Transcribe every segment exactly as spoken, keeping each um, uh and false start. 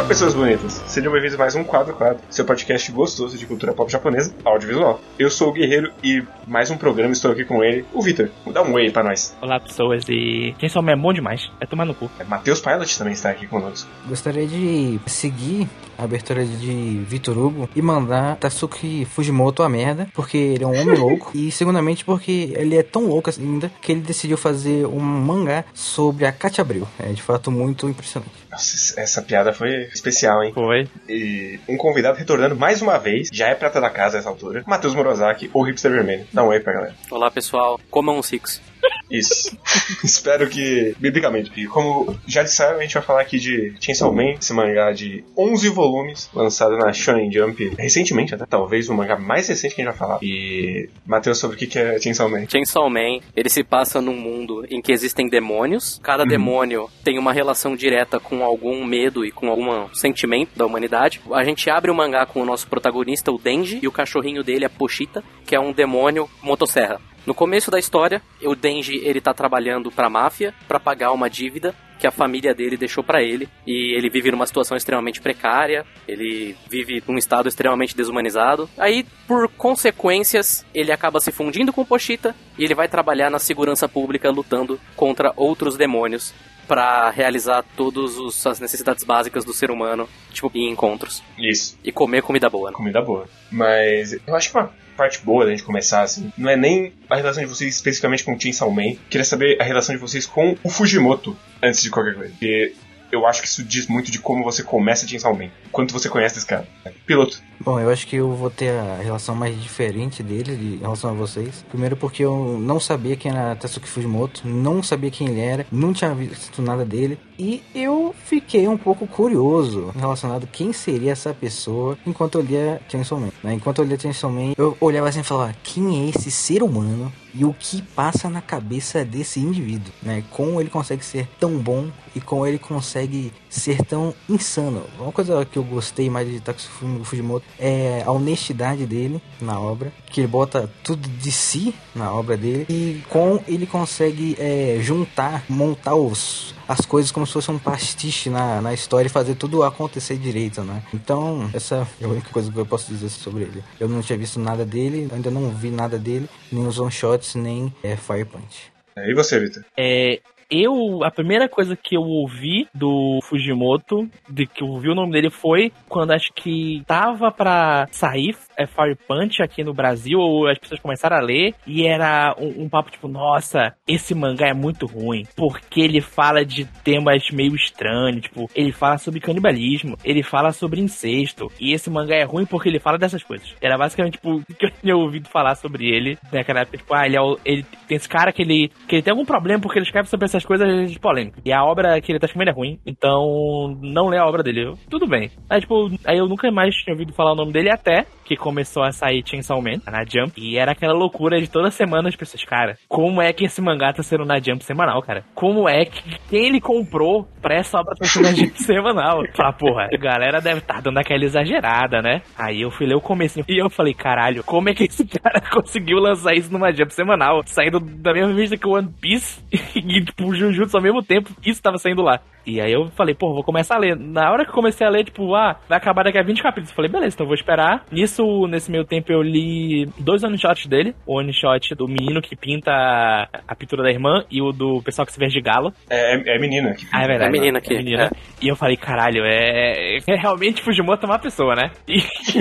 Olá, pessoas bonitas. Sejam bem-vindos a mais um Quadro Quadro, seu podcast gostoso de cultura pop japonesa, audiovisual. Eu sou o Guerreiro e mais um programa, estou aqui com ele, o Vitor. Dá um oi pra nós. Olá, pessoas, e quem só é bom demais, é tomar no cu. É, Matheus Pilot também está aqui conosco. Gostaria de seguir a abertura de Vitor Hugo e mandar Tatsuki Fujimoto a merda, porque ele é um homem louco, e segundamente porque ele é tão louco ainda que ele decidiu fazer um mangá sobre a Katia Abreu. É de fato muito impressionante. Nossa, essa piada foi especial, hein? Foi. E um convidado retornando mais uma vez, já é prata da casa nessa altura, Matheus Morozaki, o hipster vermelho. Dá um oi pra galera. Olá, pessoal. Comam um Six. Isso. Espero que, biblicamente. E como já disseram, a gente vai falar aqui de Chainsaw Man, esse mangá de onze volumes, lançado na Shonen Jump recentemente, até talvez o mangá mais recente que a gente vai falar. E, Matheus, sobre o que é Chainsaw Man? Chainsaw Man, ele se passa num mundo em que existem demônios. Cada uhum. demônio tem uma relação direta com algum medo e com algum sentimento da humanidade. A gente abre o mangá com o nosso protagonista, o Denji, e o cachorrinho dele, a Pochita, que é um demônio motosserra. No começo da história, o Denji, ele tá trabalhando pra máfia pra pagar uma dívida que a família dele deixou pra ele, e ele vive numa situação extremamente precária, ele vive num estado extremamente desumanizado. Aí, por consequências, ele acaba se fundindo com o Pochita e ele vai trabalhar na segurança pública lutando contra outros demônios pra realizar todas as necessidades básicas do ser humano, tipo, em encontros. Isso. E comer comida boa. Né? Comida boa. Mas eu acho que uma parte boa da gente começar, assim, não é nem a relação de vocês especificamente com o Chainsaw Man. Queria saber a relação de vocês com o Fujimoto, antes de qualquer coisa. Porque eu acho que isso diz muito de como você começa Chainsaw Man. Quanto você conhece desse cara. Piloto. Bom, eu acho que eu vou ter a relação mais diferente dele em relação a vocês. Primeiro porque eu não sabia quem era Tatsuki Fujimoto, não sabia quem ele era, não tinha visto nada dele. E eu fiquei um pouco curioso relacionado a quem seria essa pessoa enquanto eu lia Chainsaw Man. Né? Enquanto eu lia Chainsaw Man, eu olhava assim e falava, quem é esse ser humano e o que passa na cabeça desse indivíduo? Né? Como ele consegue ser tão bom e como ele consegue ser tão insano. Uma coisa que eu gostei mais de Tatsuki Fujimoto é a honestidade dele na obra, que ele bota tudo de si na obra dele e como ele consegue é, juntar, montar os, as coisas como se fosse um pastiche na, na história e fazer tudo acontecer direito, né? Então, essa é a única coisa que eu posso dizer sobre ele. Eu não tinha visto nada dele, ainda não vi nada dele, nem os one-shots, nem é, Fire Punch. E você, Vitor? É... Eu, a primeira coisa que eu ouvi do Fujimoto, de que eu ouvi o nome dele, foi quando acho que tava pra sair é, Fire Punch aqui no Brasil, ou as pessoas começaram a ler, e era um, um papo tipo, nossa, esse mangá é muito ruim, porque ele fala de temas meio estranhos, tipo, ele fala sobre canibalismo, ele fala sobre incesto, e esse mangá é ruim porque ele fala dessas coisas. Era basicamente, tipo, o que eu tinha ouvido falar sobre ele, naquela época, tipo, ah, ele, é o, ele tem esse cara que ele, que ele tem algum problema porque ele escreve sobre essas coisas polêmicas. E a obra que ele tá escrevendo é ruim, então não lê a obra dele. Eu, tudo bem. Aí, tipo, aí eu nunca mais tinha ouvido falar o nome dele até que começou a sair Chainsaw Man na Jump. E era aquela loucura de toda semana as pessoas, cara, como é que esse mangá tá sendo na Jump semanal, cara? Como é que quem ele comprou pra essa obra tá sendo na Jump semanal? Fala, porra, a galera deve estar tá dando aquela exagerada, né? Aí eu fui ler o começo e eu falei, caralho, como é que esse cara conseguiu lançar isso numa Jump semanal? Saindo da mesma revista que o One Piece e, tipo, Jujutsu ao mesmo tempo, isso tava saindo lá. E aí eu falei, pô, vou começar a ler. Na hora que eu comecei a ler, tipo, ah, vai acabar daqui a vinte capítulos. Eu falei, beleza, então eu vou esperar. Nisso, nesse meio tempo, eu li dois one-shots dele. O one-shot do menino que pinta a pintura da irmã e o do pessoal que se veste de galo. É, é, é menina. Que ah, é verdade. É menina aqui. É menina. É. E eu falei, caralho, é, é realmente Fujimoto é uma pessoa, né? E,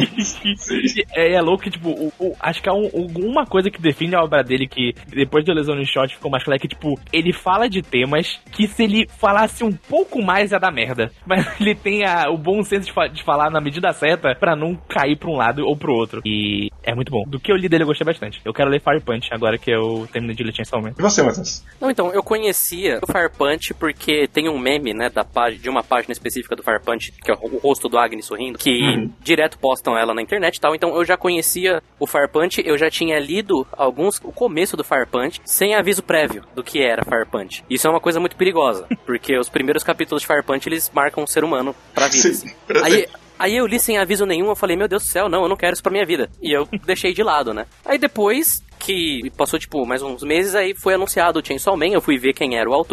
é, é louco que, tipo, o, o, acho que é um, uma coisa que define a obra dele que depois de eu ler o one-shot ficou mais claro que, tipo, ele fala de temas que se ele falasse um pouco mais ia dar merda. Mas ele tem a, o bom senso de, fa- de falar na medida certa pra não cair pra um lado ou pro outro. E é muito bom. Do que eu li dele eu gostei bastante. Eu quero ler Fire Punch agora que eu terminei de ler Chainsaw Man. E você, Matheus? Não, então, eu conhecia o Fire Punch porque tem um meme, né, da página, de uma página específica do Fire Punch, que é o rosto do Agni sorrindo, que uhum. direto postam ela na internet e tal. Então eu já conhecia o Fire Punch, eu já tinha lido alguns, o começo do Fire Punch, sem aviso prévio do que era Fire Punch. Isso é uma coisa muito perigosa, porque os primeiros capítulos de Fire Punch, eles marcam o ser humano pra vida. Sim, assim. pra Aí, aí eu li sem aviso nenhum, eu falei, meu Deus do céu, não, eu não quero isso pra minha vida. E eu deixei de lado, né? Aí depois que passou, tipo, mais uns meses, aí foi anunciado o Chainsaw Man, eu fui ver quem era o autor,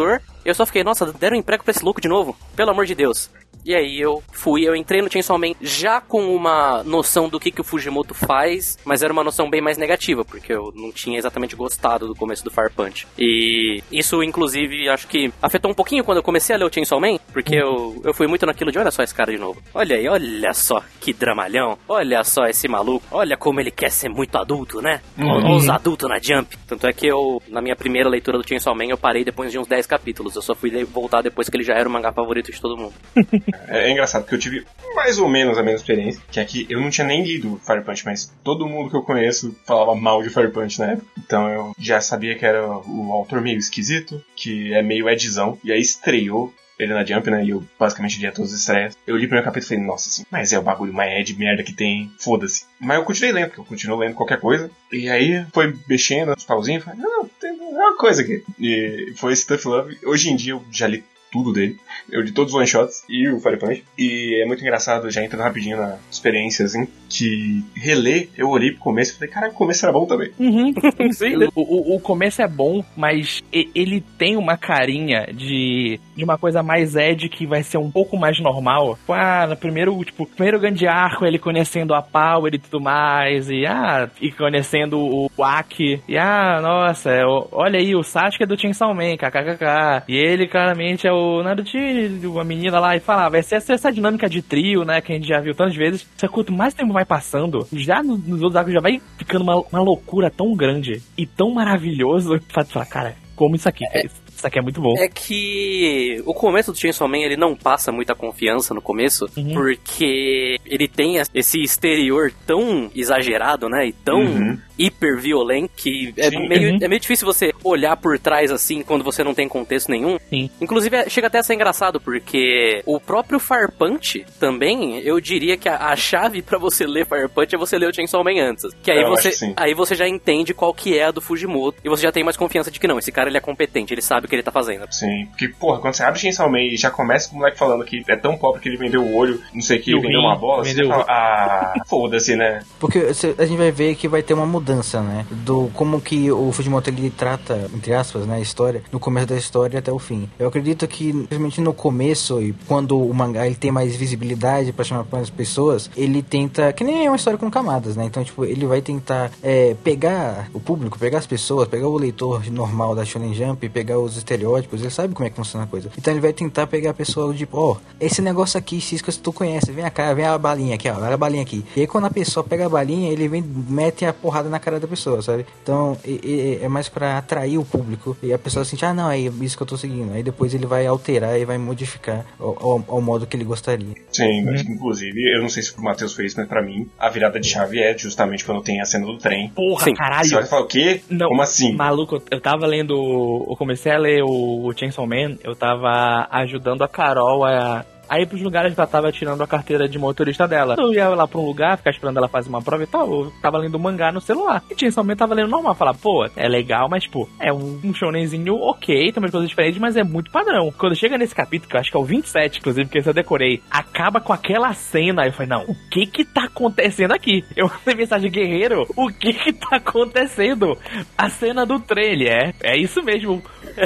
Eu só fiquei, nossa, deram emprego pra esse louco de novo? Pelo amor de Deus. E aí eu fui, eu entrei no Chainsaw Man já com uma noção do que, que o Fujimoto faz, mas era uma noção bem mais negativa, porque eu não tinha exatamente gostado do começo do Fire Punch. E isso, inclusive, acho que afetou um pouquinho quando eu comecei a ler o Chainsaw Man, porque eu, eu fui muito naquilo de, olha só esse cara de novo. Olha aí, olha só que dramalhão. Olha só esse maluco. Olha como ele quer ser muito adulto, né? Uhum. Os adultos na Jump. Tanto é que eu, na minha primeira leitura do Chainsaw Man, eu parei depois de uns dez capítulos. Eu só fui voltar depois que ele já era o mangá favorito de todo mundo. É, é engraçado, porque eu tive mais ou menos a mesma experiência, que aqui eu não tinha nem lido Fire Punch, mas todo mundo que eu conheço falava mal de Fire Punch na época. Então eu já sabia que era o autor meio esquisito, que é meio Edzão, e aí estreou ele na Jump, né, e eu basicamente lia todos os estreias. Eu li o primeiro capítulo e falei, nossa, assim, mas é o bagulho mais Ed merda que tem, foda-se. Mas eu continuei lendo, porque eu continuo lendo qualquer coisa, e aí foi mexendo os pauzinhos, falei, não, tem uma coisa aqui. E foi esse Tough Love. Hoje em dia eu já li tudo dele. Eu li todos os one-shots e o Fire Punch. E é muito engraçado, já entrando rapidinho na experiência, assim, que reler, eu olhei pro começo e falei, cara, o começo era bom também. Uhum. Sim, o, o, o começo é bom, mas ele tem uma carinha de, de uma coisa mais Ed que vai ser um pouco mais normal. Ah, no primeiro, tipo, primeiro grande arco, ele conhecendo a Power e tudo mais, e ah, e conhecendo o Aki, e ah, nossa, olha aí, o Sasuke é do Chainsaw Man, kkkk. E ele claramente é o Naruto, uma menina lá, e falava, vai ser essa, essa dinâmica de trio, né, que a gente já viu tantas vezes. Só que quanto mais tempo vai passando, já nos, nos outros arcos já vai ficando uma, uma loucura tão grande e tão maravilhoso, que fala, cara, como isso aqui, é. Isso aqui é muito bom. É que o começo do Chainsaw Man, ele não passa muita confiança no começo, uhum. porque ele tem esse exterior tão exagerado, né, e tão uhum. hiper violento, que é meio, uhum. é meio difícil você olhar por trás, assim, quando você não tem contexto nenhum. Sim. Inclusive, chega até a ser engraçado, porque o próprio Fire Punch, também, eu diria que a, a chave pra você ler Fire Punch é você ler o Chainsaw Man antes. Que aí, você, que aí você já entende qual que é a do Fujimoto, e você já tem mais confiança de que não, esse cara ele é competente, ele sabe o que ele tá fazendo. Sim, porque, porra, quando você abre Chainsaw Man e já começa com o moleque falando que é tão pobre que ele vendeu o olho, não sei o que, vendeu uma bola, vendeu você fala, ah, foda-se, né? Porque a gente vai ver que vai ter uma mudança, né? Do como que o Fujimoto ele trata, entre aspas, né, a história, no começo da história até o fim. Eu acredito que, principalmente no começo, e quando o mangá ele tem mais visibilidade pra chamar para as pessoas, ele tenta, que nem é uma história com camadas, né? Então, tipo, ele vai tentar é, pegar o público, pegar as pessoas, pegar o leitor normal da Shonen Jump, pegar os estereótipos, ele sabe como é que funciona a coisa. Então ele vai tentar pegar a pessoa, tipo, ó, oh, esse negócio aqui, Cisca, tu conhece, vem cá, vem a balinha aqui, ó, olha a balinha aqui. E aí quando a pessoa pega a balinha, ele vem, mete a porrada na cara da pessoa, sabe? Então é, é mais pra atrair o público e a pessoa sente, ah não, é isso que eu tô seguindo. Aí depois ele vai alterar e vai modificar ao, ao, ao modo que ele gostaria. Sim, mas, uhum. inclusive, eu não sei se o Matheus fez, mas pra mim, a virada de chave é justamente quando tem a cena do trem. Porra, Sim. caralho! Você vai falar o quê? Não, como assim? Maluco, eu tava lendo, eu comecei a ler o Chainsaw Man, eu tava ajudando a Carol a... Aí pros lugares que ela tava tirando a carteira de motorista dela. Eu ia lá pra um lugar, ficar esperando ela fazer uma prova e tal. Eu tava lendo mangá no celular. E tinha somente tava lendo normal. Falar, pô, é legal, mas pô, é um, um shonenzinho ok, tem umas coisas diferentes, mas é muito padrão. Quando chega nesse capítulo, que eu acho que é o vinte e sete, inclusive, porque esse eu decorei, acaba com aquela cena. Aí eu falei, não, o que que tá acontecendo aqui? Eu mandei mensagem, guerreiro, o que que tá acontecendo? A cena do trailer, é, é isso mesmo.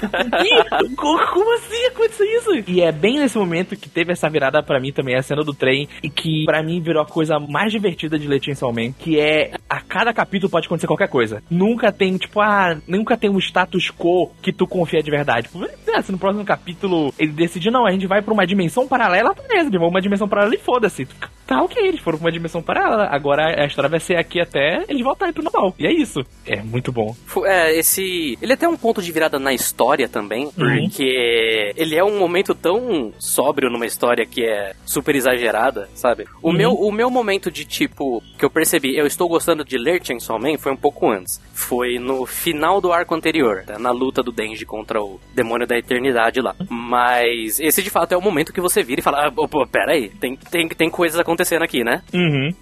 E, como assim aconteceu isso? E é bem nesse momento que teve essa virada pra mim também, a cena do trem, e que pra mim virou a coisa mais divertida de ler Chainsaw Man, que é, a cada capítulo pode acontecer qualquer coisa. Nunca tem, tipo, ah, nunca tem um status quo que tu confia de verdade. Tipo, se no próximo capítulo ele decidir, não, a gente vai pra uma dimensão paralela, beleza, de uma dimensão paralela e foda-se. Tá ok, eles foram pra uma dimensão paralela, agora a história vai ser aqui até eles voltarem pro normal. E é isso. É muito bom. É, esse... Ele é até um ponto de virada na história também, porque uhum. ele é um momento tão sóbrio numa história que é super exagerada, sabe? O, uhum. meu, o meu momento de tipo, que eu percebi, eu estou gostando de ler Chainsaw Man, foi um pouco antes. Foi no final do arco anterior, né? Na luta do Denji contra o demônio da eternidade lá. Mas esse de fato é o momento que você vira e fala, ah, pô, pera aí, tem, tem, tem coisas acontecendo aqui, né? Uhum.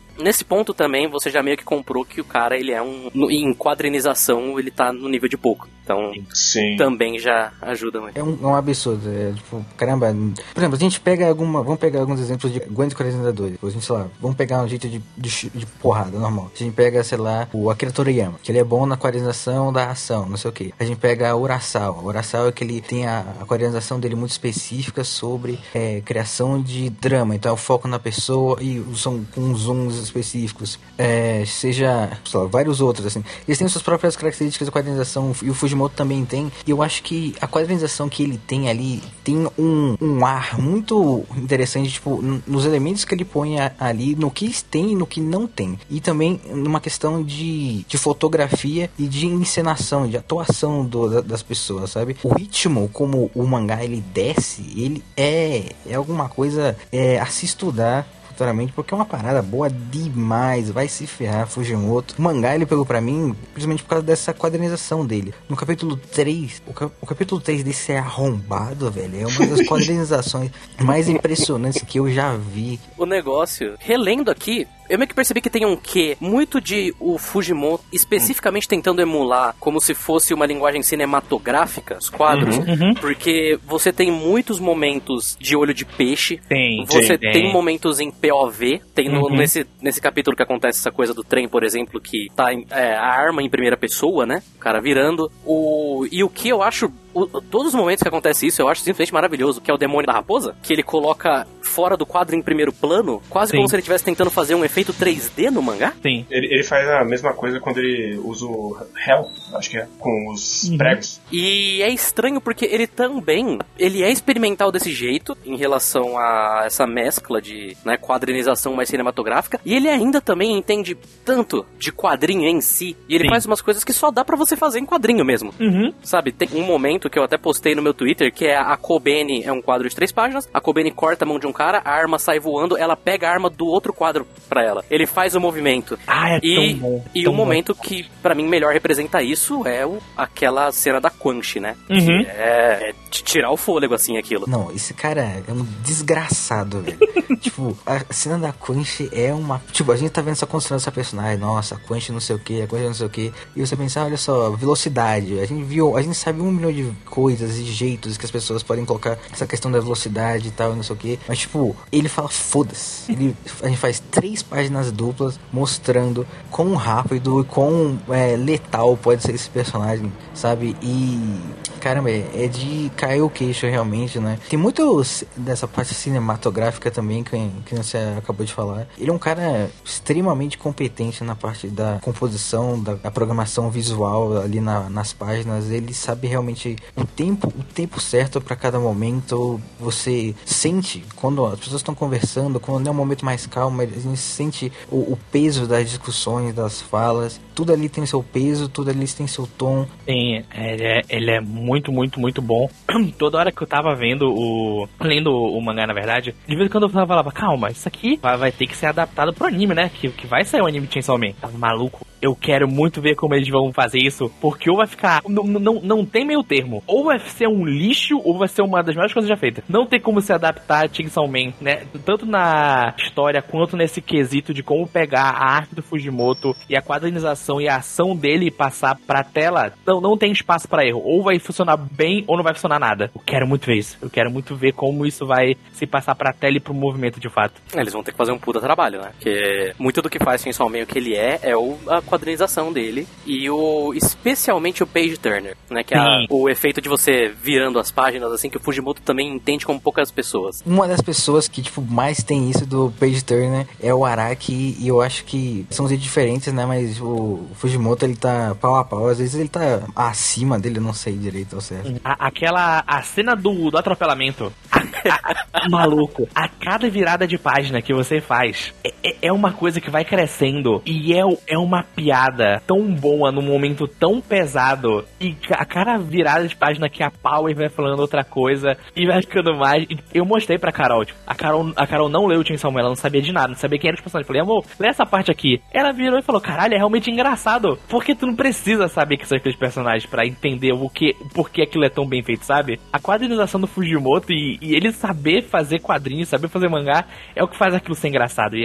Nesse ponto também, você já meio que comprou que o cara, ele é um... Em quadrinização, ele tá no nível de pouco. Então, Sim. também já ajuda muito. É um, é um absurdo. É, tipo, caramba. Por exemplo, a gente pega alguma... Vamos pegar alguns exemplos de Gwen de quarenta e dois. A gente, sei lá, vamos pegar um jeito de, de, de porrada normal. A gente pega, sei lá, o Akira Toriyama, que ele é bom na quadrinização da ação, não sei o que. A gente pega o Urasawa. O Urasawa é que ele tem a, a quadrinização dele muito específica sobre é, criação de drama. Então, é o foco na pessoa e são com zooms específicos. É, seja, sei lá, vários outros, assim. Eles têm suas próprias características de quadrinização e o Fujimoto também tem. E eu acho que a quadrinização que ele tem ali tem um, um ar muito interessante, tipo, n- nos elementos que ele põe a, ali, no que tem e no que não tem. E também numa questão de, de fotografia e de encenação, de atuação do, da, das pessoas, sabe? O ritmo, como o mangá ele desce, ele é, é alguma coisa é, a se estudar futuramente, porque é uma parada boa demais. Vai se ferrar, Fujimoto. O mangá ele pegou pra mim, principalmente por causa dessa quadrinização dele. No capítulo três, o, cap- o capítulo três desse é arrombado, velho. É uma das quadrinizações mais impressionantes que eu já vi. O negócio, relendo aqui, eu meio que percebi que tem um quê muito de o Fujimoto especificamente tentando emular como se fosse uma linguagem cinematográfica, os quadros, Uhum, uhum. porque você tem muitos momentos de olho de peixe, Tem, você tem, tem tem. momentos em P O V, tem no- Uhum. nesse, nesse capítulo que acontece essa coisa do trem, por exemplo, que tá em- é, a arma em primeira pessoa, né, o cara virando, o, e o que eu acho... O, todos os momentos que acontece isso, eu acho simplesmente maravilhoso, que é o demônio da raposa, que ele coloca fora do quadro em primeiro plano, quase Sim. como se ele estivesse tentando fazer um efeito três D no mangá. Sim. Ele, ele faz a mesma coisa quando ele usa o Hell, acho que é, com os Uhum. pregos. E é estranho porque ele também, ele é experimental desse jeito, em relação a essa mescla de, né, quadrinização mais cinematográfica, e ele ainda também entende tanto de quadrinho em si, e ele Sim. faz umas coisas que só dá pra você fazer em quadrinho mesmo. Uhum. Sabe, tem um momento que eu até postei no meu Twitter, que é a Kobeni, é um quadro de três páginas, a Kobeni corta a mão de um cara, a arma sai voando, ela pega a arma do outro quadro pra ela. Ele faz o movimento. Ah, é E, tão bom. e tão o bom. momento que pra mim melhor representa isso é o, aquela cena da Quan Chi, né? Uhum. Que é, é de tirar o fôlego, assim, aquilo. Não, esse cara é um desgraçado, velho. Tipo, a cena da Quench é uma... Tipo, a gente tá vendo essa construção dessa personagem. Nossa, a Quench não sei o que, a Quench não sei o que. E você pensa, olha só, velocidade. A gente viu, a gente sabe um milhão de coisas e jeitos que as pessoas podem colocar essa questão da velocidade e tal, não sei o que. Mas, tipo, ele fala, foda-se. Ele, a gente faz três páginas duplas mostrando quão rápido e quão é, letal pode ser esse personagem, sabe? E... Caramba, é é de cair o queixo realmente, né? Tem muito dessa parte cinematográfica também, que, que você acabou de falar. Ele é um cara extremamente competente na parte da composição, da, da programação visual ali na, nas páginas. Ele sabe realmente o tempo, o tempo certo para cada momento. Você sente, quando as pessoas estão conversando, quando é um momento mais calmo, a gente sente o, o peso das discussões, das falas. Tudo ali tem seu peso, tudo ali tem seu tom. Sim, ele é, ele é muito, muito, muito bom. Toda hora que eu tava vendo o... Lendo o mangá, na verdade, de vez em quando eu falava, calma, isso aqui vai, vai ter que ser adaptado pro anime, né? Que, que vai sair o anime de Chainsaw Man. Tava maluco. Eu quero muito ver como eles vão fazer isso, porque ou vai ficar... Não, não, não tem meio termo. Ou vai ser um lixo, ou vai ser uma das melhores coisas já feitas. Não tem como se adaptar a Chainsaw Man, né? Tanto na história, quanto nesse quesito de como pegar a arte do Fujimoto e a quadrinização e a ação dele e passar pra tela. Não, não tem espaço pra erro. Ou vai funcionar bem, ou não vai funcionar nada. Eu quero muito ver isso. Eu quero muito ver como isso vai se passar pra tela e pro movimento de fato. Eles vão ter que fazer um puta trabalho, né? Porque muito do que faz Chainsaw Man o que ele é, é o, a quadrinização dele e o especialmente o page turner, né? Que é a, o efeito de você virando as páginas, assim, que o Fujimoto também entende como poucas pessoas. Uma das pessoas que, tipo, mais tem isso do page turner é o Araki, e eu acho que são os diferentes, né? Mas o Fujimoto, ele tá pau a pau. Às vezes ele tá acima dele, eu não sei direito ao certo. A, aquela... A cena do, do atropelamento. A, a, maluco. A cada virada de página que você faz é, é, é uma coisa que vai crescendo. E é, é uma piada tão boa num momento tão pesado. E a cada virada de página que a Power vai falando outra coisa e vai ficando mais... Eu mostrei pra Carol, tipo, a Carol, a Carol não leu o Chainsaw Man, ela não sabia de nada, não sabia quem era os personagens. Eu falei, amor, lê essa parte aqui. Ela virou e falou, caralho, é realmente engraçado. Porque tu não precisa saber que são aqueles personagens pra entender o que, por que aquilo é tão bem feito, sabe? A quadrinização do Fujimoto e, e ele saber fazer quadrinhos, saber fazer mangá, é o que faz aquilo ser engraçado. E é, é,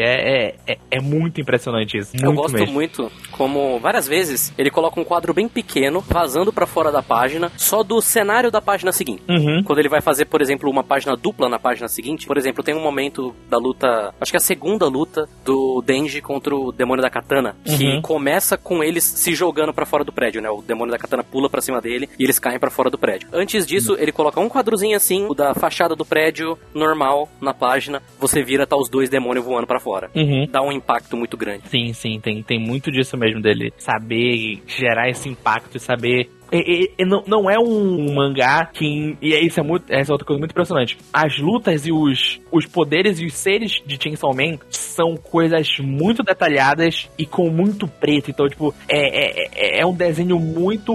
é, é, é muito impressionante isso. Muito Eu gosto mesmo. muito, como várias vezes ele coloca um quadro bem pequeno, vazando pra fora da página, só do cenário da página seguinte. Uhum. Quando ele vai fazer, por exemplo, uma página dupla na página seguinte, por exemplo, tem um momento da luta, acho que é a segunda luta do Denji contra o demônio da katana, que Uhum. começa com eles se jogando pra fora do prédio, né? O demônio da katana pula pra cima dele e eles caem pra fora do prédio. Antes disso, uhum. ele coloca um quadrozinho assim, o da fachada do prédio, normal, na página, você vira, tá os dois demônios voando pra fora. Uhum. Dá um impacto muito grande. Sim, sim, tem, tem muito disso mesmo dele saber gerar esse impacto e saber... E, e, e não, não é um mangá que... E isso é muito, essa é outra coisa muito impressionante. As lutas e os, os poderes e os seres de Chainsaw Man são coisas muito detalhadas e com muito preto. Então, tipo, é, é, é um desenho muito...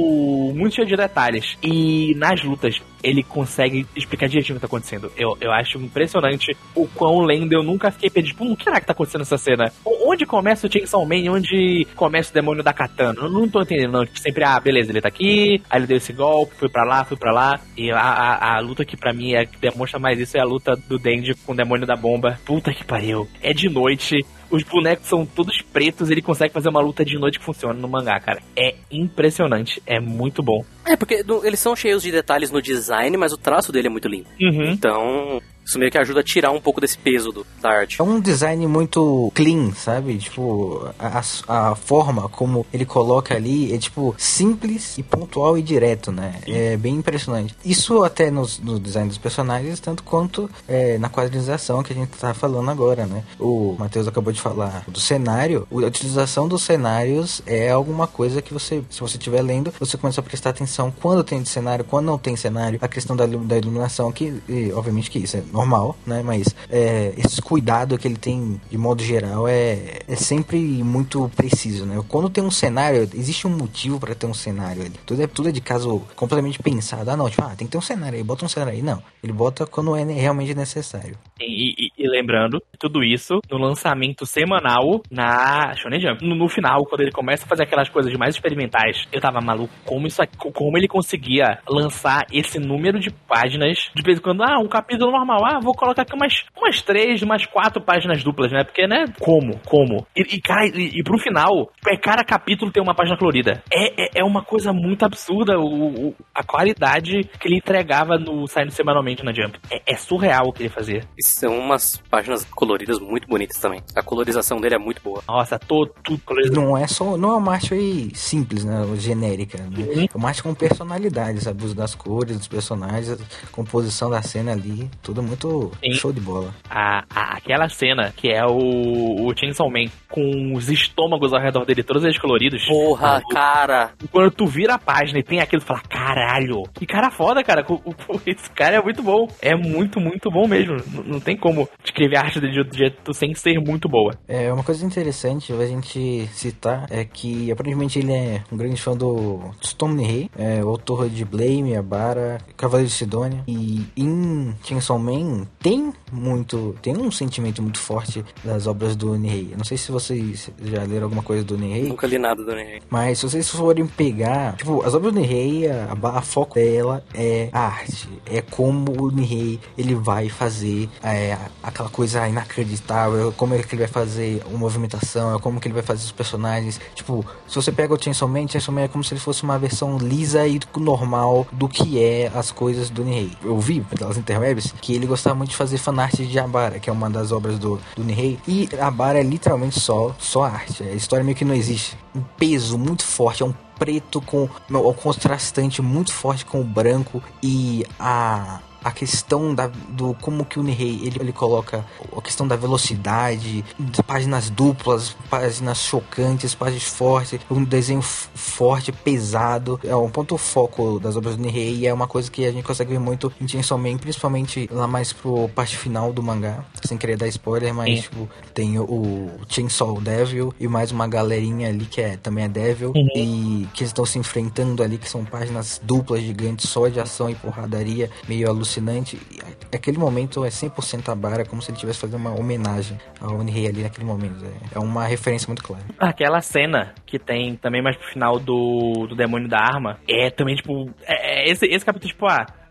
muito cheio de detalhes. E nas lutas, ele consegue explicar direitinho o que tá acontecendo. Eu, eu acho impressionante o quão lendo eu nunca fiquei perdido. Tipo, o que será que tá acontecendo nessa cena? Onde começa o Chainsaw Man e onde começa o demônio da katana? Eu não tô entendendo, não. Tipo, sempre, ah, beleza, ele tá aqui, aí ele deu esse golpe, foi pra lá, foi pra lá. E a, a, a luta que pra mim é que demonstra mais isso é a luta do Denji com o demônio da bomba. Puta que pariu. É de noite. Os bonecos são todos pretos, ele consegue fazer uma luta de noite que funciona no mangá, cara. É impressionante, é muito bom. É, porque do, eles são cheios de detalhes no design, mas o traço dele é muito lindo. Uhum. Então, isso meio que ajuda a tirar um pouco desse peso do, da arte. É um design muito clean, sabe? Tipo, a, a forma como ele coloca ali é, tipo, simples e pontual e direto, né? É bem impressionante. Isso até nos, no design dos personagens, tanto quanto é, na quadrinização que a gente tá falando agora, né? O Matheus acabou de falar do cenário. A utilização dos cenários é alguma coisa que você, se você estiver lendo, você começa a prestar atenção quando tem cenário, quando não tem cenário, a questão da, da iluminação, que e, obviamente que isso é normal, né? Mas é, esse cuidado que ele tem de modo geral é, é sempre muito preciso, né? Quando tem um cenário, existe um motivo para ter um cenário ali. Tudo é, tudo é de caso completamente pensado. Ah, não, tipo, ah, tem que ter um cenário aí, bota um cenário aí. Não, ele bota quando é realmente necessário. E, e, e lembrando, tudo isso no lançamento semanal na Shonen Jump. No, no final, quando ele começa a fazer aquelas coisas mais experimentais, eu tava maluco como isso, como ele conseguia lançar esse número de páginas, de vez em quando, ah, um capítulo normal, ah, vou colocar aqui umas, umas três, umas quatro páginas duplas, né? Porque, né? Como? Como? E, e cara, e, e pro final, é, cada capítulo tem uma página colorida. É, é, é uma coisa muito absurda o, o, a qualidade que ele entregava no saindo semanalmente na Jump. É, é surreal o que ele fazia. E são umas páginas coloridas muito bonitas também. A colorização dele é muito boa. Nossa, todo, tudo colorido. Não é só, não é uma arte aí simples, né? Genérica, né? Uhum. É uma arte com personalidade, sabe? Uso das cores, dos personagens, a composição da cena ali, tudo muito Sim. show de bola. A, a, aquela cena que é o, o Chainsaw Man com os estômagos ao redor dele, todos eles coloridos. Porra, ah, cara! Quando tu vira a página e tem aquilo, tu fala, caralho, que cara foda, cara. O, o, esse cara é muito bom. É muito, muito bom mesmo. Não, não tem como descrever a arte dele de outro jeito sem ser muito boa. É, uma coisa interessante a gente citar é que aparentemente ele é um grande fã do Tsutomu Nihei, é, autor de Blame, Abara, Cavaleiro de Sidônia. E em Chainsaw Man tem muito, tem um sentimento muito forte das obras do Nihei. Eu não sei se vocês já leram alguma coisa do Nihei. Nunca li nada do Nihei. Mas se vocês forem pegar, tipo, as obras do Nihei, a, a foco dela é a arte. É como o Nihei, ele vai fazer é, aquela coisa inacreditável, como é que ele vai fazer uma movimentação, é como que ele vai fazer os personagens. Tipo, se você pega o Chainsaw Man, Chainsaw Man é como se ele fosse uma versão lisa e normal do que é as coisas do Nihei. Eu vi pelas interwebs que ele gostava muito de fazer fanart de Abara, que é uma das obras do, do Nihei. E Abara é literalmente só, só arte. A história meio que não existe. Um peso muito forte, é um preto com um contrastante muito forte com o branco e a... a questão da, do como que o Nihei ele, ele coloca a questão da velocidade, páginas duplas, páginas chocantes, páginas fortes, um desenho f- forte, pesado. É um ponto foco das obras do Nihei e é uma coisa que a gente consegue ver muito em Chainsaw Man, principalmente lá mais pro parte final do mangá, sem querer dar spoiler, mas tipo, tem o, o Chainsaw Devil e mais uma galerinha ali que é, também é Devil, uhum. E que eles estão se enfrentando ali, que são páginas duplas gigantes, só de ação e porradaria, meio alucinante. Aquele momento é cem por cento Abara, como se ele estivesse fazendo uma homenagem ao Nihei ali naquele momento. É uma referência muito clara. Aquela cena que tem também mais pro final do, do Demônio da Arma é também, tipo, é, é esse, esse capítulo, tipo, ah,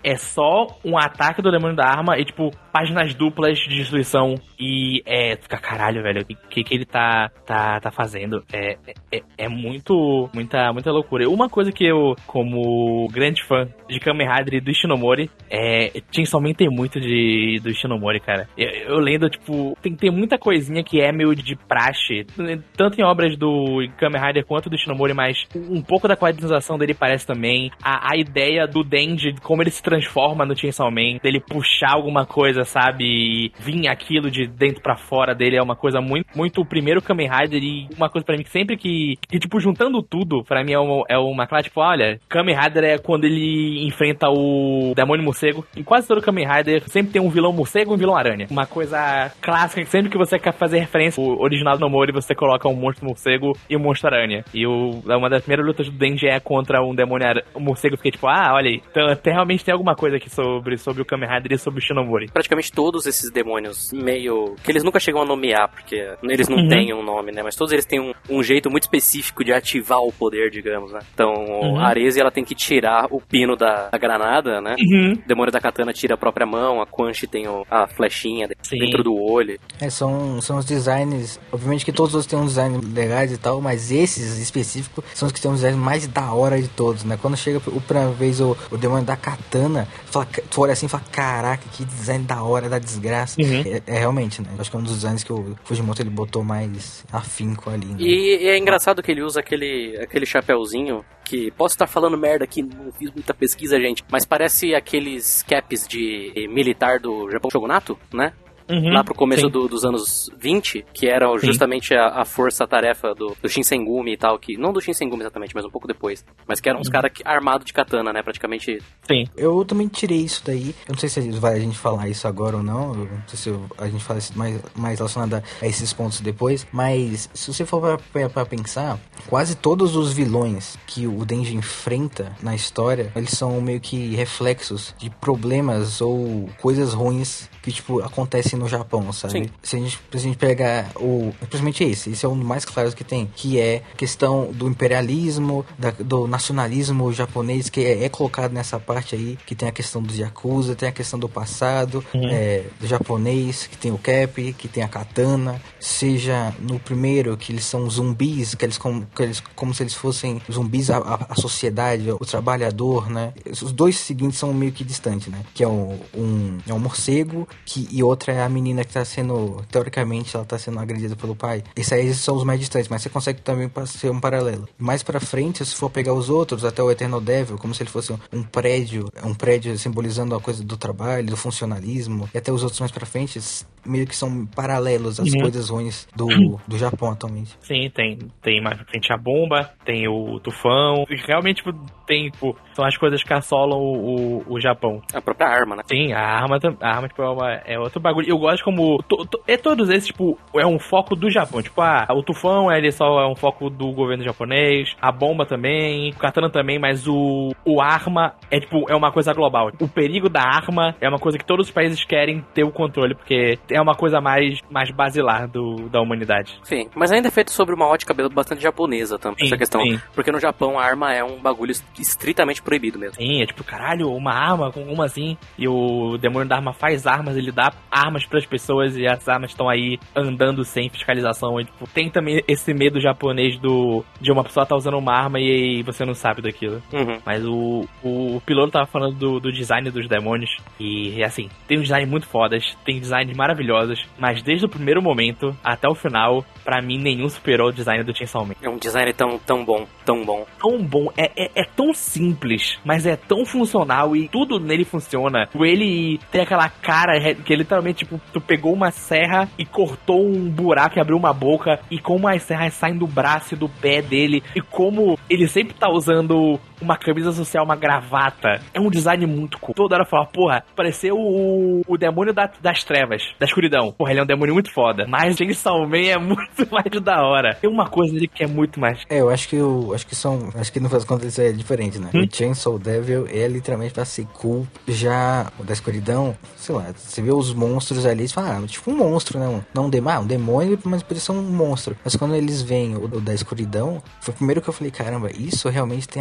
é só um ataque do demônio da arma e, tipo, páginas duplas de destruição. E é. Fica, caralho, velho, o que, que ele tá, tá, tá fazendo? É, é, é muito. Muita, muita loucura. Uma coisa que eu, como grande fã de Kamen Rider e do Ishinomori, é. Chainsaw Man tem muito de, do Ishinomori, cara. Eu, eu lendo, tipo, tem, tem muita coisinha que é meio de praxe, tanto em obras do Kamen Rider quanto do Ishinomori, mas um pouco da quadrinização dele parece também. A, a ideia do Denji, como ele se transforma no Chainsaw Man, dele puxar alguma coisa, sabe? E vir aquilo de dentro pra fora dele é uma coisa muito, muito o primeiro Kamen Rider. E uma coisa pra mim que sempre que, que tipo, juntando tudo, pra mim é uma, é uma clara, tipo, olha, Kamen Rider é quando ele enfrenta o demônio morcego. Em quase todo Kamen Rider sempre tem um vilão morcego e um vilão aranha. Uma coisa clássica, que sempre que você quer fazer referência ao original do Nomori, você coloca um monstro morcego e um monstro aranha. E o, uma das primeiras lutas do Denji é contra um demônio aranha, um morcego. Eu fiquei tipo, ah, olha aí, então até realmente tem alguma coisa aqui sobre, sobre o Kamen Rider e sobre o Shinomori. Praticamente todos esses demônios meio... que eles nunca chegam a nomear, porque eles não uhum. têm um nome, né? Mas todos eles têm um, um jeito muito específico de ativar o poder, digamos, né? Então, uhum. a Arese, ela tem que tirar o pino da, da granada, né? Uhum. O demônio da katana tira a própria mão, a Quanchi tem o, a flechinha Sim. dentro do olho. É, são, são os designs... Obviamente que todos os outros têm um design legais e tal, mas esses específicos são os que têm um design mais da hora de todos, né? Quando chega pra vez o, o demônio da katana, fala, tu olha assim e fala, caraca, que design da hora, da desgraça. Uhum. É, é realmente, né? Acho que é um dos designs que o Fujimoto ele botou mais afinco ali, né? E, e é engraçado que ele usa aquele, aquele chapéuzinho que... Posso estar falando merda aqui, não fiz muita pesquisa, gente, mas parece aqueles caps de militar do Japão Shogunato, né? Uhum, lá pro começo do, dos anos vinte, que era justamente a, a força-tarefa do, do Shinsengumi e tal, que não do Shinsengumi exatamente, mas um pouco depois, mas que eram uns uhum. caras armados de katana, né, praticamente. Sim. Eu também tirei isso daí, eu não sei se vai a gente falar isso agora ou não, eu não sei se eu, a gente fala isso mais, mais relacionado a esses pontos depois, mas se você for pra, pra, pra pensar, quase todos os vilões que o Denji enfrenta na história, eles são meio que reflexos de problemas ou coisas ruins que, tipo, acontecem no Japão, sabe? Sim. Se a gente, se a gente pegar o... Principalmente esse, esse é um dos mais claros que tem, que é a questão do imperialismo, da, do nacionalismo japonês, que é, é colocado nessa parte aí, que tem a questão dos Yakuza, tem a questão do passado, uhum. é, do japonês, que tem o Cap, que tem a katana, seja no primeiro, que eles são zumbis, que eles como, que eles, como se eles fossem zumbis, a, a, a sociedade, o trabalhador, né? Os dois seguintes são meio que distantes, né? Que é um, um, é um morcego, que, e outra é a menina que tá sendo, teoricamente, ela tá sendo agredida pelo pai. Esses aí são os mais distantes, mas você consegue também ser um paralelo. Mais pra frente, se for pegar os outros, até o Eternal Devil, como se ele fosse um prédio, um prédio simbolizando a coisa do trabalho, do funcionalismo, e até os outros mais pra frente, meio que são paralelos às uhum. coisas ruins do, do Japão atualmente. Sim, tem, tem mais pra frente a bomba, tem o tufão, realmente, tipo, tem, tipo, são as coisas que assolam o, o, o Japão. A própria arma, né? Sim, a arma, a arma tipo, é, uma, é outro bagulho. Eu gosto como, to, to, é todos esses, tipo, é um foco do Japão, tipo, ah, o tufão, ele só é um foco do governo japonês, a bomba também, o katana também, mas o, o arma é, tipo, é uma coisa global. O perigo da arma é uma coisa que todos os países querem ter o controle, porque é uma coisa mais, mais basilar do, da humanidade. Sim, mas ainda é feito sobre uma ótica bastante japonesa também, sim, essa questão. Sim. Porque no Japão a arma é um bagulho estritamente proibido mesmo. Sim, é tipo, caralho, uma arma, como assim? E o demônio da arma faz armas, ele dá armas pras pessoas e as armas estão aí andando sem fiscalização. E, tipo, tem também esse medo japonês do, de uma pessoa tá usando uma arma e você não sabe daquilo. Uhum. Mas o, o, o piloto tava falando do, do design dos demônios e, assim, tem um design muito fodas, tem designs maravilhosos, mas desde o primeiro momento até o final, pra mim, nenhum superou o design do Chainsaw Man. É um design tão, tão bom, tão bom. Tão bom, é, é, é tão simples, mas é tão funcional e tudo nele funciona. Ele tem aquela cara que literalmente, tipo, tu pegou uma serra e cortou um buraco e abriu uma boca, e como as serras saem do braço e do pé dele, e como ele sempre tá usando uma camisa social, uma gravata. É um design muito cool. Toda hora eu falo, porra, pareceu o, o demônio da, das trevas, da escuridão. Porra, ele é um demônio muito foda. Mas Chainsaw Man é muito mais da hora. Tem uma coisa nele que é muito mais... É, eu acho que eu acho que são... Acho que no final das contas isso é diferente, né? Hum? O Chainsaw Devil é literalmente pra ser cool. Já o da escuridão, sei lá, você vê os monstros ali, você fala, ah, tipo um monstro, né? Não um demônio, ah, um demônio, mas poderia ser um monstro. Mas quando eles veem o, o da escuridão, foi o primeiro que eu falei, caramba, isso realmente tem a cara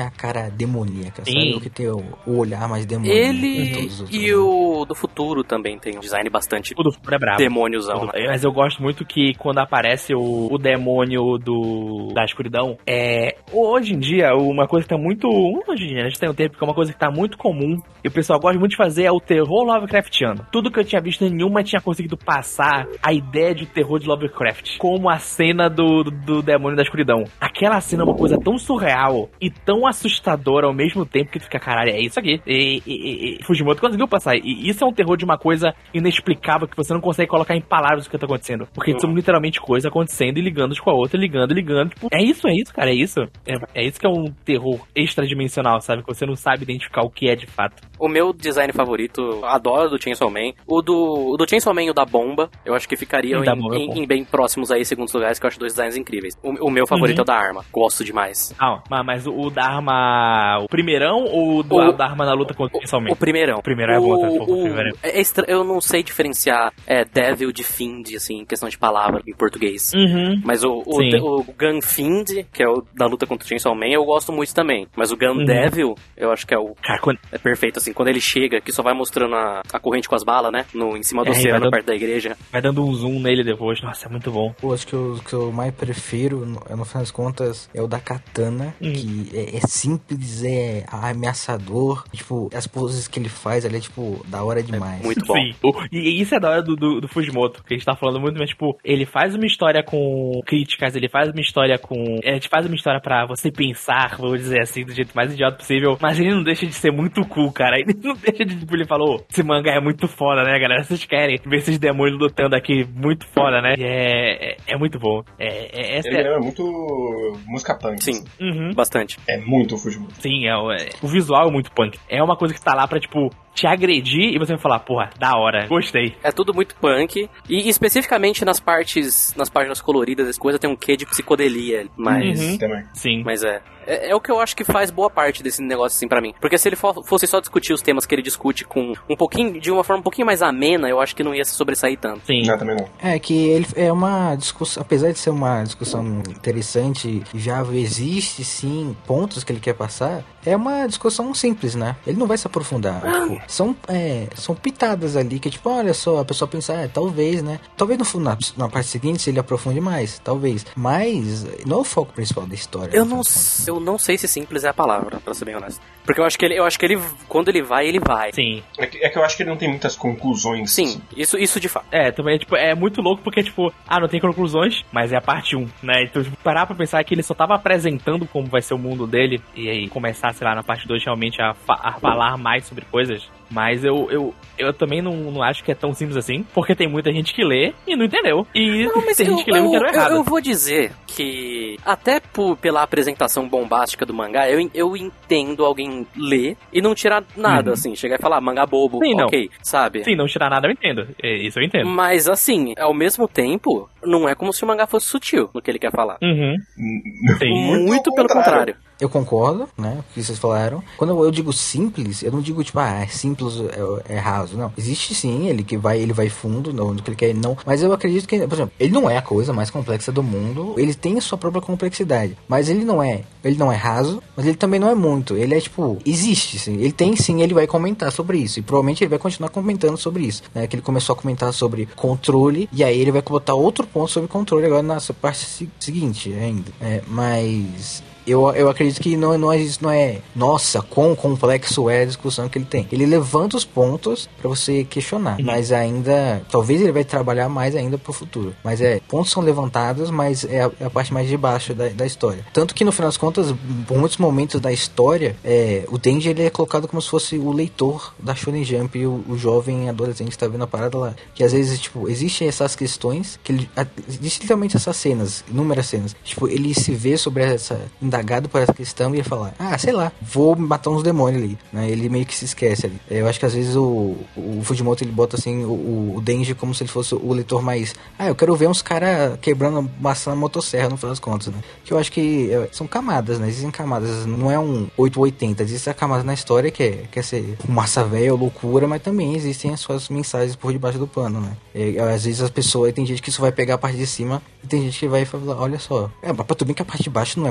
demoníaca, Sim. sabe? O que tem o, o olhar mais demoníaco. Ele e o do futuro também tem um design bastante O do futuro é brabo. demôniozão. Né? Mas eu gosto muito que quando aparece o, o demônio do, da escuridão, é, hoje em dia, uma coisa que tá muito... Hoje em dia, a gente tem um tempo que é uma coisa que tá muito comum e o pessoal gosta muito de fazer é o terror Lovecraftiano. Tudo que eu tinha visto, nenhuma tinha conseguido passar a ideia de terror de Lovecraft, como a cena do, do, do demônio da escuridão. Aquela cena é uma coisa tão surreal e tão assustadora ao mesmo tempo que tu fica, caralho, é isso aqui. E, e, e Fujimoto conseguiu passar. E isso é um terror de uma coisa inexplicável que você não consegue colocar em palavras o que tá acontecendo. Porque são literalmente coisas acontecendo e ligando com a outra, ligando, ligando. Tipo, é isso, é isso, cara, é isso. É, é isso que é um terror extradimensional, sabe? Que você não sabe identificar o que é de fato. O meu design favorito, adoro do Chainsaw Man. O do, o do Chainsaw Man e o da Bomba, eu acho que ficariam em, bomba, em, em bem próximos aí, segundos lugares, que eu acho dois designs incríveis. O, o meu favorito uhum. é o da arma. Gosto demais. Ah, mas o da arma... O primeirão ou o, do, o da arma na luta contra o Chainsaw Man? O primeirão. O primeiro é o, bom, tá? o, o, é extra, eu não sei diferenciar é, Devil de Fiend, assim, em questão de palavra em português. Uhum. Mas o, o, o, o Gun Fiend, que é o da luta contra o Chainsaw Man, eu gosto muito também. Mas o Gun uhum. Devil, eu acho que é o... Cara, quando... É perfeito, assim, quando ele chega, que só vai mostrando a, a corrente com as balas, né? No, em cima do é, oceano, dando, perto da igreja. Vai dando um zoom nele depois. Nossa, é muito bom. Pô, acho que o que eu mais prefiro, no, no final das contas, é o da katana, uhum. que é, é simples, é ameaçador. Tipo, as poses que ele faz ali é, tipo, da hora demais. É muito bom. Sim. E isso é da hora do, do, do Fujimoto, que a gente tá falando muito, mas, tipo, ele faz uma história com críticas, ele faz uma história com... A gente faz uma história pra você pensar, vou dizer assim, do jeito mais idiota possível, mas ele não deixa de ser muito cool, cara. Ele não deixa de, tipo, ele falou, esse mangá é muito foda, né, galera? Vocês querem ver esses demônios lutando aqui, muito foda, né? E é, é, é muito bom. É, é, ele é... é muito música punk. Sim, uhum. bastante. É muito Fujimoto. Sim, é, é, o visual é muito punk. É uma coisa que tá lá pra, tipo, te agredir e você vai falar, porra, da hora, gostei. É tudo muito punk. E especificamente nas partes, nas páginas coloridas, essa coisa tem um quê de psicodelia, mas... Uhum. Sim. Mas é. É, é o que eu acho que faz boa parte desse negócio, assim, pra mim. Porque se ele for, fosse só discutir os temas que ele discute com um pouquinho, de uma forma um pouquinho mais amena, eu acho que não ia se sobressair tanto. Sim. Não, também não. É que ele é uma discussão, apesar de ser uma discussão interessante, já existe, sim, pontos que ele quer passar, é uma discussão simples, né? Ele não vai se aprofundar. Ah. Tipo, são, é, são pitadas ali que, tipo, olha só, a pessoa pensa, é, talvez, né? Talvez no, na, na parte seguinte se ele aprofunde mais, talvez. Mas não é o foco principal da história. Eu não eu não sei se simples é a palavra, pra ser bem honesto. Porque eu acho que ele, eu acho que ele, quando ele vai, ele vai. Sim. É que, é que eu acho que ele não tem muitas conclusões. Sim, assim. isso, isso de fato. É, também, tipo, é muito louco porque, tipo, ah, não tem conclusões, mas é a parte um, né? Então, tipo, parar pra pensar que ele só tava apresentando como vai ser o mundo dele e aí começar, sei lá, na parte dois realmente a, fa- a falar mais sobre coisas. Mas eu, eu, eu também não, não acho que é tão simples assim, porque tem muita gente que lê e não entendeu. E não, mas tem eu, gente que lê e entendeu errado. Eu, eu vou dizer que, até por, pela apresentação bombástica do mangá, eu, eu entendo alguém ler e não tirar nada, uhum. assim. Chegar e falar, mangá bobo, Sim, ok, não. sabe? Sim, não tirar nada eu entendo. Isso eu entendo. Mas, assim, ao mesmo tempo, não é como se o mangá fosse sutil no que ele quer falar. Uhum. Sim. Muito, Muito pelo contrário. Eu concordo, né, o que vocês falaram. Quando eu digo simples, eu não digo, tipo, ah, é simples, é, é raso, não. Existe sim, ele que vai, ele vai fundo, no, no que ele quer, não. Mas eu acredito que, por exemplo, ele não é a coisa mais complexa do mundo, ele tem a sua própria complexidade, mas ele não é, ele não é raso, mas ele também não é muito, ele é, tipo, existe, sim, ele tem sim, ele vai comentar sobre isso, e provavelmente ele vai continuar comentando sobre isso, né, que ele começou a comentar sobre controle, e aí ele vai botar outro ponto sobre controle agora na parte se- seguinte ainda, é, mas... Eu, eu acredito que não, não, é, não é... Nossa, quão complexo é a discussão que ele tem. Ele levanta os pontos pra você questionar. Uhum. Mas ainda... Talvez ele vai trabalhar mais ainda pro futuro. Mas é... Pontos são levantados, mas é a, é a parte mais de baixo da, da história. Tanto que no final das contas, por muitos momentos da história, é, o Denji ele é colocado como se fosse o leitor da Shonen Jump e o, o jovem adolescente que tá vendo a parada lá. Que às vezes, tipo, existem essas questões que ele... Existem literalmente essas cenas, inúmeras cenas. Tipo, ele se vê sobre essa... indagado por essa questão e ia falar, ah, sei lá, vou matar uns demônios ali, né? Ele meio que se esquece ali. Eu acho que às vezes o, o Fujimoto ele bota assim o, o Denji como se ele fosse o leitor mais, ah, eu quero ver uns caras quebrando maçã na motosserra no final das contas, né? Que eu acho que é, são camadas, né? Existem camadas, não é um oito ou oitenta, existe a camada na história que é, quer ser massa velha ou loucura, mas também existem as suas mensagens por debaixo do pano, né? E, às vezes as pessoas, tem gente que isso vai pegar a parte de cima e tem gente que vai falar, olha só, é, mas pra tu bem que a parte de baixo não é muito, tipo,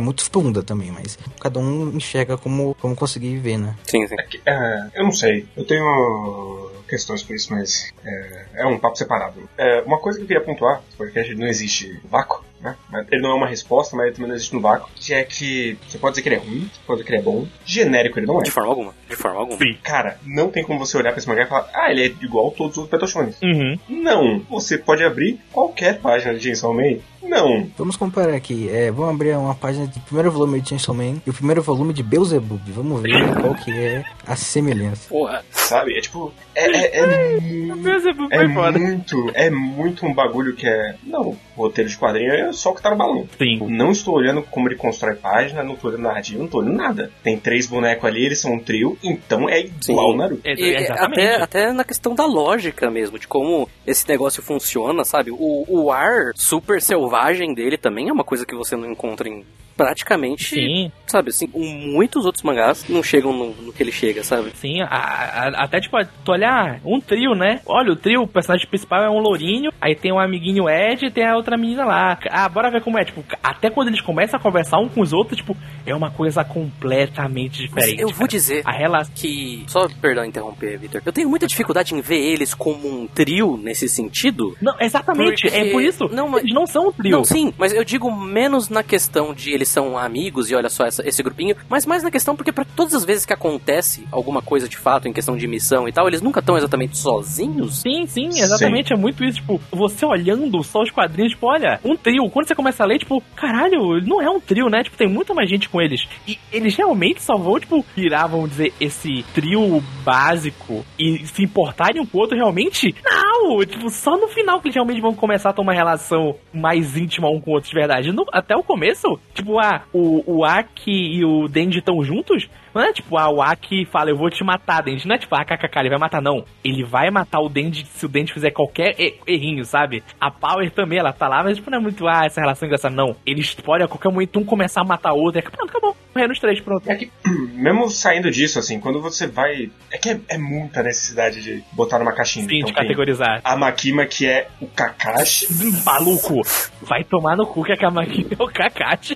profunda também, mas cada um enxerga como, como conseguir ver, né? Sim, sim. É, é, eu não sei. Eu tenho questões por isso, mas é, é um papo separado. É, uma coisa que eu queria pontuar, porque não existe vácuo, né? Ele não é uma resposta, mas ele também não existe no vácuo, que é que você pode dizer que ele é ruim, você pode dizer que ele é bom, genérico ele não é. De forma alguma, de forma alguma. Sim. Cara, não tem como você olhar pra esse mangá e falar, ah, ele é igual a todos os outros Petoshones. Uhum. Não, você pode abrir qualquer página de Chainsaw Man. Não. Vamos comparar aqui, é, vamos abrir uma página de primeiro volume de Chainsaw Man e o primeiro volume de Beelzebub, vamos ver qual que é a semelhança. Porra. Sabe, é tipo, é, é, é, muito, é muito, é muito um bagulho que é, não, o roteiro de quadrinho é só o que tá no balão. Sim. Não estou olhando como ele constrói página, não estou olhando narrativa, não estou olhando nada. Tem três bonecos ali, eles são um trio, então é igual o Naruto. É, E, exatamente. até, até na questão da lógica mesmo, de como esse negócio funciona, sabe? O, o ar super selvagem dele também é uma coisa que você não encontra em praticamente, Sim. sabe, assim, muitos outros mangás não chegam no, no que ele chega, sabe? Sim, a, a, até tipo, tu olhar um trio, né? Olha, o trio, o personagem principal é um lourinho, aí tem um amiguinho Ed e tem a outra menina lá. Ah, bora ver como é. Tipo, até quando eles começam a conversar um com os outros, tipo, é uma coisa completamente diferente. Mas eu vou cara. dizer a relação que, só perdão interromper, Victor, eu tenho muita dificuldade em ver eles como um trio nesse sentido. Não, exatamente, Porque... é por isso. Não, mas... Eles não são um trio. Não, sim, mas eu digo menos na questão de eles são amigos e olha só essa, esse grupinho, mas mais na questão porque pra todas as vezes que acontece alguma coisa de fato em questão de missão e tal, eles nunca estão exatamente sozinhos. Sim, sim, exatamente, sim. É muito isso, tipo, você olhando só os quadrinhos, tipo, olha, um trio, quando você começa a ler, tipo, caralho, não é um trio, né, tipo, tem muita mais gente com eles, e eles realmente só vão, tipo, virar, vamos dizer, esse trio básico e se importarem um com o outro, realmente, não, tipo, só no final que eles realmente vão começar a ter uma relação mais íntima um com o outro de verdade, no, até o começo, tipo, ah, o, o Aki e o Denji estão juntos, não é tipo, ah, o Aki fala, eu vou te matar, Denji. Não é tipo, ah, kkk, ele vai matar, não. Ele vai matar o Denji se o Denji fizer qualquer errinho, sabe? A Power também, ela tá lá, mas tipo, não é muito, ah, essa relação engraçada, não. Eles podem a qualquer momento um começar a matar o outro, e pronto, acabou. Morrer nos três, pronto. É que, mesmo saindo disso, assim, quando você vai... É que é, é muita necessidade de botar numa caixinha. Sim, então, de categorizar. A Makima, que é o Kakashi. Maluco, vai tomar no cu que a Makima é o Kakashi.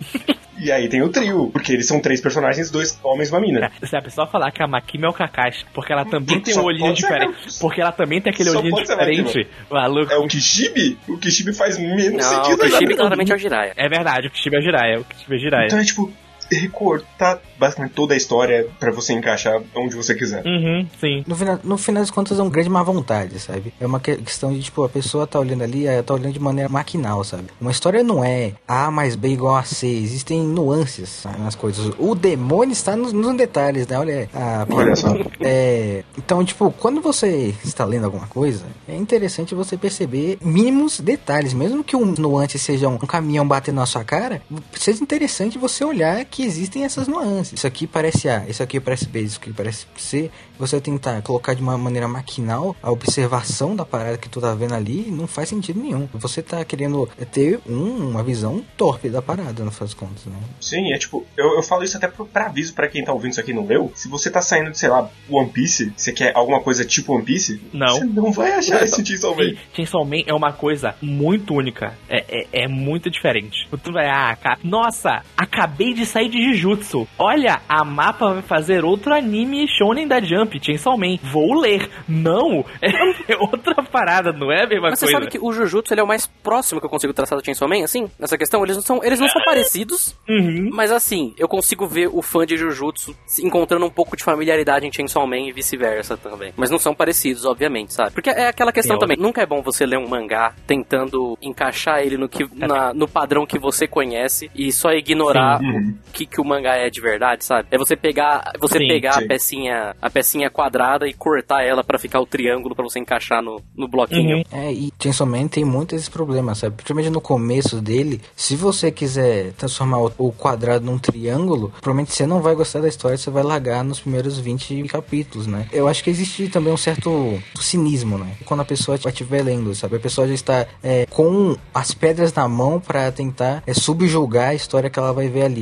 E aí tem o trio, porque eles são três personagens, dois homens e uma mina. Se a pessoa falar que a Makima é o Kakashi, porque ela também tem um olhinho diferente, ser... porque ela também tem aquele Só olhinho diferente, maluco. É o Kishibe? O Kishibe faz menos Não, sentido. O Kishibe claramente é o Jiraiya. É verdade, o Kishibe é o Jiraiya, o Kishibe é o Jiraiya. Então é tipo... recortar basicamente toda a história pra você encaixar onde você quiser. Uhum, sim. No final, no final das contas é um grande má vontade, sabe? É uma questão de, tipo, a pessoa tá olhando ali, ela tá olhando de maneira maquinal, sabe? Uma história não é A mais B igual a C, existem nuances, sabe, nas coisas. O demônio está nos, nos detalhes, né? Olha, a, Olha só. É, então, tipo, quando você está lendo alguma coisa, é interessante você perceber mínimos detalhes, mesmo que um nuance seja um, um caminhão batendo na sua cara, seja interessante você olhar que existem essas nuances. Isso aqui parece A, isso aqui parece B, isso aqui parece C. Você tentar colocar de uma maneira maquinal a observação da parada que tu tá vendo ali não faz sentido nenhum. Você tá querendo ter um, uma visão torpe da parada, no fim das contas, né? Sim, é tipo, eu, eu falo isso até pra, pra aviso pra quem tá ouvindo isso aqui e não leu. Se você tá saindo de, sei lá, One Piece, você quer alguma coisa tipo One Piece, não. Você não vai achar esse Chainsaw Man. Chainsaw Man é uma coisa muito única. É, é, é muito diferente. Tu vai, ah, cara, nossa, acabei de sair de Jujutsu. Olha, a Mapa vai fazer outro anime shonen da Jump, Chainsaw Man. Vou ler. Não, é outra parada, não é a mesma Mas coisa. Você sabe que o Jujutsu ele é o mais próximo que eu consigo traçar do Chainsaw Man, assim? Nessa questão, eles não são, eles não são parecidos, uhum. Mas assim, eu consigo ver o fã de Jujutsu encontrando um pouco de familiaridade em Chainsaw Man e vice-versa também. Mas não são parecidos, obviamente, sabe? Porque é aquela questão Eu... também, nunca é bom você ler um mangá tentando encaixar ele no, que, na, no padrão que você conhece e só ignorar uhum. o que, que o mangá é de verdade, sabe? É você pegar, você sim, pegar sim. a pecinha, a pecinha quadrada e cortar ela pra ficar o triângulo pra você encaixar no, no bloquinho. Uhum. É, e Chainsaw Man tem muitos esses problemas, sabe? Principalmente no começo dele, se você quiser transformar o, o quadrado num triângulo, provavelmente você não vai gostar da história, você vai largar nos primeiros vinte capítulos, né? Eu acho que existe também um certo cinismo, né? Quando a pessoa estiver lendo, sabe? A pessoa já está é, com as pedras na mão pra tentar é, subjugar a história que ela vai ver ali. Ah,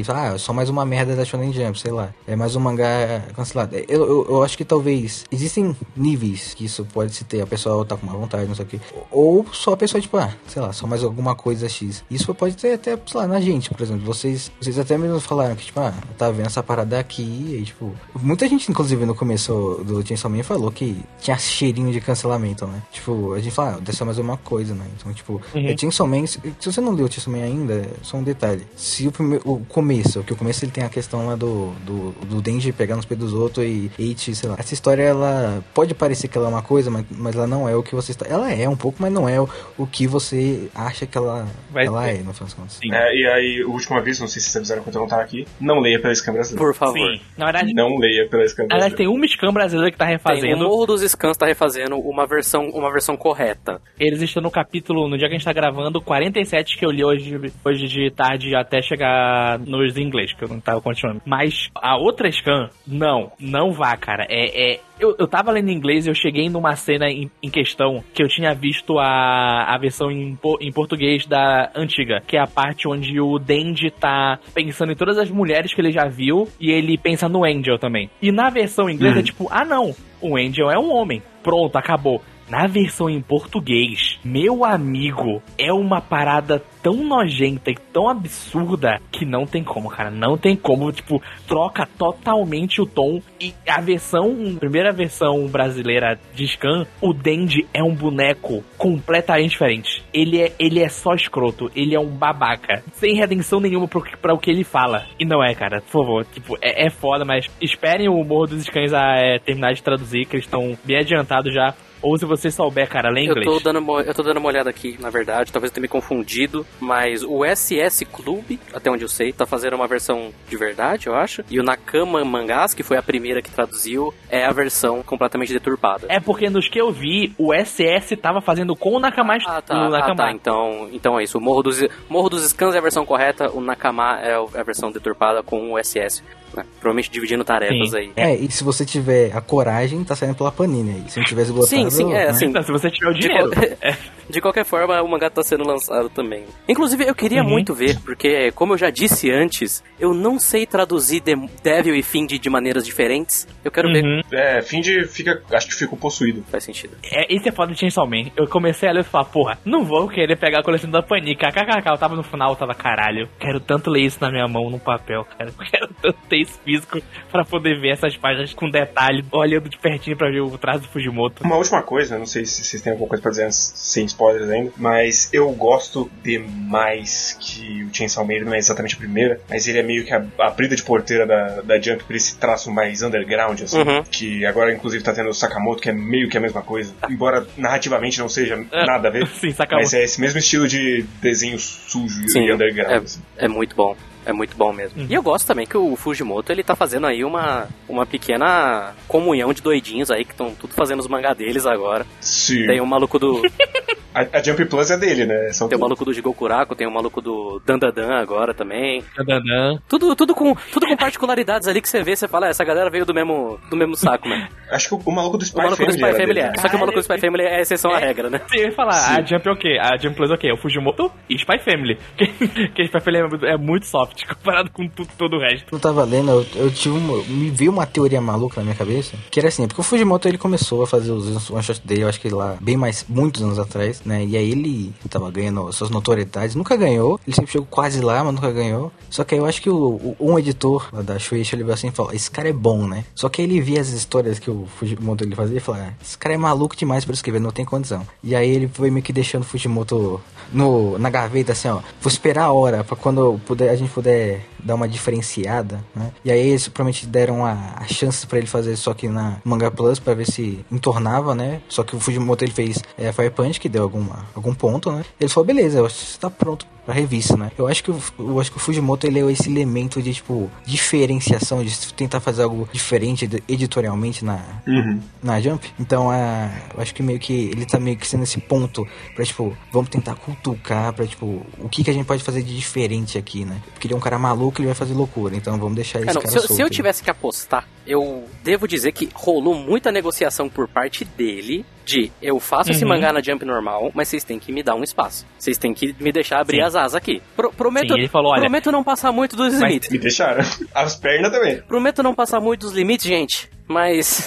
só mais uma merda da Shonen Jump, sei lá. É mais um mangá cancelado. Eu, eu, eu acho que talvez existem níveis que isso pode se ter. A pessoa tá com uma vontade, não sei o que. Ou só a pessoa, tipo, ah, sei lá, só mais alguma coisa X. Isso pode ter até, sei lá, na gente, por exemplo. Vocês, vocês até mesmo falaram que, tipo, ah, tá vendo essa parada aqui. E, tipo, muita gente, inclusive, no começo do Chainsaw Man falou que tinha cheirinho de cancelamento, né? Tipo, a gente fala, ah, deve ser mais uma coisa, né? Então, tipo, uhum. é Chainsaw Man, se, se você não leu o Chainsaw Man ainda, é só um detalhe. Se o, primeiro, o começo, que o começo ele tem a questão lá do, do, do Denji pegar nos peitos dos outros e Eiichi, sei lá. Essa história, ela pode parecer que ela é uma coisa, mas, mas ela não é o que você está... Ela é um pouco, mas não é o, o que você acha que ela, ela é, no final das contas. É, e aí, a última vez, não sei se vocês avisaram quando eu não tava aqui, não leia pela Scan brasileira. Por favor. Sim. Na verdade, não leia pela Scan brasileira. Aliás, tem uma Scan brasileira que tá refazendo. Tem, o Morro dos Scans tá refazendo uma versão, uma versão correta. Eles estão no capítulo, no dia que a gente tá gravando, quarenta e sete, que eu li hoje, hoje de tarde até chegar nos inglês, que eu não tava continuando. Mas a outra Scan, não, não vá, cara. É... é... Eu, eu tava lendo em inglês e eu cheguei numa cena em, em questão que eu tinha visto a, a versão em, em português da antiga, que é a parte onde o Denji tá pensando em todas as mulheres que ele já viu e ele pensa no Angel também. E na versão inglesa hum. é tipo, ah não, o Angel é um homem. Pronto, acabou. Na versão em português, meu amigo, é uma parada tão nojenta e tão absurda que não tem como, cara. Não tem como, tipo, troca totalmente o tom. E a versão, a primeira versão brasileira de Scan, o Denji é um boneco completamente diferente. Ele é, ele é só escroto, ele é um babaca, sem redenção nenhuma pro, pra o que ele fala. E não é, cara, por favor, tipo, é, é foda, mas esperem o Morro dos Scans a é, terminar de traduzir, que eles estão bem adiantados já. Ou se você souber, cara, ler inglês. Eu tô, dando uma, eu tô dando uma olhada aqui, na verdade, talvez eu tenha me confundido, mas o S S Club, até onde eu sei, tá fazendo uma versão de verdade, eu acho. E o Nakama Mangás, que foi a primeira que traduziu, é a versão completamente deturpada. É porque nos que eu vi, o S S tava fazendo com o Nakama. Ah, tá, o Nakama. Ah, tá. Então, então é isso. O Morro dos, Morro dos Scans é a versão correta, o Nakama é a versão deturpada com o S S. Né? Provavelmente dividindo tarefas. Sim. Aí. É, e se você tiver a coragem, tá saindo pela Panini aí. Se não tivesse botado... Sim, sim, é, né? assim... Não, se você tiver o dinheiro. De, qual... de qualquer forma, o mangá tá sendo lançado também. Inclusive, eu queria uhum. muito ver, porque, como eu já disse antes, eu não sei traduzir de... Devil e Find de maneiras diferentes. Eu quero uhum. ver... É, Find fica... Acho que ficou possuído. Faz sentido. É, isso é foda de Chainsaw Man. Eu comecei a ler e falar, porra, não vou querer pegar a coleção da Panini. Kkk, eu tava no final, eu tava, caralho, quero tanto ler isso na minha mão, no papel, cara. Eu quero tanto ter isso físico pra poder ver essas páginas com detalhe, olhando de pertinho pra ver o traço do Fujimoto. Uma última coisa, não sei se vocês têm alguma coisa pra dizer sem spoilers ainda, mas eu gosto demais que o Chainsaw Man não é exatamente a primeira, mas ele é meio que a, a brida de porteira da, da Jump por esse traço mais underground, assim, uhum. que agora inclusive tá tendo o Sakamoto, que é meio que a mesma coisa, embora narrativamente não seja é, nada a ver, sim, Sakamoto. Mas é esse mesmo estilo de desenho sujo sim, e underground. É, assim. é muito bom. É muito bom mesmo. Uhum. E eu gosto também que o Fujimoto, ele tá fazendo aí uma, uma pequena comunhão de doidinhos aí, que estão tudo fazendo os mangá deles agora. Sim. Tem o maluco do... a, a Jump Plus é dele, né? São tem tudo. O maluco do Jigokuraku, tem o maluco do Dandadan agora também. Dandadan. Tudo, tudo, com, tudo com particularidades ali que você vê, você fala, ah, essa galera veio do mesmo, do mesmo saco, né? Acho que o, o maluco do Spy Family, o maluco Family, do Spy Family é. Dele, Só que o maluco do Spy Family é a exceção à é, regra, né? Sim, eu ia falar, sim. A Jump é o quê? A Jump Plus é o quê? O Fujimoto e Spy Family. Porque o Spy Family é muito soft comparado com tudo, todo o resto. Eu tava lendo, eu, eu tive uma, me veio uma teoria maluca na minha cabeça, que era assim, porque o Fujimoto ele começou a fazer os one-shots dele, eu acho que lá, bem mais, muitos anos atrás, né, e aí ele tava ganhando suas notoriedades, nunca ganhou, ele sempre chegou quase lá, mas nunca ganhou, só que aí eu acho que o, o, um editor lá da Shueisha, ele veio assim e falou, esse cara é bom, né, só que aí ele via as histórias que o Fujimoto ele fazia e falou, ah, esse cara é maluco demais pra escrever, não tem condição, e aí ele foi meio que deixando o Fujimoto no, na gaveta, assim, ó, vou esperar a hora, pra quando puder, a gente puder dar uma diferenciada, né? E aí eles provavelmente deram a, a chance pra ele fazer só que na Manga Plus pra ver se entornava, né? Só que o Fujimoto ele fez é, Fire Punch, que deu alguma, algum ponto, né? Ele falou, beleza, eu acho que você tá pronto pra revista, né? Eu acho que o, eu acho que o Fujimoto ele é esse elemento de, tipo, diferenciação, de tentar fazer algo diferente editorialmente na, uhum. na Jump. Então, a, eu acho que meio que ele tá meio que sendo esse ponto pra, tipo, vamos tentar cutucar pra, tipo, o que que a gente pode fazer de diferente aqui, né? Porque ele é um cara maluco, ele vai fazer loucura, então vamos deixar esse é, não, cara se, eu, solto. Se eu tivesse que apostar eu devo dizer que rolou muita negociação por parte dele de, eu faço uhum. esse mangá na Jump normal, mas vocês têm que me dar um espaço. Vocês têm que me deixar abrir Sim. as asas aqui. Pro, prometo, Sim, ele falou, olha, prometo não passar muito dos limites. Me deixaram. As pernas também. Prometo não passar muito dos limites, gente. Mas...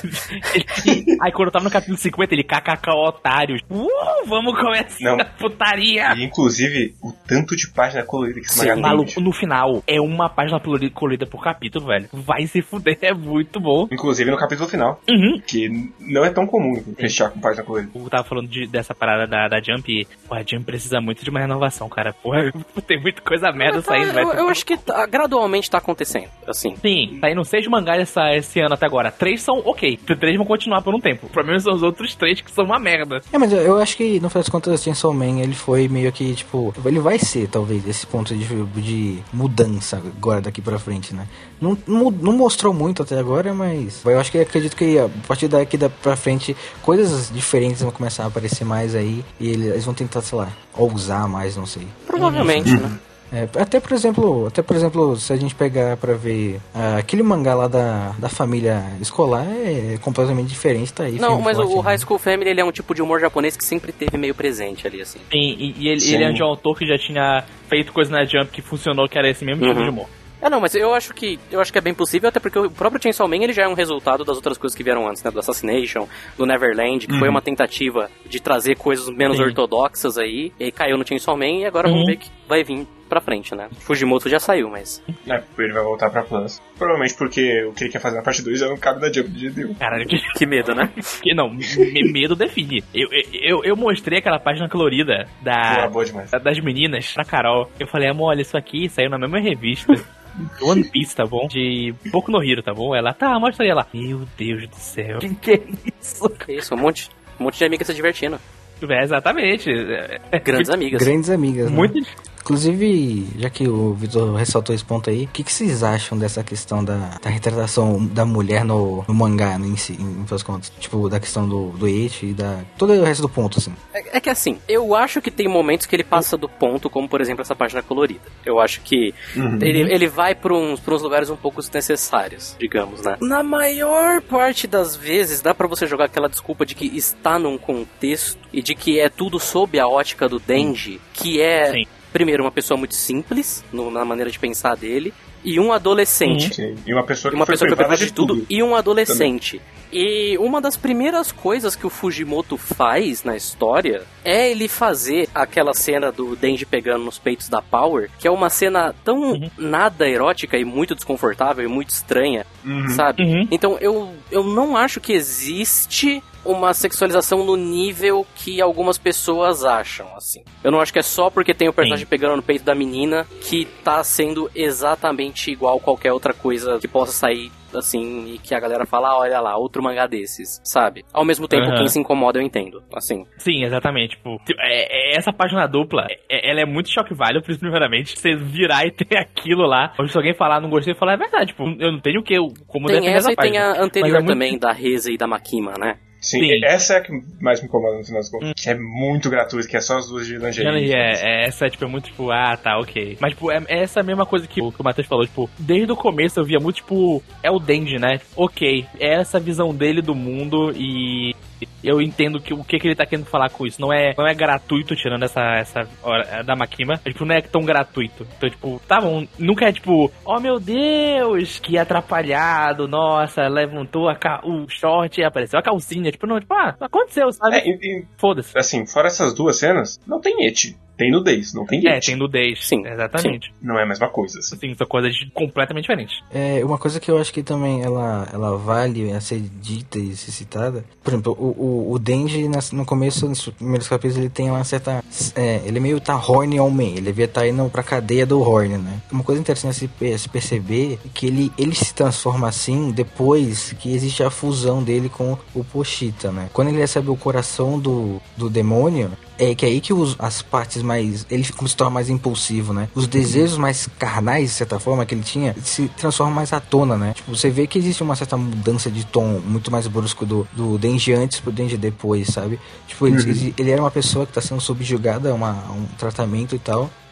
Aí quando eu tava no capítulo cinquenta, ele kkk otário. Uh, vamos começar não. a putaria. E inclusive, o tanto de página colorida que esse mangá tem. Maluco, no final, é uma página colorida, colorida por capítulo, velho. Vai se fuder, é muito bom. Inclusive no capítulo final. Uhum. Que não é tão comum fechar com página colorida. Eu tava falando de, dessa parada da, da Jump e pô, a Jump precisa muito de uma renovação, cara. Porra, tem muita coisa merda saindo, velho. Eu, eu acho que tá, gradualmente tá acontecendo, assim. Sim, tá indo seis mangás essa, esse ano até agora. Três são ok. Três vão continuar por um tempo. O problema são os outros três que são uma merda. É, mas eu, eu acho que, no final das contas, Chainsaw Man, ele foi meio que, tipo... Ele vai ser, talvez, esse ponto de, de mudança agora daqui pra frente, né? Não, não, não mostrou muito até agora, mas... Eu acho que acredito que a partir daqui pra frente, coisas diferentes vão começar a aparecer mais aí. E eles vão tentar, sei lá, ousar mais, não sei. Provavelmente, uhum. né? É, até por exemplo, até por exemplo, se a gente pegar pra ver uh, aquele mangá lá da, da família escolar é completamente diferente, tá aí. Não, mas forte, o né? High School Family ele é um tipo de humor japonês que sempre teve meio presente ali, assim. Sim, e, e ele, ele é de um autor que já tinha feito coisa na Jump que funcionou, que era esse mesmo uhum. tipo de humor. É, não, mas eu acho que eu acho que é bem possível, até porque o próprio Chainsaw Man ele já é um resultado das outras coisas que vieram antes, né? Do Assassination, do Neverland, que uhum. foi uma tentativa de trazer coisas menos Sim. ortodoxas aí, e caiu no Chainsaw Man, e agora uhum. vamos ver que vai vir pra frente, né? Fujimoto já saiu, mas... É, ele vai voltar pra Plus. Provavelmente porque o que ele quer fazer na parte dois já não cabe na Jump de jeito nenhum. Caralho, que... que medo, né? que não, me, medo define. Eu, eu, eu mostrei aquela página colorida da, boa demais. da, das meninas pra Carol. Eu falei, amor, olha, isso aqui saiu na mesma revista. One Piece, tá bom? De Boku no Hero, tá bom? Ela, tá, mostra aí ela. Meu Deus do céu. Que que é isso? Que isso, um monte, um monte de amigas se divertindo. É, exatamente. Grandes amigas. Grandes amigas, né? Muito... Inclusive, já que o Vitor ressaltou esse ponto aí, o que, que vocês acham dessa questão da, da retratação da mulher no, no mangá, né, em si, em suas contas? Tipo, da questão do, do eti e da... todo o resto do ponto, assim. É, é que assim, eu acho que tem momentos que ele passa do ponto, como por exemplo essa página colorida. Eu acho que uhum. ele, ele vai pra uns, pra uns lugares um pouco desnecessários, digamos, né? Na maior parte das vezes, dá pra você jogar aquela desculpa de que está num contexto e de que é tudo sob a ótica do Denji, que é... Sim. Primeiro, uma pessoa muito simples no, na maneira de pensar dele, e um adolescente. Sim, e uma pessoa que, uma foi, pessoa que foi privada de tudo, tudo, e um adolescente. Também. E uma das primeiras coisas que o Fujimoto faz na história é ele fazer aquela cena do Denji pegando nos peitos da Power, que é uma cena tão uhum. nada erótica e muito desconfortável e muito estranha, uhum. sabe? Uhum. Então eu, eu não acho que existe uma sexualização no nível que algumas pessoas acham, assim. Eu não acho que é só porque tem o personagem Sim. pegando no peito da menina que tá sendo exatamente igual qualquer outra coisa que possa sair, assim, e que a galera fala, ah, olha lá, outro mangá desses, sabe? Ao mesmo tempo, uhum. quem se incomoda, eu entendo, assim. Sim, exatamente, tipo, é, é, essa página dupla, é, ela é muito choque value, primeiramente, você virar e ter aquilo lá, ou se alguém falar, não gostei, falar, é verdade, tipo, eu não tenho o que, como tem defender essa essa e página. Tem a anterior é muito... também, da Reza e da Makima, né? Sim, Sim, essa é a que mais me incomoda no final das contas. Hum. Que é muito gratuito, que é só as duas de lingerie. É, é, essa é tipo, é muito tipo, ah, tá, ok. Mas, tipo, é, é essa mesma coisa que o, que o Matheus falou, tipo, desde o começo eu via muito, tipo, é o Denji, né? Ok, é essa visão dele do mundo e eu entendo que, o que, que ele tá querendo falar com isso. Não é, não é gratuito, tirando essa, essa hora da Makima. É, tipo, não é tão gratuito. Então, tipo, tá bom. Nunca é tipo, oh meu Deus, que atrapalhado, nossa, levantou a ca- o short e apareceu a calcinha. Tipo, não, tipo, ah, aconteceu, sabe? É, e, e, foda-se. Assim, fora essas duas cenas, não tem eti. Tem nudez, não tem eti. É, tem nudez. Sim, exatamente. Sim. Não é a mesma coisa. Assim. Sim, são coisas completamente diferentes. É, uma coisa que eu acho que também ela, ela vale a ser dita e ser citada. Por exemplo, o, o, o Denji, no começo, nos primeiros capítulos, ele tem uma certa... É, ele meio tá horny ao man. Ele devia estar tá indo pra cadeia do horny, né? Uma coisa interessante a se perceber é que ele, ele se transforma assim depois que existe a fusão dele com o Pochita, né? Quando ele recebe o coração do, do demônio... É que é aí que os, as partes mais... Ele se torna mais impulsivo, né? Os desejos mais carnais, de certa forma, que ele tinha, se transformam mais à tona, né? Tipo, você vê que existe uma certa mudança de tom muito mais brusco do, do Denji antes pro Denji depois, sabe? Tipo, ele, uhum. ele, ele era uma pessoa que tá sendo subjugada a, uma, a um tratamento e tal.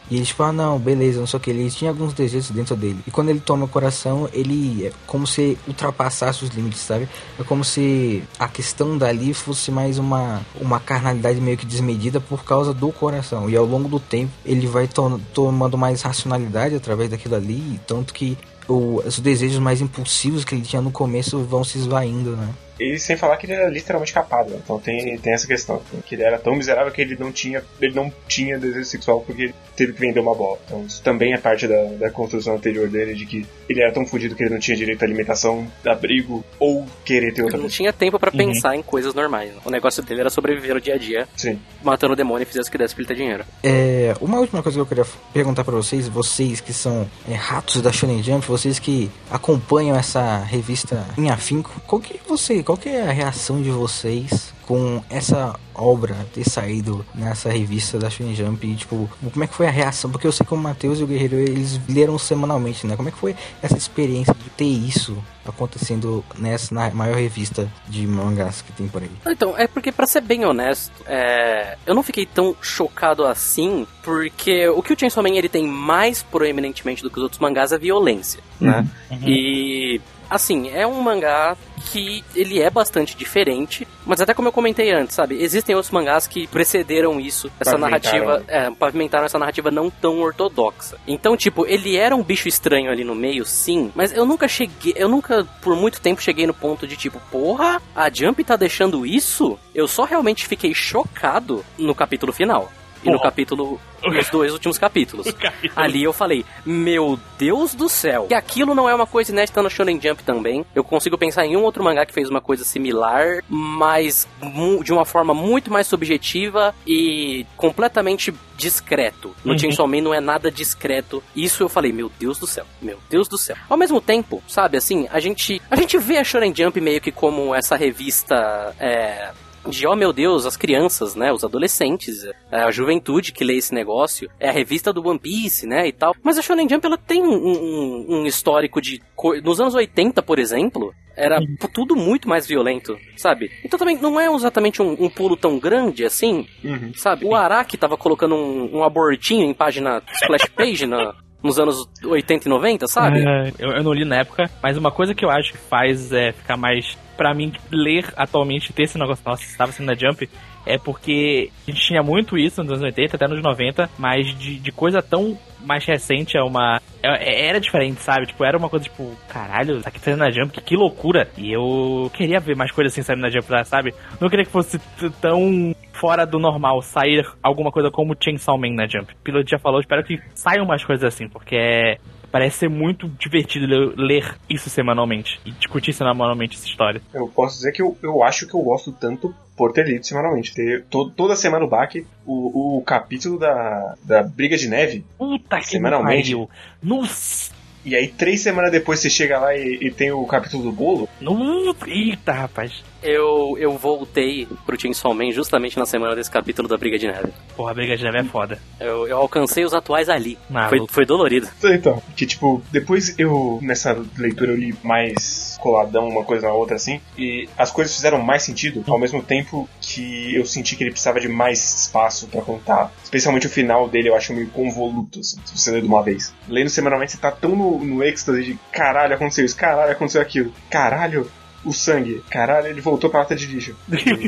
E ele tipo, ah não, beleza, não sei o que, ele tinha alguns desejos dentro dele. E quando ele toma o coração, ele é como se ultrapassasse os limites, sabe? É como se a questão dali fosse mais uma, uma carnalidade meio que desmedida por causa do coração. E ao longo do tempo, ele vai to- tomando mais racionalidade através daquilo ali, tanto que o, os desejos mais impulsivos que ele tinha no começo vão se esvaindo, né? E sem falar que ele era literalmente capado, né? Então tem, tem essa questão, que ele era tão miserável que ele não tinha, ele não tinha desejo sexual porque ele teve que vender uma bola. Então isso também é parte da, da construção anterior dele, de que ele era tão fodido que ele não tinha direito à alimentação, abrigo ou querer ter outra Ele não coisa. tinha tempo pra Uhum. pensar em coisas normais. O negócio dele era sobreviver o dia a dia, Sim. matando o demônio e fizesse o que desse pra ele ter dinheiro. É, uma última coisa que eu queria perguntar pra vocês, vocês que são é, ratos da Shonen Jump, vocês que acompanham essa revista em afinco, qual que, você, qual que é a reação de vocês com essa obra ter saído nessa revista da Shonen Jump e, tipo, como é que foi a reação? Porque eu sei que o Matheus e o Guerreiro, eles leram semanalmente, né? Como é que foi essa experiência de ter isso acontecendo nessa na maior revista de mangás que tem por aí? Então, é porque, pra ser bem honesto, é... eu não fiquei tão chocado assim, porque o que o Chainsaw Man ele tem mais proeminentemente do que os outros mangás é violência, né? Uhum. E... assim, é um mangá que ele é bastante diferente, mas até como eu comentei antes, sabe? Existem outros mangás que precederam isso, essa Pavimentaram. narrativa, é, pavimentaram essa narrativa não tão ortodoxa. Então, tipo, ele era um bicho estranho ali no meio, sim, mas eu nunca cheguei, eu nunca por muito tempo cheguei no ponto de tipo, porra, a Jump tá deixando isso? Eu só realmente fiquei chocado no capítulo final. E no Porra. capítulo, nos dois últimos capítulos. Ali eu falei, meu Deus do céu. Que aquilo não é uma coisa inédita no Shonen Jump também. Eu consigo pensar em um outro mangá que fez uma coisa similar, mas mu- de uma forma muito mais subjetiva e completamente discreto. No Uhum. Chainsaw Man não é nada discreto. Isso eu falei, meu Deus do céu. Meu Deus do céu. Ao mesmo tempo, sabe, assim, a gente, a gente vê a Shonen Jump meio que como essa revista... É, de, oh meu Deus, as crianças, né, os adolescentes, a juventude que lê esse negócio, é a revista do One Piece, né, e tal. Mas a Shonen Jump, ela tem um, um, um histórico de... Nos anos oitenta, por exemplo, era Uhum. tudo muito mais violento, sabe? Então também não é exatamente um, um pulo tão grande assim, Uhum. sabe? O Araki tava colocando um, um abortinho em página splash page na... nos anos oitenta e noventa, sabe? É, eu, eu não li na época, mas uma coisa que eu acho que faz é ficar mais... Pra mim, ler atualmente, ter esse negócio, nossa, estava sendo na Jump, é porque a gente tinha muito isso nos anos oitenta, até nos noventa, mas de, de coisa tão mais recente, é uma... É, era diferente, sabe? Tipo, era uma coisa tipo, caralho, tá aqui saindo na Jump, que, que loucura. E eu queria ver mais coisas assim saindo na Jump, sabe? Não queria que fosse t- tão fora do normal sair alguma coisa como Chainsaw Man na Jump. O Piloto já falou, espero que saiam mais coisas assim, porque é... Parece ser muito divertido ler isso semanalmente e discutir semanalmente essa história. Eu posso dizer que eu, eu acho que eu gosto tanto por ter lido semanalmente. Ter to, toda semana o baque, o, o capítulo da, da Briga de Neve, Puta que semanalmente. pariu. Nossa. E aí três semanas depois você chega lá e, e tem o capítulo do bolo. Nossa. Eita, rapaz. Eu, eu voltei pro Chainsaw Man justamente na semana desse capítulo da Briga de Neve. Porra, a Briga de Neve é foda. Eu, eu alcancei os atuais ali. Ah, foi, louco. foi dolorido. Então, que tipo, depois eu, nessa leitura eu li mais coladão, uma coisa na outra assim, e as coisas fizeram mais sentido, ao mesmo tempo que eu senti que ele precisava de mais espaço pra contar. Especialmente o final dele eu acho meio convoluto, assim, se você ler de uma vez. Lendo semanalmente você tá tão no, no êxtase de caralho, aconteceu isso, caralho, aconteceu aquilo, caralho, o sangue, caralho, ele voltou pra lata de lixo.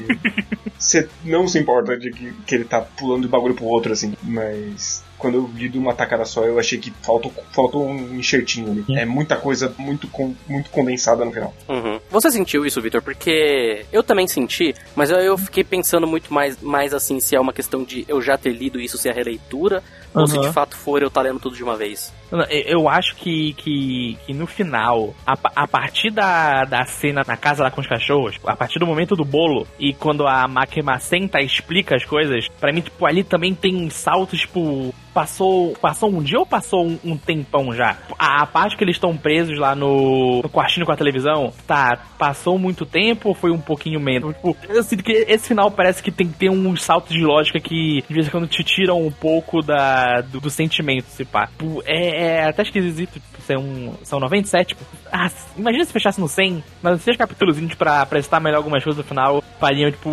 E você não se importa de que, que ele tá pulando de bagulho pro outro, assim, mas... Quando eu li de uma tacada só, eu achei que faltou, faltou um enxertinho ali. É muita coisa muito, com, muito condensada no final. Uhum. Você sentiu isso, Victor? Porque eu também senti, mas eu, eu fiquei pensando muito mais, mais assim, se é uma questão de eu já ter lido isso, se é releitura, Uhum. ou se de fato for eu tá lendo tudo de uma vez. Eu acho que, que, que no final, a, a partir da, da cena na casa lá com os cachorros, a partir do momento do bolo, e quando a Makema senta e explica as coisas, pra mim, tipo, ali também tem saltos, tipo... Passou, passou um dia ou passou um, um tempão já? A, a parte que eles estão presos lá no, no quartinho com a televisão, tá, passou muito tempo ou foi um pouquinho menos? Tipo, eu sinto que esse final parece que tem que ter uns saltos de lógica que de vez em quando te tiram um pouco da, do, do sentimento, se pá. Tipo, é, é até esquisito, tipo, ser um, são noventa e sete, tipo, ah, imagina se fechasse no cem, mas seis capítulos pra prestar melhor algumas coisas no final, fariam, tipo,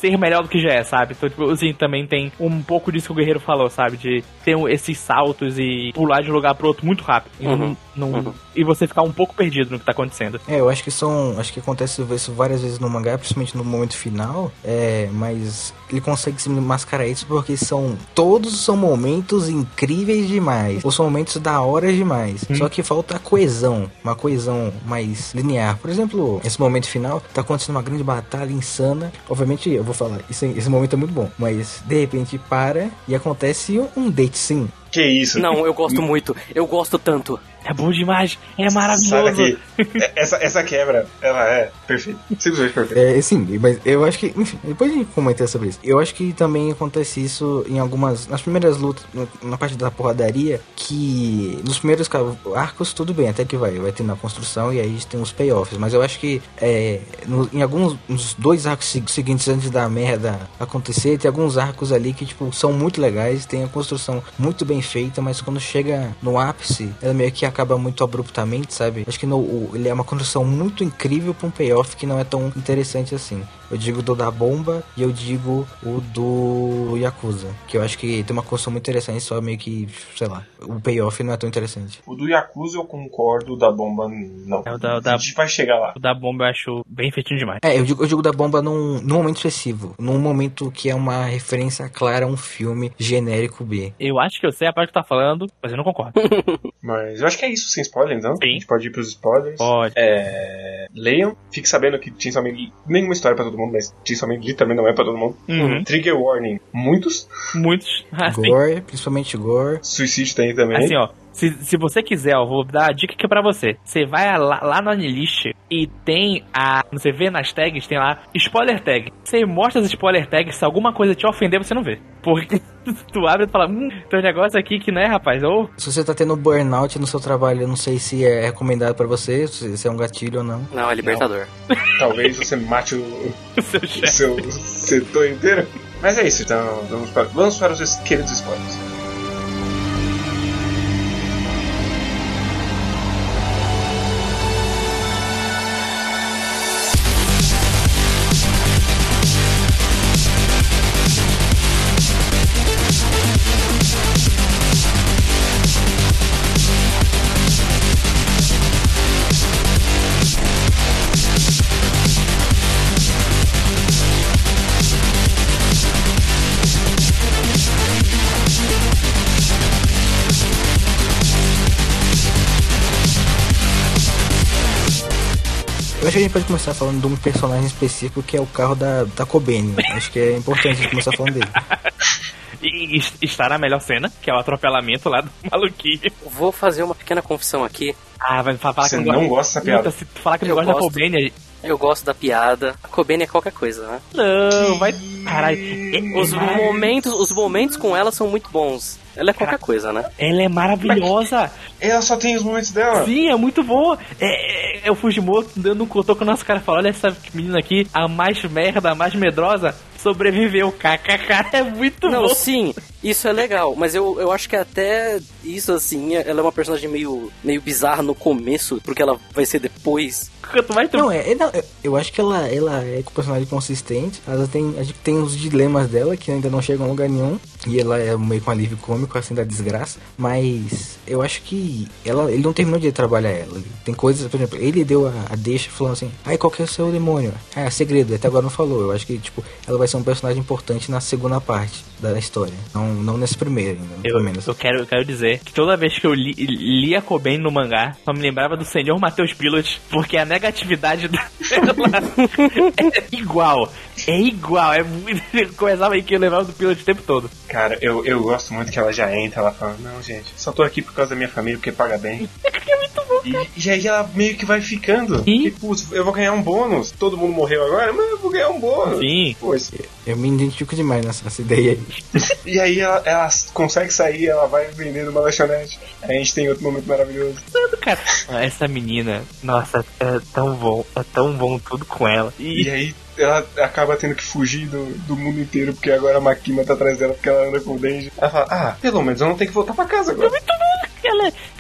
ser melhor do que já é, sabe? Então, tipo, assim, também tem um pouco disso que o Guerreiro falou, sabe? De ter um, esses saltos e pular de um lugar pro outro muito rápido. E, Uhum. não, não, Uhum. e você ficar um pouco perdido no que tá acontecendo. É, eu acho que são. Acho que acontece isso várias vezes no mangá, principalmente no momento final. É, mas ele consegue se mascarar isso porque são. Todos são momentos incríveis demais. Ou são momentos da hora demais. Hum. Só que falta coesão. Uma coesão mais linear. Por exemplo, esse momento final tá acontecendo uma grande batalha insana. Obviamente, eu vou falar, esse, esse momento é muito bom. Mas de repente para e acontece um date sim. Que isso? Não, eu gosto muito. Eu gosto tanto. É bom demais, é maravilhoso. Sabe que essa, essa quebra, ela é perfeita. Simplesmente perfeita. É, sim, mas eu acho que, enfim, depois a gente comenta sobre isso. Eu acho que também acontece isso em algumas, nas primeiras lutas, na parte da porradaria, que nos primeiros arcos tudo bem, até que vai, vai ter na construção e aí a gente tem os payoffs, mas eu acho que é, no, em alguns nos dois arcos seguintes antes da merda acontecer, tem alguns arcos ali que, tipo, são muito legais, tem a construção muito bem feita, mas quando chega no ápice, ela meio que acaba muito abruptamente, sabe? Acho que no, o, ele é uma construção muito incrível pra um payoff que não é tão interessante assim. Eu digo do da bomba e eu digo o do Yakuza, que eu acho que tem uma construção muito interessante, só meio que, sei lá, o payoff não é tão interessante. O do Yakuza eu concordo, o da bomba não. É, o da- o da- A gente vai chegar lá. O da bomba eu acho bem feitinho demais. É, eu digo, eu digo da bomba num, num momento excessivo, num momento que é uma referência clara a um filme genérico B. Eu acho que eu sei a parte que tá falando, mas eu não concordo. Mas eu acho que é isso, sem spoiler, então. Sim. A gente pode ir pros spoilers. Pode. É... Leiam, fique sabendo que Chainsaw Man, nenhuma história pra todo mundo, mas Chainsaw Man literalmente não é pra todo mundo. Uhum. Trigger Warning, muitos. Muitos. Assim, Gore, principalmente gore. Suicídio tem também. assim, ó. Se, se você quiser, ó, vou dar a dica aqui pra você. Você vai lá, lá no Anilist e tem a... Você vê nas tags, tem lá spoiler tag. Você mostra as spoiler tags, se alguma coisa te ofender, você não vê. Porque tu abre e fala, hum, tem um negócio aqui que não é, rapaz. Ou... Se você tá tendo burnout no seu trabalho, eu não sei se é recomendado pra você, se é um gatilho ou não. Não, é libertador. Talvez você mate o, o seu o chefe. seu setor inteiro. Mas é isso, então vamos para, vamos para os queridos spoilers. Eu acho que a gente pode começar falando de um personagem específico que é o carro da, da Kobeni. Acho que é importante a gente começar falando dele. E, e está na melhor cena, que é o atropelamento lá do maluquinho. Vou fazer uma pequena confissão aqui. Ah, vai falar Você que não gosta dessa piada? Puta, se tu falar que não Eu gosta da gosto. Kobeni, Eu gosto da piada. A Kobeni é qualquer coisa, né? não, vai... Caralho. Os momentos, os momentos com ela são muito bons. Ela é qualquer coisa, né? Ela é maravilhosa. Ela só tem os momentos dela. Sim, é muito boa. É, é, é o Fujimoto dando um cotoco no nosso cara e falando, olha essa menina aqui, a mais merda, a mais medrosa, sobreviveu. Kkk, é muito Não, bom. sim, isso é legal, mas eu, eu acho que até isso, assim, ela é uma personagem meio, meio bizarra no começo, porque ela vai ser depois. Quanto mais tu... Não, é, é- não, é- eu acho que ela, ela é com personagem consistente. Ela tem, a gente tem os dilemas dela que ainda não chegam a lugar nenhum. E ela é meio com alívio cômico, assim, da desgraça. Mas eu acho que ela, ele não terminou de trabalhar ela. Tem coisas, por exemplo, ele deu a, a deixa falando assim, ai, qual que é o seu demônio? Ah, é segredo, até agora não falou. Eu acho que, tipo, ela vai ser um personagem importante na segunda parte da história. Não, não nesse primeiro ainda, Eu, pelo menos. eu, quero, eu quero dizer que toda vez que eu li, li a Kobeni no mangá, só me lembrava do senhor Matheus Pilot, porque a negatividade dela é igual. É igual. É muito... Começava aí que eu lembrava do Pilot o tempo todo. Cara, eu, eu gosto muito que ela já entra, ela fala, não, gente, só tô aqui por causa da minha família, porque paga bem. É muito bom. E, e aí ela meio que vai ficando. E? E, putz, eu vou ganhar um bônus. Todo mundo morreu agora, mas eu vou ganhar um bônus. Sim. Pô, isso- Eu me identifico demais nessa, nessa ideia aí. E aí ela, ela consegue sair, ela vai vendendo uma lanchonete. Aí a gente tem outro momento maravilhoso. Tudo, cara. Essa menina, nossa, é tão bom. É tão bom tudo com ela. E E aí ela acaba tendo que fugir do, do mundo inteiro, porque agora a Makima tá atrás dela, porque ela anda com o Denji. Ela fala, ah, pelo menos eu não tenho que voltar pra casa agora. ela é...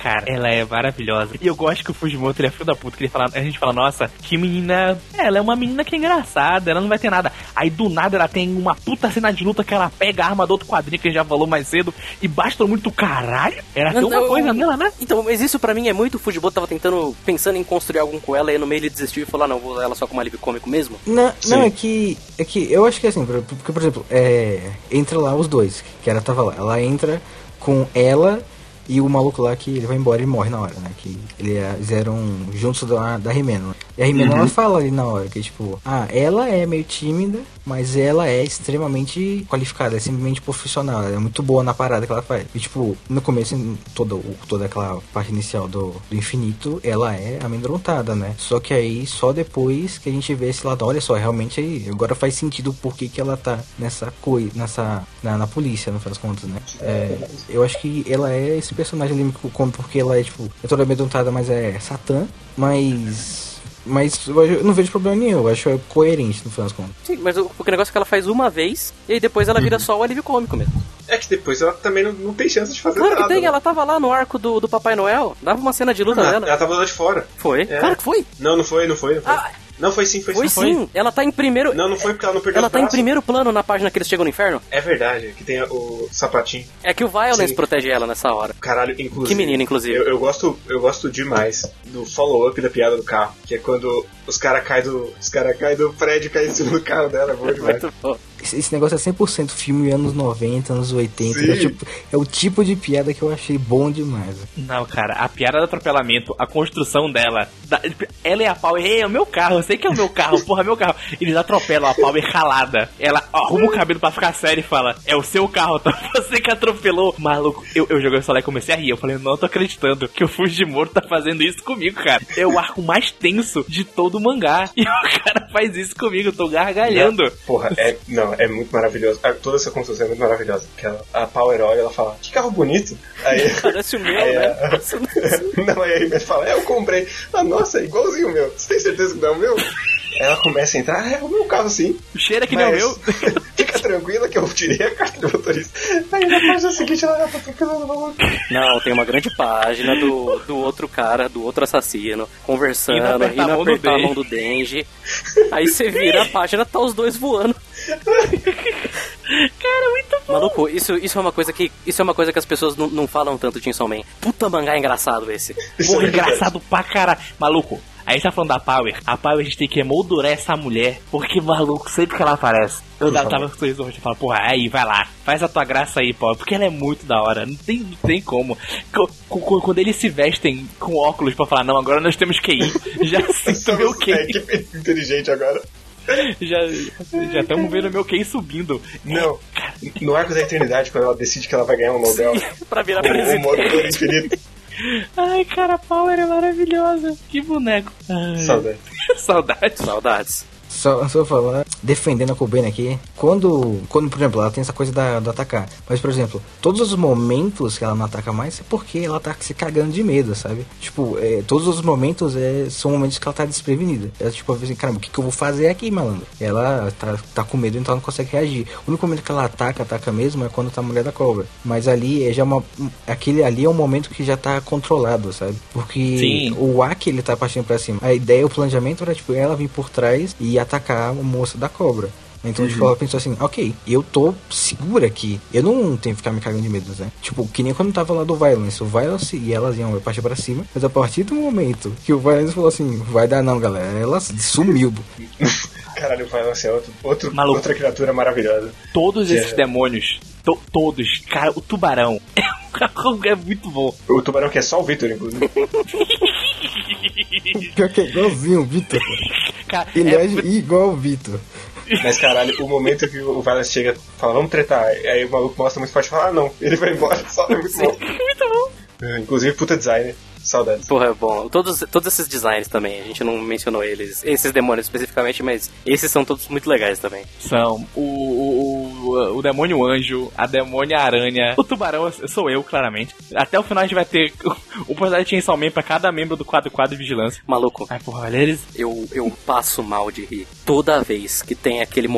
cara, ela é maravilhosa. E eu gosto que o Fujimoto, ele é filho da puta, que ele fala, a gente fala, nossa, que menina... Ela é uma menina que é engraçada, ela não vai ter nada. Aí do nada ela tem uma puta cena de luta que ela pega a arma do outro quadrinho que a gente já falou mais cedo e basta muito caralho. Era até uma coisa nela, né? Então, mas isso pra mim é muito... O Fujimoto tava tentando, pensando em construir algum com ela e no meio ele desistiu e falou, ah, não, vou usar ela só como alívio cômico mesmo? Não, não é que... É que eu acho que é assim, porque, por exemplo, é, entra lá os dois, que ela tava lá. Ela entra com ela e o maluco lá que ele vai embora e morre na hora, né? Que eles eram juntos da, da Rimeno. Né? E a Rimeno, uhum. ela fala ali na hora que, tipo, ah, ela é meio tímida, mas ela é extremamente qualificada, é simplesmente profissional, ela é muito boa na parada que ela faz. E, tipo, no começo, toda, toda aquela parte inicial do, do infinito, ela é amedrontada, né? Só que aí, só depois que a gente vê esse lado, olha só, realmente aí, agora faz sentido o porquê que ela tá nessa coisa, nessa, na, na polícia, no fim das contas, né? É, eu acho que ela é esse personagem ali, porque ela é, tipo, é toda amedrontada, mas é Satã, mas... Mas eu não vejo problema nenhum, eu acho coerente no final das contas. Sim, mas o, o negócio é que ela faz uma vez e aí depois ela vira só o alívio cômico mesmo. É que depois ela também não, não tem chance de fazer claro nada. Claro que tem, né? Ela tava lá no arco do, do Papai Noel, dava uma cena de luta ah, dela. Ela tava lá de fora. Foi? É. Claro que foi. Não, não foi, não foi, não foi. Ah, não, foi sim, foi, foi sim. Foi sim, ela tá em primeiro... Não, não foi porque ela não perdeu Ela os tá braços. em primeiro plano na página que eles chegam no inferno. É verdade, que tem o sapatinho. É que o Violence sim. protege ela nessa hora. Caralho, inclusive. Que menino, inclusive. Eu, eu, gosto, eu gosto demais do follow-up da piada do carro, que é quando os caras caem do, os cara cai do prédio e caem em cima do carro dela, é bom demais. Muito bom. Esse, esse negócio é cem por cento filme anos noventa, anos oitenta. É o, tipo, é o tipo de piada que eu achei bom demais. Não, cara, a piada do atropelamento, a construção dela, da, ela e a Power, é o meu carro, eu sei que é o meu carro, porra, é meu carro. Eles atropelam a Power calada. Ela arruma o cabelo pra ficar séria e fala, é o seu carro, tá? Você que atropelou. Maluco, eu, eu joguei o celular e comecei a rir. Eu falei, não tô acreditando que o Fujimoto tá fazendo isso comigo, cara. É o arco mais tenso de todo o mangá. E o cara faz isso comigo, eu tô gargalhando. Não, porra, é, não, é muito maravilhoso. Toda essa construção é muito maravilhosa. Porque ela, a Power olha e ela fala, que carro bonito. Aí, parece o meu, aí, né? A, não, aí a Rimet fala, é, eu comprei. Ah, nossa, é igualzinho o meu. Você tem certeza que não é o meu? Ela começa a entrar, ah, é o meu carro sim. Cheira que não é o meu. Fica tranquila que eu tirei a carta do motorista. Aí na página seguinte ela já tá atropelando o maluco. Não, tem uma grande página do, do outro cara, do outro assassino, conversando, indo apertar, indo apertar a mão do Denji. Aí você vira a página, tá os dois voando. Cara, muito bom. Maluco, isso, isso é uma coisa que isso é uma coisa que as pessoas não, não falam tanto de Chainsaw Man. Puta mangá engraçado esse. Porra, engraçado pra caralho. Maluco, a gente tá falando da Power. A Power a gente tem que emoldurar essa mulher, porque, maluco, sempre que ela aparece, eu tava, tava com o sorriso roxo e falo, porra, aí, vai lá, faz a tua graça aí, Power, porque ela é muito da hora, não tem, não tem como. Quando eles se vestem com óculos pra falar, não, agora nós temos que ir, já sinto meu Q I. É, equipe inteligente agora. Já já estamos vendo meu Q I subindo. Não, no arco da eternidade, quando ela decide que ela vai ganhar um Nobel. Sim, pra virar presidente. O motor infinito. Ai, cara, a Power é maravilhosa. Que boneco. Ai. Saudades. Saudades. Saudades. Só, só falar, defendendo a Kobeni aqui, quando, quando, por exemplo, ela tem essa coisa da, do atacar, mas, por exemplo, todos os momentos que ela não ataca mais é porque ela tá se cagando de medo, sabe? Tipo, é, todos os momentos é, são momentos que ela tá desprevenida. Ela, tipo, assim, caramba, o que, que eu vou fazer aqui, malandro? E ela tá, tá com medo, então ela não consegue reagir. O único momento que ela ataca, ataca mesmo, é quando tá a mulher da cobra. Mas ali é já uma... Aquele ali é um momento que já tá controlado, sabe? Porque Sim. o Aki, ele tá partindo pra cima. A ideia, o planejamento era, tipo, ela vir por trás e atacar a moça da cobra. Então, uhum. tipo, ela pensou assim, ok, eu tô segura aqui, eu não tenho que ficar me cagando de medo, né? Tipo, que nem quando tava lá do Violence, o Violence e elas iam partir pra cima, mas a partir do momento que o Violence falou assim, vai dar não, galera, ela sumiu. Caralho, o Violence é outro, outro, outra criatura maravilhosa. Todos esses é... demônios, to, todos, cara, o tubarão é muito bom. O tubarão que é só o Victor, inclusive. Pior que é igualzinho o Victor. Cara, ele é... age igual o Victor. Mas caralho, o momento que o Violence chega e fala, vamos tretar, aí o maluco mostra muito forte e fala, ah não, ele vai embora, só é muito Sim, bom. Muito bom. Inclusive, puta designer. Saudades. Porra, é bom. Todos, todos esses designs também, a gente não mencionou eles, esses demônios especificamente, mas esses são todos muito legais também. São o, o, o, o demônio anjo, a demônia aranha, o tubarão sou eu, claramente. Até o final a gente vai ter o personagem de Chainsaw Man pra cada membro do quadro quadro de vigilância. Maluco. Ai, porra, olha eles. Eu, eu passo mal de rir toda vez que tem aquele momento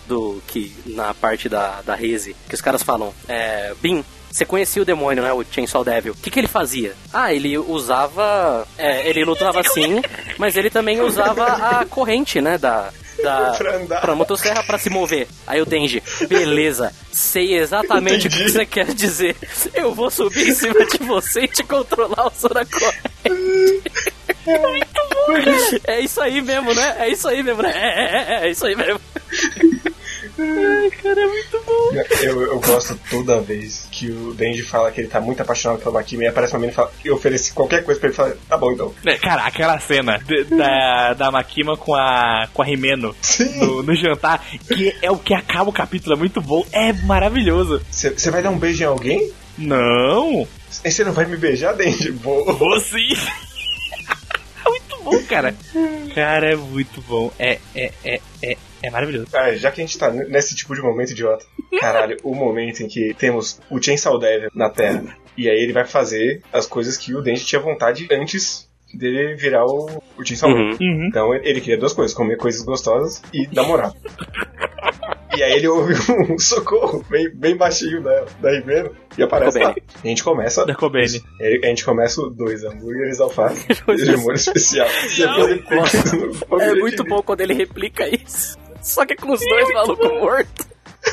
do que na parte da, da Reze, que os caras falam, é, Bin, você conhecia o demônio, né, o Chainsaw Devil. O que que ele fazia? Ah, ele usava... É, ele lutava assim, mas ele também usava a corrente, né, da... Da, pra andar. Pra motosserra pra se mover. Aí o Denji, beleza, sei exatamente Entendi. o que você quer dizer. Eu vou subir em cima de você e te controlar usando a corrente. É muito bom, cara. É isso aí mesmo, né? É isso aí mesmo, né? É, é, é, é isso aí mesmo. Ai, cara, é muito bom. Eu, eu gosto toda vez que o Denji fala que ele tá muito apaixonado pela Makima e aparece uma menina e fala, eu ofereci qualquer coisa pra ele falar, tá bom então. É, cara, aquela cena de- da, da Makima com a, com a Rimeno no, no jantar, que é o que acaba o capítulo, é muito bom, é maravilhoso. Você vai dar um beijo em alguém? Não, E você não vai me beijar, Denji? Vou. vou sim. É muito bom, cara. Cara, é muito bom. É, é, é, é, é maravilhoso. Ah, já que a gente tá nesse tipo de momento idiota. Caralho, o momento em que temos o Chainsaw Devil na Terra. E aí ele vai fazer as coisas que o Denji tinha vontade antes dele virar o, o Chainsaw Man. Uhum. Uhum. Então ele queria duas coisas, comer coisas gostosas e namorar. E aí ele ouve um socorro bem, bem baixinho da, da Ribeiro e aparece lá. Kobeni. A gente começa... Da Kobeni. A gente começa dois hambúrgueres, alface e de molho especial. Depois ele fica no fogo É de muito milho. bom quando ele replica isso. Só que com os dois malucos mortos.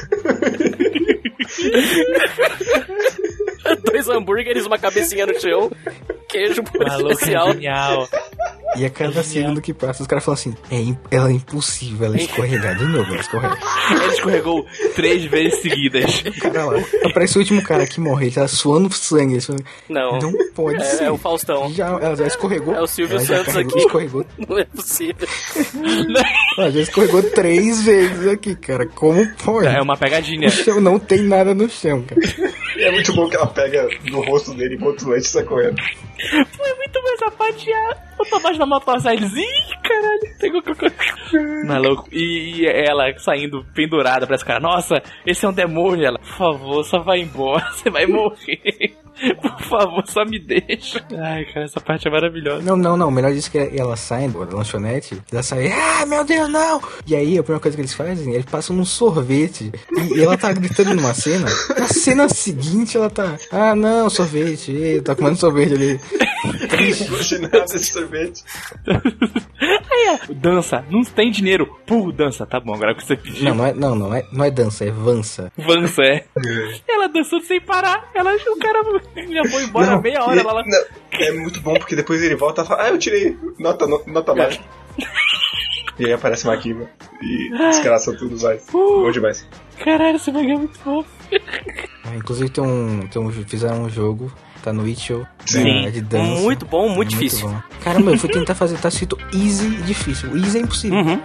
Dois hambúrgueres, uma cabecinha no chão, queijo por Maluco, especial. é genial. E a cada segundo que passa, os caras falam assim: é, im- ela é impossível ela escorregar de novo, ela escorrega. Ele escorregou três vezes seguidas. O cara lá, aparece o último cara que morre, ele tá suando sangue. Ele fala, Não, não pode é, ser. é o Faustão. Já, ela já escorregou. É o Silvio ela já Santos carregou, aqui. Escorregou, Não é possível. ela já escorregou três vezes aqui, cara. Como pode? É uma pegadinha. No chão não tem nada no chão, cara. E é muito bom que ela pega no rosto dele enquanto o leite sai correndo. Foi muito bom essa parte. Eu tô abaixo da motosserra. Eles, ih, caralho, pegou cocô. Maluco. E, e ela saindo pendurada pra esse cara. Nossa, esse é um demônio. Ela, por favor, só vai embora. Você vai morrer. Por favor, só me deixa. Ai, cara, essa parte é maravilhosa. Não, não, não. Melhor disso que ela sai da lanchonete. Ela sai, ah, meu Deus, não! E aí, a primeira coisa que eles fazem, eles passam num sorvete. E, e ela tá gritando numa cena. Na cena seguinte, ela tá, ah, não, sorvete. E, tá comendo sorvete ali. Imaginado esse sorvete. Aí, ó, dança, não tem dinheiro. Pô, dança, tá bom, agora que você pediu. Não, não é, não, não é, não é dança, é vança. Vança, é. Ela dançou sem parar. Ela, o cara já foi embora Não, meia hora. e- Ela lá. não, é muito bom porque depois ele volta e fala, ah, eu tirei nota, no- nota baixa. E aí aparece uma Makima e desgraça tudo mais. Bom demais. Caralho, esse mangá é muito bom. Ah, inclusive tem um, tem um, fizeram um jogo, tá no Itch.io, Sim. né, de dança. Muito bom, É muito difícil. bom. Caramba, eu fui tentar fazer, tá escrito easy e difícil. O easy é impossível. Uhum.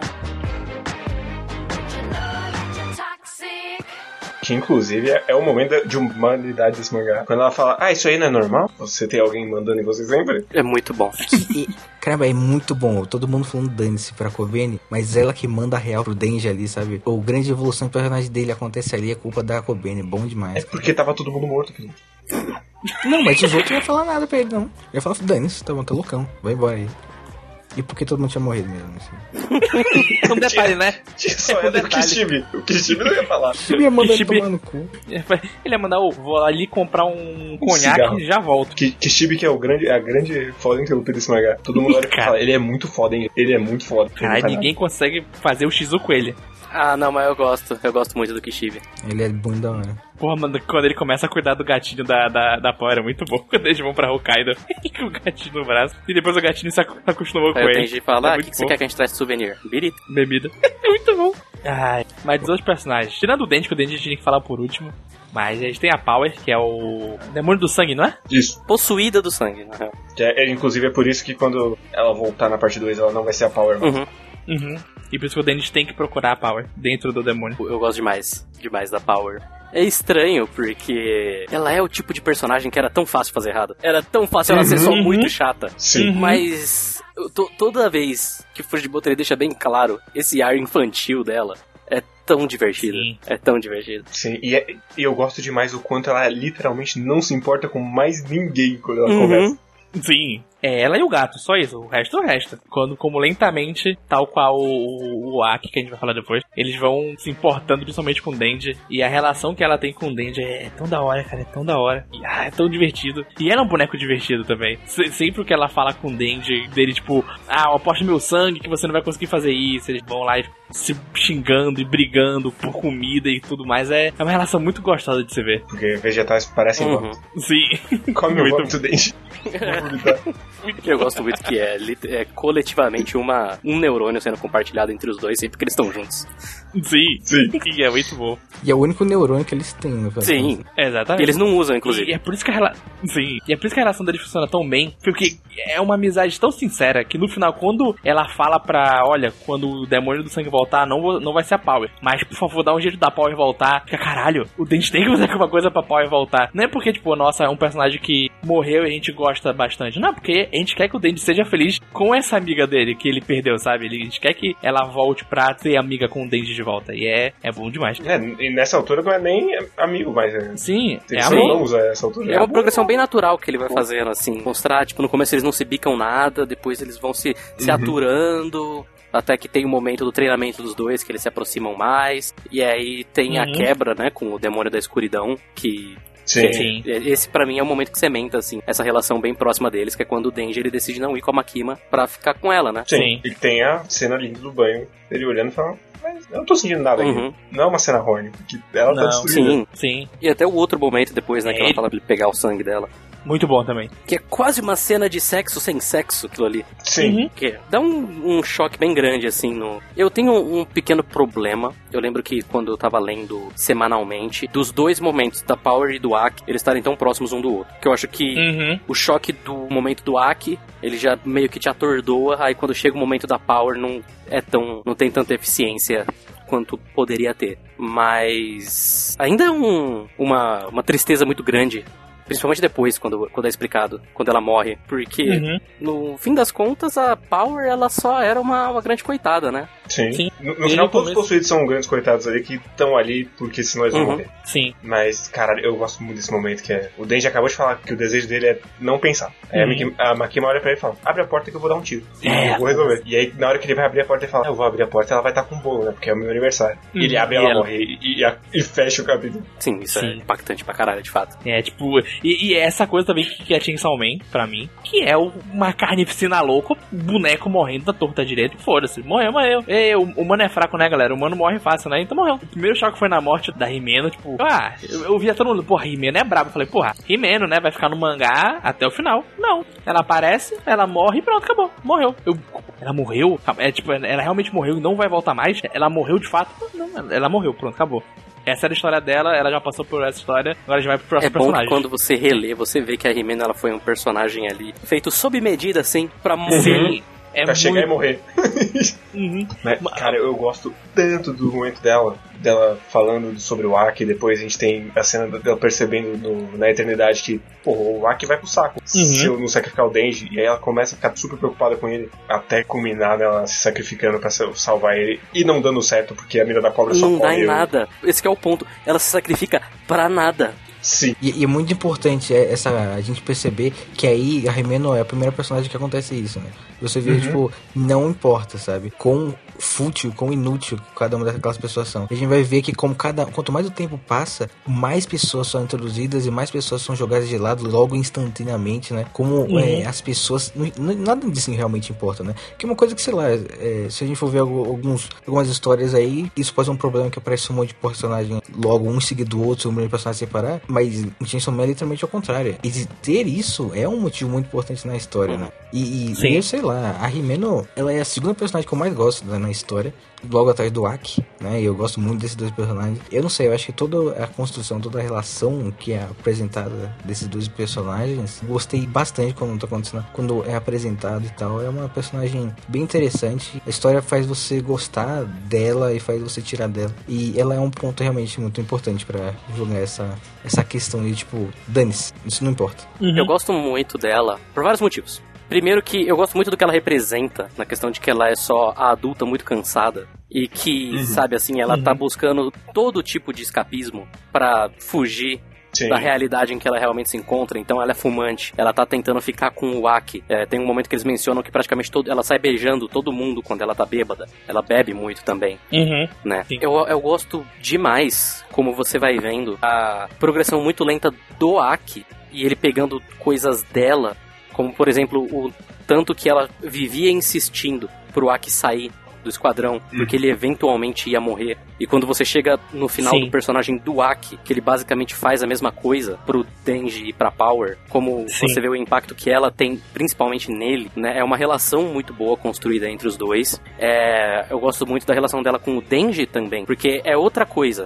Que inclusive é, é o momento de humanidade desse mangá. Quando ela fala, ah, isso aí não é normal? Você tem alguém mandando em você sempre? É muito bom. E, caramba, é muito bom. Todo mundo falando dane-se pra Kobeni, mas ela que manda a real pro Denji ali, sabe? O grande evolução do personagem dele acontece ali, é culpa da Kobeni. Bom É demais. porque tava todo mundo morto, filho. Não, mas os outros não iam falar nada pra ele, não. Ia falar, dane-se, tá bom, tá loucão. Vai embora aí. E porque todo mundo tinha morrido mesmo, assim. Um detalhe, né? Tinha só É um ela e o detalhe. Kishibe. O Kishibe não ia falar. Eu ia mandar ele Kishibe- tomar no cu. Ele ia mandar, ô, vou ali comprar um conhaque cigarro. e já volto. Ki- Kishibe que é o grande, a grande foda interrompida desse mangá. Todo mundo olha e Cara. fala, ele é muito foda, hein? Ele é muito foda. Ele não Caralho, faz ninguém consegue fazer o Shizu com ele. Ah, não, mas eu gosto. Eu gosto muito do Kishibe. Ele é bom da hora. Porra, mano, quando ele começa a cuidar do gatinho da, da, da Power, é muito bom. Quando eles vão pra Hokkaido, com o gatinho no braço. E depois o gatinho se acu- acostumou com Aí o ele. Denji fala, É ah, o muito que, que você bom. quer que a gente traz de souvenir? Birita. Bebida. É muito bom. Ai, mas dos outros personagens. Tirando o Denji, que o Denji a gente tinha que falar por último. Mas a gente tem a Power, que é o demônio do sangue, não é? Isso. Possuída do sangue, na real. Que é, é, inclusive é por isso que quando ela voltar na parte dois, ela não vai ser a Power mais. Uhum. Uhum. E por isso que o Denji tem que procurar a Power dentro do demônio. Eu gosto demais, demais da Power. É estranho, porque ela é o tipo de personagem que era tão fácil fazer errado. Era tão fácil ela ser só Uhum. muito chata. Sim. Uhum. Mas eu tô- toda vez que o Fujimoto ele deixa bem claro esse ar infantil dela, é tão divertido. Sim. É tão divertido. Sim, e, é- e eu gosto demais o quanto ela literalmente não se importa com mais ninguém quando ela Uhum. começa. Sim. É ela e o gato, só isso. O resto, o resto. Quando, como lentamente, tal qual o, o Aki, que a gente vai falar depois, eles vão se importando principalmente com o Denji. E a relação que ela tem com o Denji é tão da hora, cara, é tão da hora. E, ah, é tão divertido. E ela é um boneco divertido também. Se, sempre que ela fala com o Denji, dele tipo, ah, eu aposto meu sangue que você não vai conseguir fazer isso. Eles vão lá e se xingando e brigando por comida e tudo mais. É, é uma relação muito gostosa de se ver. Porque vegetais parecem Uhum. vômito. Sim. Come o vômito do Denji. Eu gosto muito que é, é coletivamente uma, um neurônio sendo compartilhado entre os dois sempre que eles estão juntos. Sim, sim. E é muito bom. E é o único neurônio que eles têm, no final. Sim. Exatamente. E eles não usam, inclusive. E é por isso que a rela... Sim. E é por isso que a relação deles funciona tão bem. Porque é uma amizade tão sincera que no final, quando ela fala pra, olha, quando o demônio do sangue voltar, não, vou, não vai ser a Power. Mas, por favor, dá um jeito da Power voltar. Fica, caralho, o Dente tem que fazer alguma coisa pra Power voltar. Não é porque, tipo, nossa, é um personagem que morreu e a gente gosta bastante. Não, porque a gente quer que o Dente seja feliz com essa amiga dele que ele perdeu, sabe? A gente quer que ela volte pra ser amiga com o Dente de volta. E é, é bom demais. É, e nessa altura não é nem amigo, mas é... Sim, Ele é só amor. não usa essa altura. É uma progressão bem natural que ele vai fazendo, assim. Mostrar, tipo, no começo eles não se bicam nada, depois eles vão se, se Uhum. aturando, até que tem o momento do treinamento dos dois, que eles se aproximam mais. E aí tem a Uhum. quebra, né, com o demônio da escuridão, que... Sim. Sim. Esse pra mim é o momento que cementa, assim, essa relação bem próxima deles, que é quando o Denji ele decide não ir com a Makima pra ficar com ela, né? Sim. Sim. E tem a cena linda do banho, ele olhando e falando, mas eu não tô sentindo nada aqui. Uhum. Não é uma cena horny, porque ela tá Não, destruída. Sim. Sim. E até o outro momento depois, né, que É. ela fala pra ele pegar o sangue dela. Muito bom também. Que é quase uma cena de sexo sem sexo, aquilo ali. Sim. Uhum. Que dá um, um choque bem grande, assim, no... Eu tenho um pequeno problema. Eu lembro que quando eu tava lendo semanalmente, dos dois momentos, da Power e do Aki, eles estarem tão próximos um do outro. Que eu acho que Uhum. o choque do momento do Aki, ele já meio que te atordoa, aí quando chega o momento da Power, não é tão... não tem tanta eficiência quanto poderia ter. Mas... ainda é um, uma, uma tristeza muito grande. Principalmente depois, quando, quando é explicado, quando ela morre. Porque, Uhum. no fim das contas, a Power, ela só era uma, uma grande coitada, né? Sim. Sim. No, no Desde final, o todos os começo. possuídos são grandes coitados ali que estão ali porque senão eles vão Uhum. morrer. Sim. Mas, cara, eu gosto muito desse momento que é... O Denji acabou de falar que o desejo dele é não pensar. Aí a Uhum. Maki- a Makima olha pra ele e fala, abre a porta que eu vou dar um tiro. É. Eu vou resolver. E aí, na hora que ele vai abrir a porta, ele fala, eu vou abrir a porta, ela vai estar com um bolo, né? Porque é o meu aniversário. Uhum. E ele abre e E ela ela- morre. E, e, a- e fecha o capítulo. Sim, isso é Sim. impactante pra caralho, de fato. É, tipo... E, e essa coisa também que que é Chainsaw Man, pra mim, que é o- uma carnificina louca, boneco morrendo da torta direita. Foda-se, morreu, morreu. E, o, o mano é fraco, né, galera? O mano morre fácil, né? Então morreu. O primeiro choque foi na morte da Rimeno, tipo... Ah, eu, eu via todo mundo, porra, Rimeno é brabo. Eu falei, porra, Rimeno, né? Vai ficar no mangá até o final. Não. Ela aparece, ela morre e pronto, acabou. Morreu. Eu... Ela morreu? É tipo, ela realmente morreu e não vai voltar mais? Ela morreu de fato? Não, ela morreu, pronto, acabou. Essa era a história dela, ela já passou por essa história, agora a gente vai pro próximo É bom personagem. que quando você relê, você vê que a Rimeno, ela foi um personagem ali, feito sob medida, assim, pra morrer. Sim, é pra chegar e muito... morrer. Uhum. Mas, cara, eu gosto tanto do momento dela, dela falando sobre o Aki, depois a gente tem a cena dela percebendo no- na eternidade que, porra, o Aki vai pro saco se eu não sacrificar o Denji, e aí ela começa a ficar super preocupada com ele, até culminar nela se sacrificando pra sa- salvar ele, e não dando certo, porque a mina da cobra só Não dá em correu. nada. Esse que é o ponto. Ela se sacrifica pra nada. Sim. E, e é muito importante é, essa, a gente perceber que aí a Rimeno é a primeira personagem que acontece isso, né? Você vê, Uhum. tipo, não importa, sabe? Quão fútil, quão inútil cada uma daquelas pessoas são. A gente vai ver que como cada, quanto mais o tempo passa, mais pessoas são introduzidas e mais pessoas são jogadas de lado logo instantaneamente, né? Como Uhum. é, as pessoas... não- não- nada disso realmente importa, né? Que é uma coisa que, sei lá, é, se a gente for ver algu- alguns, algumas histórias aí, isso pode ser um problema que aparece um monte de personagem logo um seguido do outro, um monte de personagem separar, mas em Chainsaw Man é literalmente ao contrário. E de ter isso é um motivo muito importante na história, né? E, e, Sim. e eu sei lá, a Rimeno, ela é a segunda personagem que eu mais gosto, né, na história, logo atrás do Aki, né? E eu gosto muito desses dois personagens. Eu não sei, eu acho que toda a construção, toda a relação que é apresentada desses dois personagens, gostei bastante quando tá acontecendo, quando é apresentado e tal. É uma personagem bem interessante. A história faz você gostar dela e faz você tirar dela. E ela é um ponto realmente muito importante pra jogar essa, essa questão de tipo, dane-se, isso não importa. Uhum. Eu gosto muito dela por vários motivos. Primeiro que eu gosto muito do que ela representa, na questão de que ela é só a adulta muito cansada e que, Uhum. sabe assim, ela Uhum. tá buscando todo tipo de escapismo pra fugir Sim. da realidade em que ela realmente se encontra. Então ela é fumante, ela tá tentando ficar com o Aki. É, tem um momento que eles mencionam que praticamente todo, ela sai beijando todo mundo quando ela tá bêbada. Ela bebe muito também, Uhum. né? Eu, eu gosto demais como você vai vendo a progressão muito lenta do Aki e ele pegando coisas dela, como por exemplo o tanto que ela vivia insistindo pro Aki sair do esquadrão, porque ele eventualmente ia morrer. E quando você chega no final Sim. do personagem do Aki, que ele basicamente faz a mesma coisa pro Denji e pra Power, como Sim. você vê o impacto que ela tem, principalmente nele, né? É uma relação muito boa construída entre os dois. É, eu gosto muito da relação dela com o Denji também, porque é outra coisa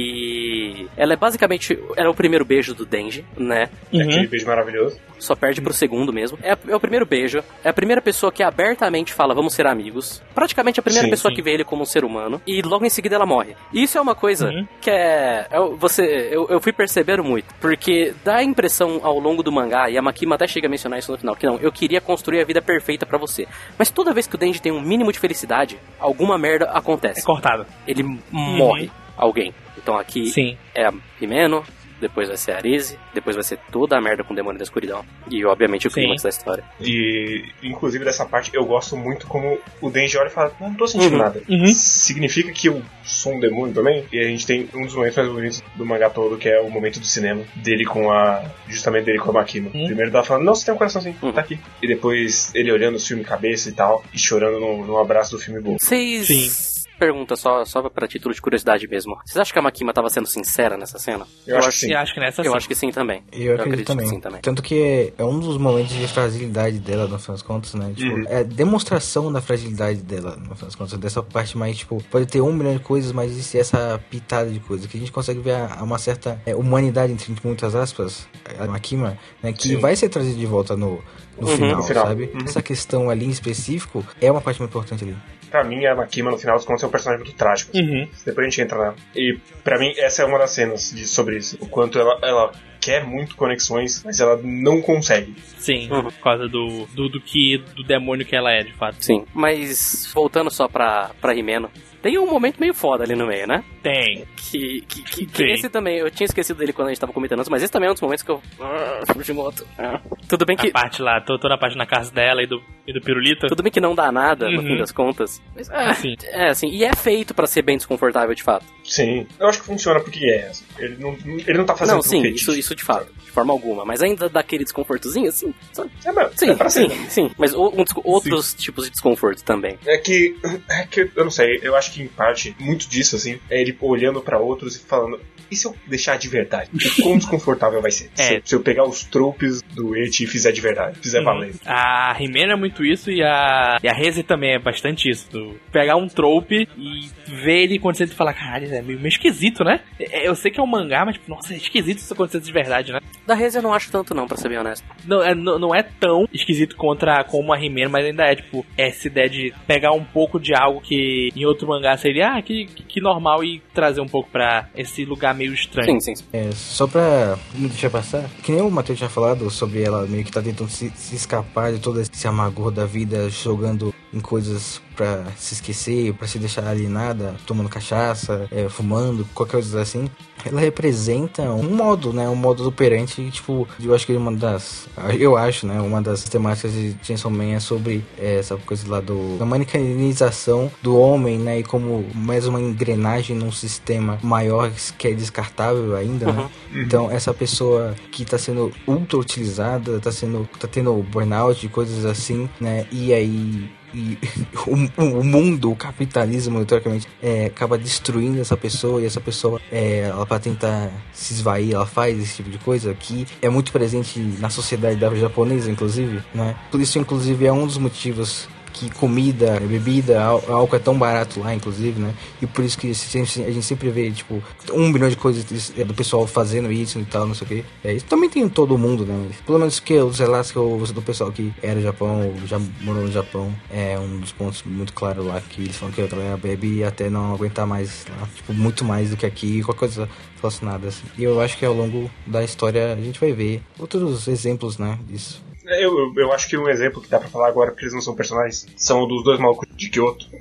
que... Ela é basicamente... Ela é o primeiro beijo do Denji, né? Uhum. Aquele beijo maravilhoso. Só perde pro segundo mesmo. É, é o primeiro beijo. É a primeira pessoa que abertamente fala, vamos ser amigos. Praticamente a primeira Sim, pessoa sim. que vê ele como um ser humano. E logo em seguida ela morre. E isso é uma coisa Uhum. que é... é você, eu, eu fui percebendo muito. Porque dá a impressão ao longo do mangá, e a Makima até chega a mencionar isso no final, que não, eu queria construir a vida perfeita pra você. Mas toda vez que o Denji tem um mínimo de felicidade, alguma merda acontece. É cortado. Ele morre alguém. Então aqui Sim. é a Himeno, depois vai ser a Arise, depois vai ser toda a merda com o Demônio da Escuridão. E, obviamente, o Sim. clímax da história. E, inclusive, dessa parte, eu gosto muito como o Denji olha e fala, não tô sentindo Uhum. nada. Uhum. Significa que eu sou um demônio também? E a gente tem um dos momentos mais bonitos do mangá todo, que é o momento do cinema, dele com a... justamente dele com a Makima. Uhum. Primeiro ela falando, não, você tem um coraçãozinho, Uhum. tá aqui. E depois ele olhando o filme cabeça e tal, e chorando no, no abraço do filme bom. Vocês... Sim. Pergunta só, só pra título de curiosidade mesmo. Vocês acham que a Makima tava sendo sincera nessa cena? Eu, acho que sim. Eu acho que nessa Eu sim. acho que sim também. Eu acredito que também. sim também. Tanto que é um dos momentos de fragilidade dela, no final das contas, né? Tipo, Uhum. é a demonstração da fragilidade dela, no final das contas. Dessa parte mais, tipo, pode ter um milhão de coisas, mas existe essa pitada de coisas. Que a gente consegue ver a, a uma certa é, humanidade, entre muitas aspas, a Makima, né? Que Sim. vai ser trazida de volta no, no Uhum. final, No final. sabe? Uhum. Essa questão ali em específico é uma parte muito importante ali. Pra mim, a Makima, no final dos contos, é um personagem muito trágico. Uhum. Depois a gente entra lá. E pra mim, essa é uma das cenas de, sobre isso. O quanto ela, ela quer muito conexões, mas ela não consegue. Sim, Uhum. por causa do, do, do que do demônio que ela é, de fato. Sim. Mas, voltando só pra, pra Himeno, tem um momento meio foda ali no meio, né? Tem. Que, que, que, que Tem. esse também, eu tinha esquecido dele quando a gente tava comentando antes, mas esse também é um dos momentos que eu... Ah, Fujimoto. Ah. Tudo bem que... A parte lá, to- toda a parte na casa dela e do, e do pirulito. Tudo bem que não dá nada, no Uhum. fim das contas. Mas, ah, Sim. é assim, e é feito pra ser bem desconfortável, de fato. Sim. Eu acho que funciona porque é. Assim. Ele, não, ele não tá fazendo Não, pro sim, fetiche. isso, isso de fato, de forma alguma. Mas ainda dá aquele desconfortozinho, assim. sabe? É, mas, Sim, é pra sim, ser. sim. Mas o- um desco- outros tipos de desconforto também. É que, é que, eu não sei, eu acho que em parte, muito disso, assim, é ele olhando pra outros e falando, e se eu deixar de verdade? O quão desconfortável vai ser? É. Se, eu- se eu pegar os tropes do Eti e fizer de verdade, fizer valer. A Himeno é muito isso e a, e a Reze também é bastante isso. Do pegar um trope e ver ele acontecendo e falar, caralho, é meio, meio esquisito, né? É- Eu sei que é um mangá, mas, tipo, nossa, é esquisito isso acontecendo de verdade, né? Da Reze eu não acho tanto não, pra ser bem honesto. Não é, não não é tão esquisito contra como a Himeno, mas ainda é, tipo, essa ideia de pegar um pouco de algo que em outro mangá seria, ah, que, que, que normal e trazer um pouco pra esse lugar meio estranho. Sim, sim. É, só pra não deixar passar, que nem o Matheus tinha falado sobre ela meio que tá tentando se, se escapar de todo esse amargor da vida, jogando em coisas pra se esquecer, pra se deixar alienada, tomando cachaça, é, fumando, qualquer coisa assim. Ela representa um modo, né, um modo operante, tipo, eu acho que uma das, eu acho, né, uma das temáticas de Chainsaw Man é sobre é, essa coisa lá do, da mecanização do homem, né, e como mais uma engrenagem num sistema maior que é descartável ainda, né. Então essa pessoa que tá sendo ultra utilizada, tá sendo, tá tendo burnout e coisas assim, né, e aí e o, o mundo, o capitalismo, teoricamente, é, acaba destruindo essa pessoa, e essa pessoa, é, ela para tentar se esvair, ela faz esse tipo de coisa que é muito presente na sociedade da japonesa, inclusive, né? Por isso, inclusive, é um dos motivos que comida, bebida, álcool é tão barato lá, inclusive, né? E por isso que a gente sempre vê, tipo, um milhão de coisas do pessoal fazendo isso e tal, não sei o que. É, isso também tem em todo mundo, né? Pelo menos que os relatos que eu ouço do pessoal que era do Japão, já morou no Japão, é um dos pontos muito claros lá, que eles falam que a galera bebe e até não aguentar mais lá, tipo, muito mais do que aqui, qualquer coisa relacionada, assim. E eu acho que ao longo da história a gente vai ver outros exemplos, né, disso. Eu, eu, eu acho que um exemplo que dá pra falar agora, porque eles não são personagens, são dos dois malucos de Kyoto.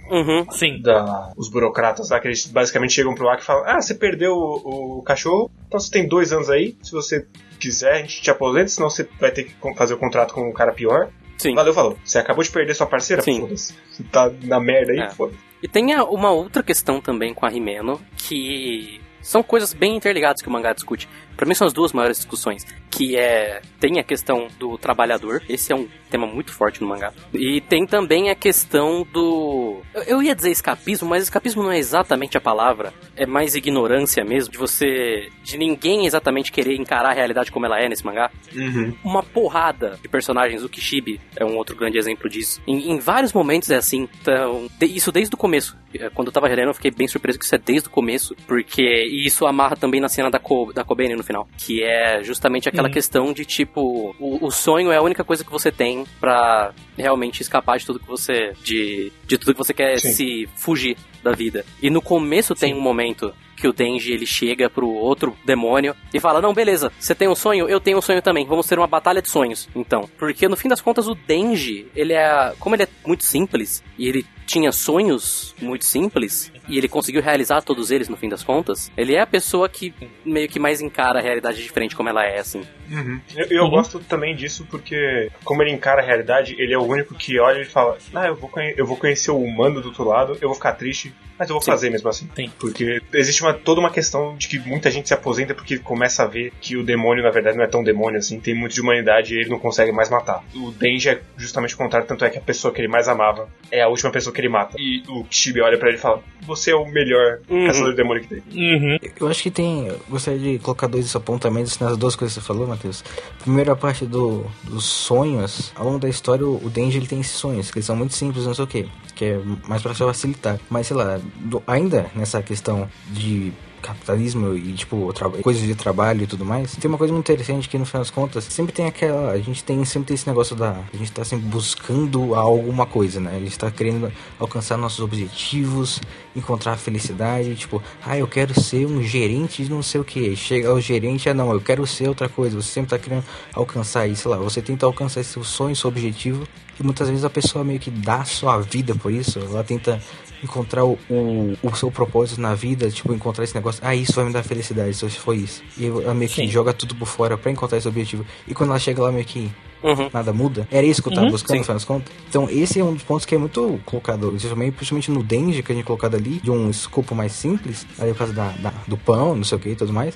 Uhum. Sim. Da, os burocratas lá, que eles basicamente chegam pro Aki e falam: ah, você perdeu o, o cachorro, então você tem dois anos aí, se você quiser a gente te aposenta, senão você vai ter que fazer o contrato com um cara pior. Sim. Valeu, falou. Você acabou de perder sua parceira? Sim. Foda-se. Você tá na merda aí, É. foda-se. E tem a- uma outra questão também com a Himeno, que são coisas bem interligadas que o mangá discute. Pra mim são as duas maiores discussões, que é... Tem a questão do trabalhador, esse é um tema muito forte no mangá. E tem também a questão do... Eu, eu ia dizer escapismo, mas escapismo não é exatamente a palavra. É mais ignorância mesmo, de você... De ninguém exatamente querer encarar a realidade como ela é nesse mangá. Uhum. Uma porrada de personagens, o Kishibe é um outro grande exemplo disso. Em, em vários momentos é assim. Então, de, isso desde o começo. Quando eu tava relendo, eu fiquei bem surpreso que isso é desde o começo, porque e isso amarra também na cena da, Ko, da Kobeni no final, que é justamente aquela Uhum. questão de tipo, o, o sonho é a única coisa que você tem pra realmente escapar de tudo que você, de, de tudo que você quer Sim. se fugir da vida. E no começo tem um momento que o Denji, ele chega pro outro demônio e fala, não, beleza, você tem um sonho, eu tenho um sonho também, vamos ter uma batalha de sonhos, então. Porque no fim das contas o Denji, ele é, como ele é muito simples, e ele tinha sonhos muito simples, e ele conseguiu realizar todos eles no fim das contas, ele é a pessoa que meio que mais encara a realidade diferente como ela é, assim. Uhum. Eu, eu Uhum. gosto também disso porque, como ele encara a realidade, ele é o único que olha e fala, ah, eu vou, conhe- eu vou conhecer o humano do outro lado, eu vou ficar triste, mas eu vou Sim. fazer mesmo assim. Sim. Porque existe uma, toda uma questão de que muita gente se aposenta porque começa a ver que o demônio, na verdade, não é tão demônio assim, tem muito de humanidade e ele não consegue mais matar. O Denji é justamente o contrário, tanto é que a pessoa que ele mais amava é a última pessoa que ele mata. E o Kishibe olha pra ele e fala, você é o melhor Uhum. caçador de demônio que tem. Uhum. Eu acho que tem. Eu gostaria de colocar dois apontamentos nas duas coisas que você falou, Matheus. Primeiro, a parte do, dos sonhos. Ao longo da história, o Denji ele tem esses sonhos, que eles são muito simples, não sei o que, que é mais pra facilitar. Mas sei lá, do- ainda nessa questão de capitalismo e, tipo, tra- coisas de trabalho e tudo mais, tem uma coisa muito interessante que, no final das contas, sempre tem aquela... A gente tem sempre tem esse negócio da... A gente tá sempre buscando alguma coisa, né? A gente tá querendo alcançar nossos objetivos, encontrar a felicidade, tipo, ah, eu quero ser um gerente de não sei o que. Chega o gerente, ah, não, eu quero ser outra coisa. Você sempre tá querendo alcançar isso, sei lá, você tenta alcançar esse seu sonho, seu objetivo, e muitas vezes a pessoa meio que dá sua vida por isso, ela tenta encontrar o, o, o seu propósito na vida, tipo, encontrar esse negócio, ah, isso vai me dar felicidade, se foi isso. E ela meio que Sim. joga tudo por fora pra encontrar esse objetivo. E quando ela chega lá, meio que Uhum. nada muda. Era isso que eu tava Uhum, buscando, sim. no final das contas. Então, esse é um dos pontos que é muito colocado, principalmente, principalmente no Denji, que a gente colocado ali, de um escopo mais simples, ali por causa da, da- do pão, não sei o que e tudo mais.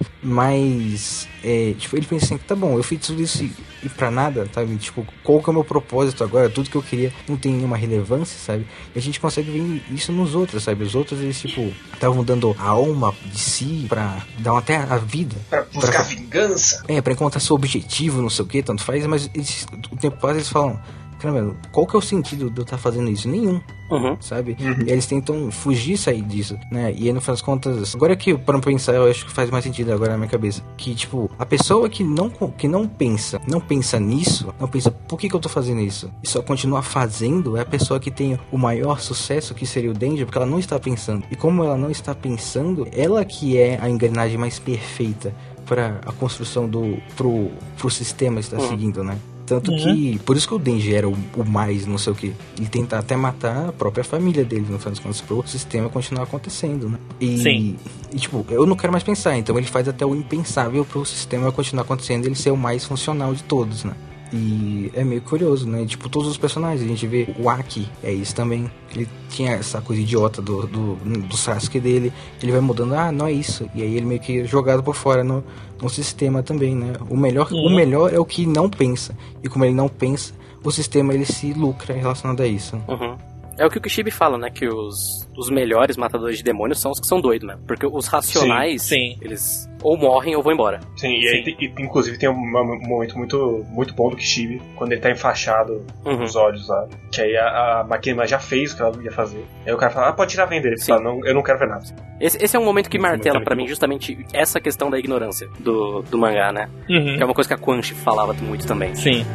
Mas, é, tipo, ele pensa assim, tá bom, eu fiz tudo isso e, e pra nada, sabe? Tipo, qual que é o meu propósito agora? Tudo que eu queria não tem nenhuma relevância, sabe? E a gente consegue ver isso nos outros, sabe? Os outros, eles, tipo, estavam dando a alma de si pra dar até a vida. Pra buscar Pra- vingança. É, pra encontrar seu objetivo, não sei o que, tanto faz, mas eles, o tempo passa eles falam, caramba, qual que é o sentido de eu estar fazendo isso? Nenhum, Uhum. sabe? E eles tentam fugir, sair disso, né? E aí, no final das contas, agora que para pensar, eu acho que faz mais sentido agora na minha cabeça, que, tipo, a pessoa que não, que não pensa, não pensa nisso, não pensa, por que que eu tô fazendo isso? E só continua fazendo, é a pessoa que tem o maior sucesso, que seria o Denji, porque ela não está pensando. E como ela não está pensando, ela que é a engrenagem mais perfeita para a construção do pro, pro sistema estar Uhum. seguindo, né? Tanto Uhum. que, por isso que o Denji era o, o mais, não sei o que. Ele tenta até matar a própria família dele, no final das contas, pro sistema continuar acontecendo, né? E, Sim. e, tipo, eu não quero mais pensar, então ele faz até o impensável pro sistema continuar acontecendo e ele ser o mais funcional de todos, né? E é meio curioso, né? Tipo, todos os personagens, a gente vê o Aki, é isso também. Ele tinha essa coisa idiota do, do, do Sasuke dele. Ele vai mudando, ah, não é isso. E aí ele meio que é jogado por fora no, no sistema também, né? O melhor, Uhum. o melhor é o que não pensa. E como ele não pensa, o sistema ele se lucra relacionado a isso. Uhum. É o que o Kishibe fala, né? Que os, os melhores matadores de demônios são os que são doidos, né? Porque os racionais, Sim, sim. eles ou morrem ou vão embora. Sim, e aí, tem- e, inclusive, tem um, um momento muito, muito bom do Kishibe, quando ele tá enfaixado Uhum. nos olhos lá. Que aí a, a Makima já fez o que ela ia fazer. Aí o cara fala, ah, pode tirar a venda dele. Ele Sim. fala, não, eu não quero ver nada. Esse, esse é um momento que Muito martela muito pra bom. mim justamente essa questão da ignorância do, do mangá, né? Uhum. Que é uma coisa que a Quanchi falava muito também. Sim.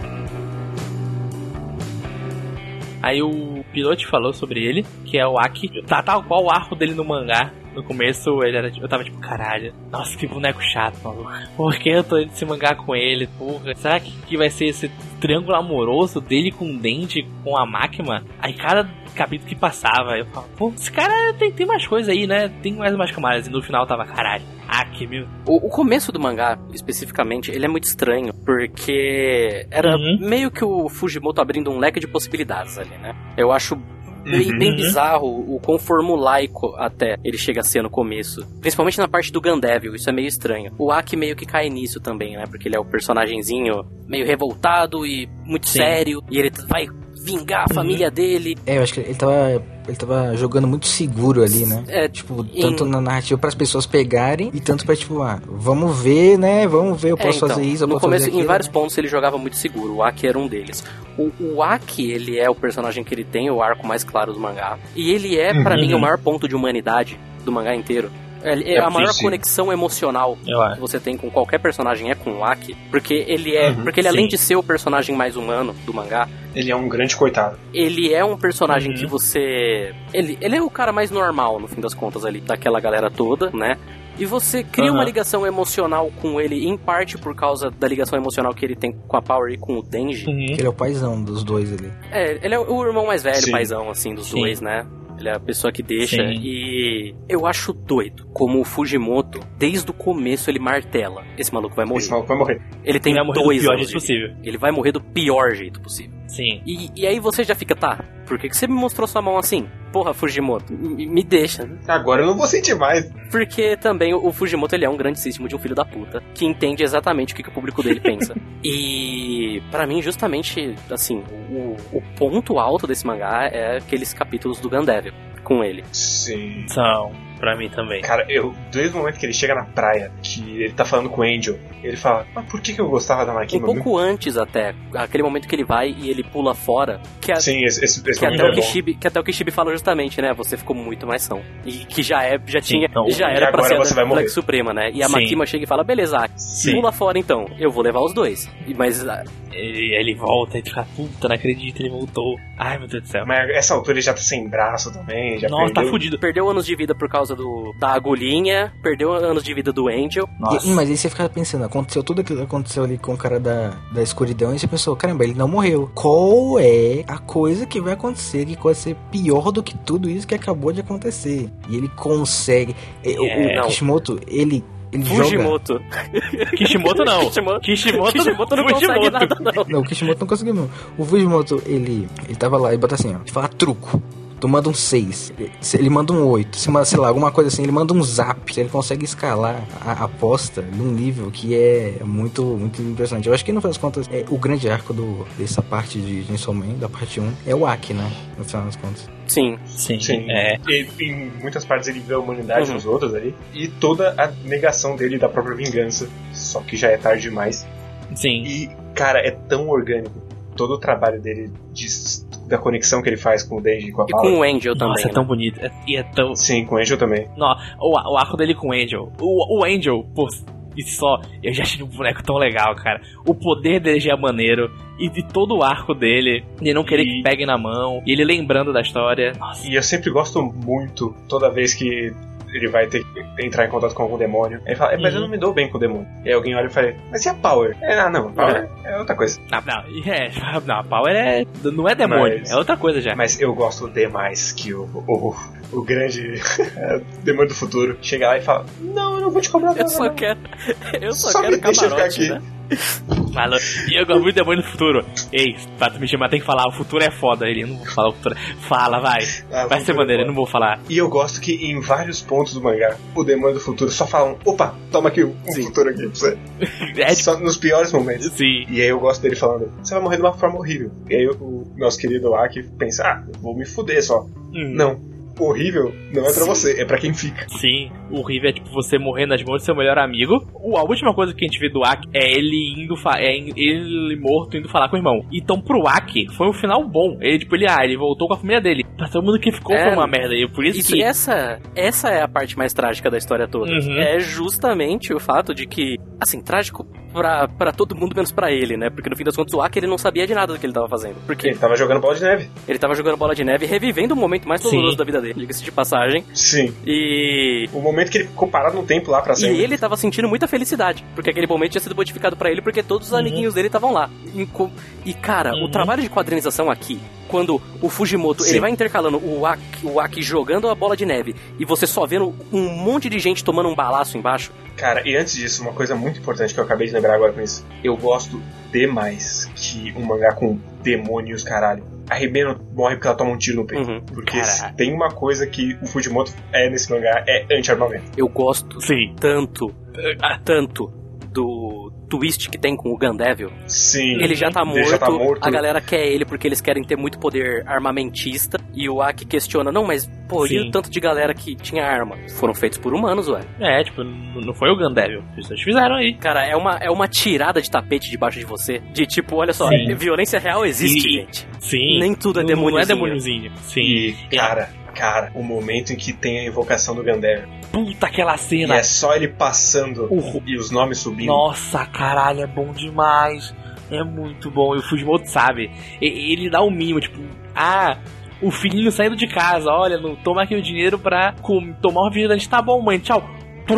Aí o piloto falou sobre ele, que é o Aki. Tá tal qual o arco dele no mangá. No começo ele era, eu tava tipo, caralho, nossa, que boneco chato, maluco. Por que eu tô indo se mangar com ele, porra? Será que, que vai ser esse triângulo amoroso dele com o Denji, com a Makima? Aí cada capítulo que passava, eu falava, pô, esse cara tem, tem mais coisa aí, né? Tem mais umas camadas. E no final tava, caralho, ah, que meu. O, o começo do mangá, especificamente, ele é muito estranho, porque era uhum. meio que o Fujimoto abrindo um leque de possibilidades ali, né? Eu acho bem, uhum. bem bizarro o quão formulaico até ele chega a ser no começo. Principalmente na parte do Gandevil, isso é meio estranho. O Aki meio que cai nisso também, né? Porque ele é o personagemzinho meio revoltado e muito Sim. sério, e ele vai vingar a família uhum. dele. É, eu acho que ele tava, ele tava jogando muito seguro ali, né? É, tipo, tanto em... na narrativa para as pessoas pegarem e tanto pra, tipo, ah, vamos ver, né? Vamos ver, eu posso é, então, fazer isso, eu no posso começo, fazer aquilo. Em vários pontos ele jogava muito seguro, o Aki era um deles. O, o Aki, ele é o personagem que ele tem, o arco mais claro do mangá. E ele é, uhum. pra mim, o maior ponto de humanidade do mangá inteiro. É, é a maior sim. conexão emocional que você tem com qualquer personagem é com o Aki, porque ele é, uhum, porque ele sim. além de ser o personagem mais humano do mangá, ele é um grande coitado. Ele é um personagem uhum. que você, ele, ele é o cara mais normal no fim das contas ali daquela galera toda, né? E você cria uhum. uma ligação emocional com ele, em parte por causa da ligação emocional que ele tem com a Power e com o Denji. Uhum. Ele é o paizão dos dois ali. É, ele é o irmão mais velho, sim. paizão assim dos sim. dois, né? Ele é a pessoa que deixa. Sim. E eu acho doido como o Fujimoto, desde o começo, ele martela. Esse maluco vai morrer. Esse maluco vai morrer. Ele tem ele vai dois morrer do pior anos jeito possível. Ele vai morrer do pior jeito possível. Sim. E, e aí você já fica, tá, por que, que você me mostrou sua mão assim? Porra, Fujimoto, me, me deixa. Agora eu não vou sentir mais. Porque também o Fujimoto, ele é um grandíssimo de um filho da puta, que entende exatamente o que, que o público dele pensa. E pra mim, justamente, assim, o, o ponto alto desse mangá é aqueles capítulos do Gandevil com ele. Sim. São, pra mim também. Cara, eu, desde o momento que ele chega na praia, que ele tá falando com o Angel, ele fala, mas por que, que eu gostava da Makima? Um pouco antes até, aquele momento que ele vai e ele pula fora, que, a, Sim, esse, esse, esse que, até é o Kishibe, que até o Kishibe fala justamente, né, você ficou muito mais são. E que já, é, já Sim, tinha, então, já era pra ser a Flag Suprema, né, e a Sim. Makima chega e fala, beleza, Sim. pula fora então, eu vou levar os dois. Mas... Ele, ele volta e fica, puta, não acredito, ele voltou. Ai, meu Deus do céu. Mas essa altura ele já tá sem braço também, já Nossa, perdeu... tá fudido. Perdeu anos de vida por causa do, da agulhinha, perdeu anos de vida do Angel. E, mas aí você fica pensando, aconteceu tudo aquilo que aconteceu ali com o cara da, da escuridão e você pensou, caramba, ele não morreu. Qual é a coisa que vai acontecer que pode ser pior do que tudo isso que acabou de acontecer? E ele consegue. Yeah. O, o Kishimoto, ele... Ele Fujimoto. Joga... Kishimoto não. Kishimoto, Kishimoto, Kishimoto não Fujimoto. consegue nada, não. Não, o Kishimoto não conseguiu, não. O Fujimoto, ele, ele tava lá e bota assim, ó. Ele fala truco. Tu manda um seis, ele manda um oito, se manda, sei lá, alguma coisa assim, ele manda um zap. Ele consegue escalar a aposta num nível que é muito, muito impressionante. Eu acho que no final das contas, é, o grande arco do, dessa parte de Chainsaw Man, da parte um, é o Aki, né? No final das contas. Sim, sim, sim. É. E, em muitas partes ele vê a humanidade uhum. nos outros ali, e toda a negação dele da própria vingança, só que já é tarde demais. Sim. E, cara, é tão orgânico todo o trabalho dele de, da conexão que ele faz com o Denji e com a Power. E com o Angel também. Nossa, é tão bonito. É, e é tão... Sim, com o Angel também. Não, o, o arco dele com o Angel. O, o Angel, pô, isso só... Eu já achei um boneco tão legal, cara. O poder dele já é maneiro. E de todo o arco dele, ele não querer e... que pegue na mão. E ele lembrando da história. Nossa. E eu sempre gosto muito, toda vez que ele vai ter que entrar em contato com algum demônio. Ele fala, mas uhum. eu não me dou bem com o demônio. E aí alguém olha e fala, mas e a Power? É, ah, não, a Power é, é outra coisa. Não, não, é, não, a Power é, não é demônio, mas, é outra coisa já. Mas eu gosto demais que o, o, o grande demônio do futuro chega lá e fala, não, eu não vou te cobrar nada. Eu só quero, eu só, só quero me deixa camarote, ficar aqui. Né? Fala, e eu gosto muito do demônio do futuro. Ei, pra tu me chamar tem que falar, o futuro é foda. Ele, eu não vou falar o futuro. Fala, vai. Ah, vai ser maneiro, é eu não vou falar. E eu gosto que em vários pontos do mangá, o demônio do futuro só fala, opa, toma aqui um Sim. futuro aqui pra você. É, só nos piores momentos. Sim. E aí eu gosto dele falando, você vai morrer de uma forma horrível. E aí o, o nosso querido Aki pensa, ah, eu vou me fuder só. Hum. Não. Horrível não é pra Sim. você, é pra quem fica. Sim, o horrível é tipo você morrer nas mãos do seu melhor amigo. A última coisa que a gente vê do Aki é ele indo fa- é ele morto indo falar com o irmão. Então pro Aki foi um final bom. Ele tipo, ele, ah, ele voltou com a família dele. Pra todo mundo que ficou é, foi uma merda. E por isso, isso que... essa, essa é a parte mais trágica da história toda. Uhum. É justamente o fato de que, assim, trágico pra, pra todo mundo menos pra ele, né? Porque no fim das contas o Aki ele não sabia de nada do que ele tava fazendo. Porque ele tava jogando bola de neve. Ele tava jogando bola de neve, revivendo o momento mais doloroso da vida dele, diga-se de passagem. Sim. E... o momento que ele ficou parado no tempo lá pra sempre. E ele tava sentindo muita felicidade, porque aquele momento tinha sido modificado pra ele, porque todos os uhum. amiguinhos dele estavam lá. E, cara, uhum. o trabalho de quadrinização aqui, quando o Fujimoto, Sim. ele vai intercalando o Aki, o Aki jogando a bola de neve, e você só vendo um monte de gente tomando um balaço embaixo. Cara, e antes disso, uma coisa muito importante que eu acabei de lembrar agora com isso. Eu gosto demais que um mangá com demônios, caralho. A Rebeno morre porque ela toma um tiro no peito. Uhum. Porque se tem uma coisa que o Fujimoto é nesse mangá, é anti-armamento. Eu gosto Sim. tanto, tanto do twist que tem com o Gundevil. Sim. Ele já tá morto, já tá morto. A galera quer ele porque eles querem ter muito poder armamentista. E o Aki questiona, não, mas pô, e o tanto de galera que tinha arma? Foram feitos por humanos, ué. É, tipo, não foi o Gundevil. Eles fizeram aí. Cara, é uma, é uma tirada de tapete debaixo de você. De tipo, olha só, Sim. violência real existe, e, gente. Sim. Nem tudo é demôniozinho. Não é demôniozinho. Sim. E, cara... Cara, o momento em que tem a invocação do Gundevil. Puta, aquela cena. E é só ele passando uh, e os nomes subindo. Nossa, caralho, é bom demais. É muito bom. E o Fujimoto sabe. Ele dá o um mimo, tipo... Ah, o filhinho saindo de casa. Olha, não toma aqui o dinheiro pra com, tomar uma vigilante. Tá bom, mãe, tchau.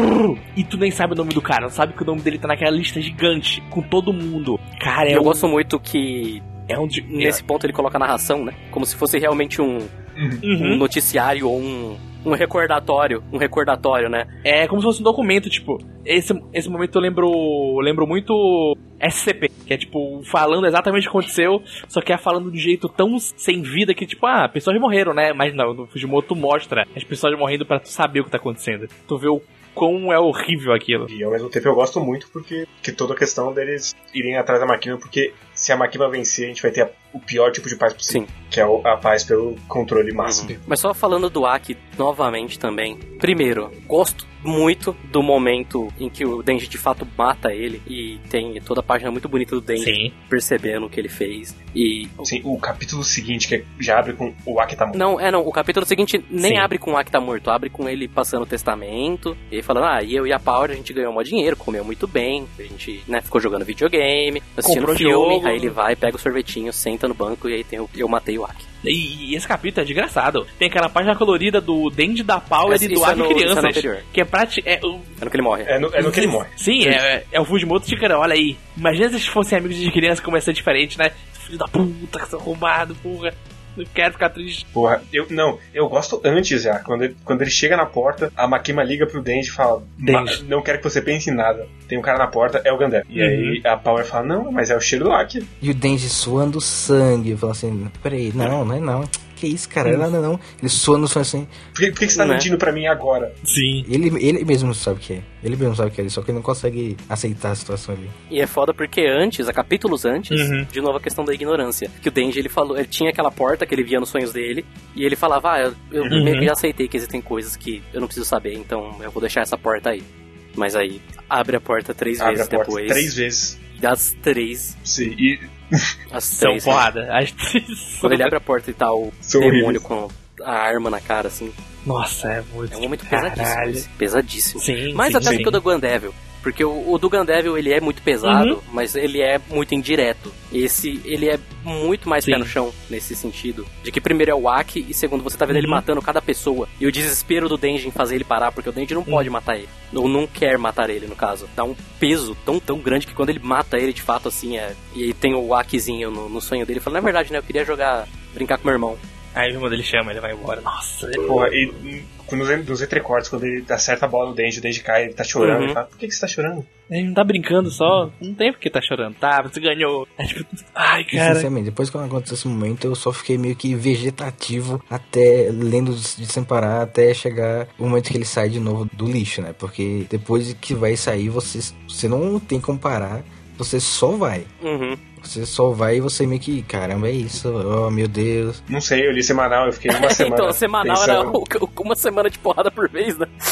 E tu nem sabe o nome do cara. Não sabe que o nome dele tá naquela lista gigante. Com todo mundo. Cara, é Eu um... gosto muito que... É onde, nesse ponto ele coloca a narração, né? Como se fosse realmente um, uhum. um noticiário ou um, um recordatório. Um recordatório, né? É como se fosse um documento, tipo... Esse, esse momento eu lembro, eu lembro muito S C P. Que é tipo, falando exatamente o que aconteceu. Só que é falando de um jeito tão sem vida que tipo, ah, pessoas morreram, né? Mas não, no Fujimoto mostra as pessoas morrendo pra tu saber o que tá acontecendo. Tu vê o quão é horrível aquilo. E ao mesmo tempo eu gosto muito porque que toda a questão deles irem atrás da Makima, porque se a Makima vencer, a gente vai ter a, o pior tipo de paz possível. Sim. Que é o, a paz pelo controle máximo. Uhum. Mas só falando do Aki novamente também. Primeiro, gosto muito do momento em que o Denji de fato mata ele. E tem toda a página muito bonita do Denji Sim. percebendo o que ele fez. E... Sim, o capítulo seguinte que já abre com o Aki tá morto. Não, é não, o capítulo seguinte nem Sim. abre com o Aki tá morto. Abre com ele passando o testamento. E ele falando, ah, e eu e a Power a gente ganhou mó dinheiro, comeu muito bem. A gente, né, ficou jogando videogame, assistindo Comprou filme. jogo. Aí ele vai, pega o sorvetinho, senta no banco e aí tem o, eu matei o Aki. E esse capítulo é desgraçado. Tem aquela página colorida do Denji da Power Esse, e do Aki é Crianças. É que é pra... Ti, é, o... é no que ele morre. É no, é no que ele morre. Sim, é, é o Fujimoto de cara, olha aí. Imagina se eles fossem amigos de criança como ia ser diferente, né? Filho da puta, que são arrombado, porra. Não quero ficar triste. Porra, eu não, eu gosto antes já. Quando ele, quando ele chega na porta, a Makima liga pro Denji e fala: Denji. Não quero que você pense em nada. Tem um cara na porta, é o Gundevil. E uhum. aí a Power fala: Não, mas é o cheiro do Aki. E o Denji suando sangue. Fala assim: Peraí, não, não é não. Que isso, cara? Não, não, não. Ele suando assim. Por que, por que você tá não mentindo é? pra mim agora? Sim. Ele, ele mesmo sabe o que é. Ele mesmo sabe o que é, só que ele não consegue aceitar a situação ali. E é foda porque antes, há capítulos antes, uhum. de novo a questão da ignorância. Que o Denji, ele falou, ele tinha aquela porta que ele via nos sonhos dele, e ele falava, ah, eu, eu uhum. meio que já aceitei que existem coisas que eu não preciso saber, então eu vou deixar essa porta aí. Mas aí, abre a porta três abre vezes a porta depois. Três vezes. E das três. Sim, e... As são três. porrada. Quando ele abre a porta e tá o são demônio horríveis. com a arma na cara, assim. Nossa, é muito. É um momento caralho. pesadíssimo. Pesadíssimo. Sim, Mais sim, até sim. do que o do Gundevil. Porque o, o do Gundevil, ele é muito pesado, uhum. mas ele é muito indireto. Esse, ele é muito mais Sim. pé no chão, nesse sentido. De que primeiro é o Aki, e segundo, você tá vendo uhum. ele matando cada pessoa. E o desespero do Denji em fazer ele parar, porque o Denji não uhum. pode matar ele. Ou não quer matar ele, no caso. Dá um peso tão, tão grande que quando ele mata ele, de fato, assim, é... E aí tem o Akizinho no, no sonho dele, ele fala, na verdade, né, eu queria jogar, brincar com meu irmão. Aí o irmão dele chama, ele vai embora. Nossa, ele... Porra, e nos, nos entrecortes, quando ele acerta a bola no Denji, o Denji cai, ele tá chorando. Uhum. Ele fala, por que, que você tá chorando? Ele não tá brincando só. Não tem por que tá chorando. Tá, você ganhou. É tipo, ai, E, cara. sinceramente, depois que aconteceu esse momento, eu só fiquei meio que vegetativo, até lendo de sem parar, até chegar o momento que ele sai de novo do lixo, né? Porque depois que vai sair, você, você não tem como parar, você só vai. Uhum. Você só vai e você meio que, caramba, é isso, oh meu Deus. Não sei, eu li semanal, eu fiquei uma semana. Então, semanal pensando... era uma semana de porrada por vez, né?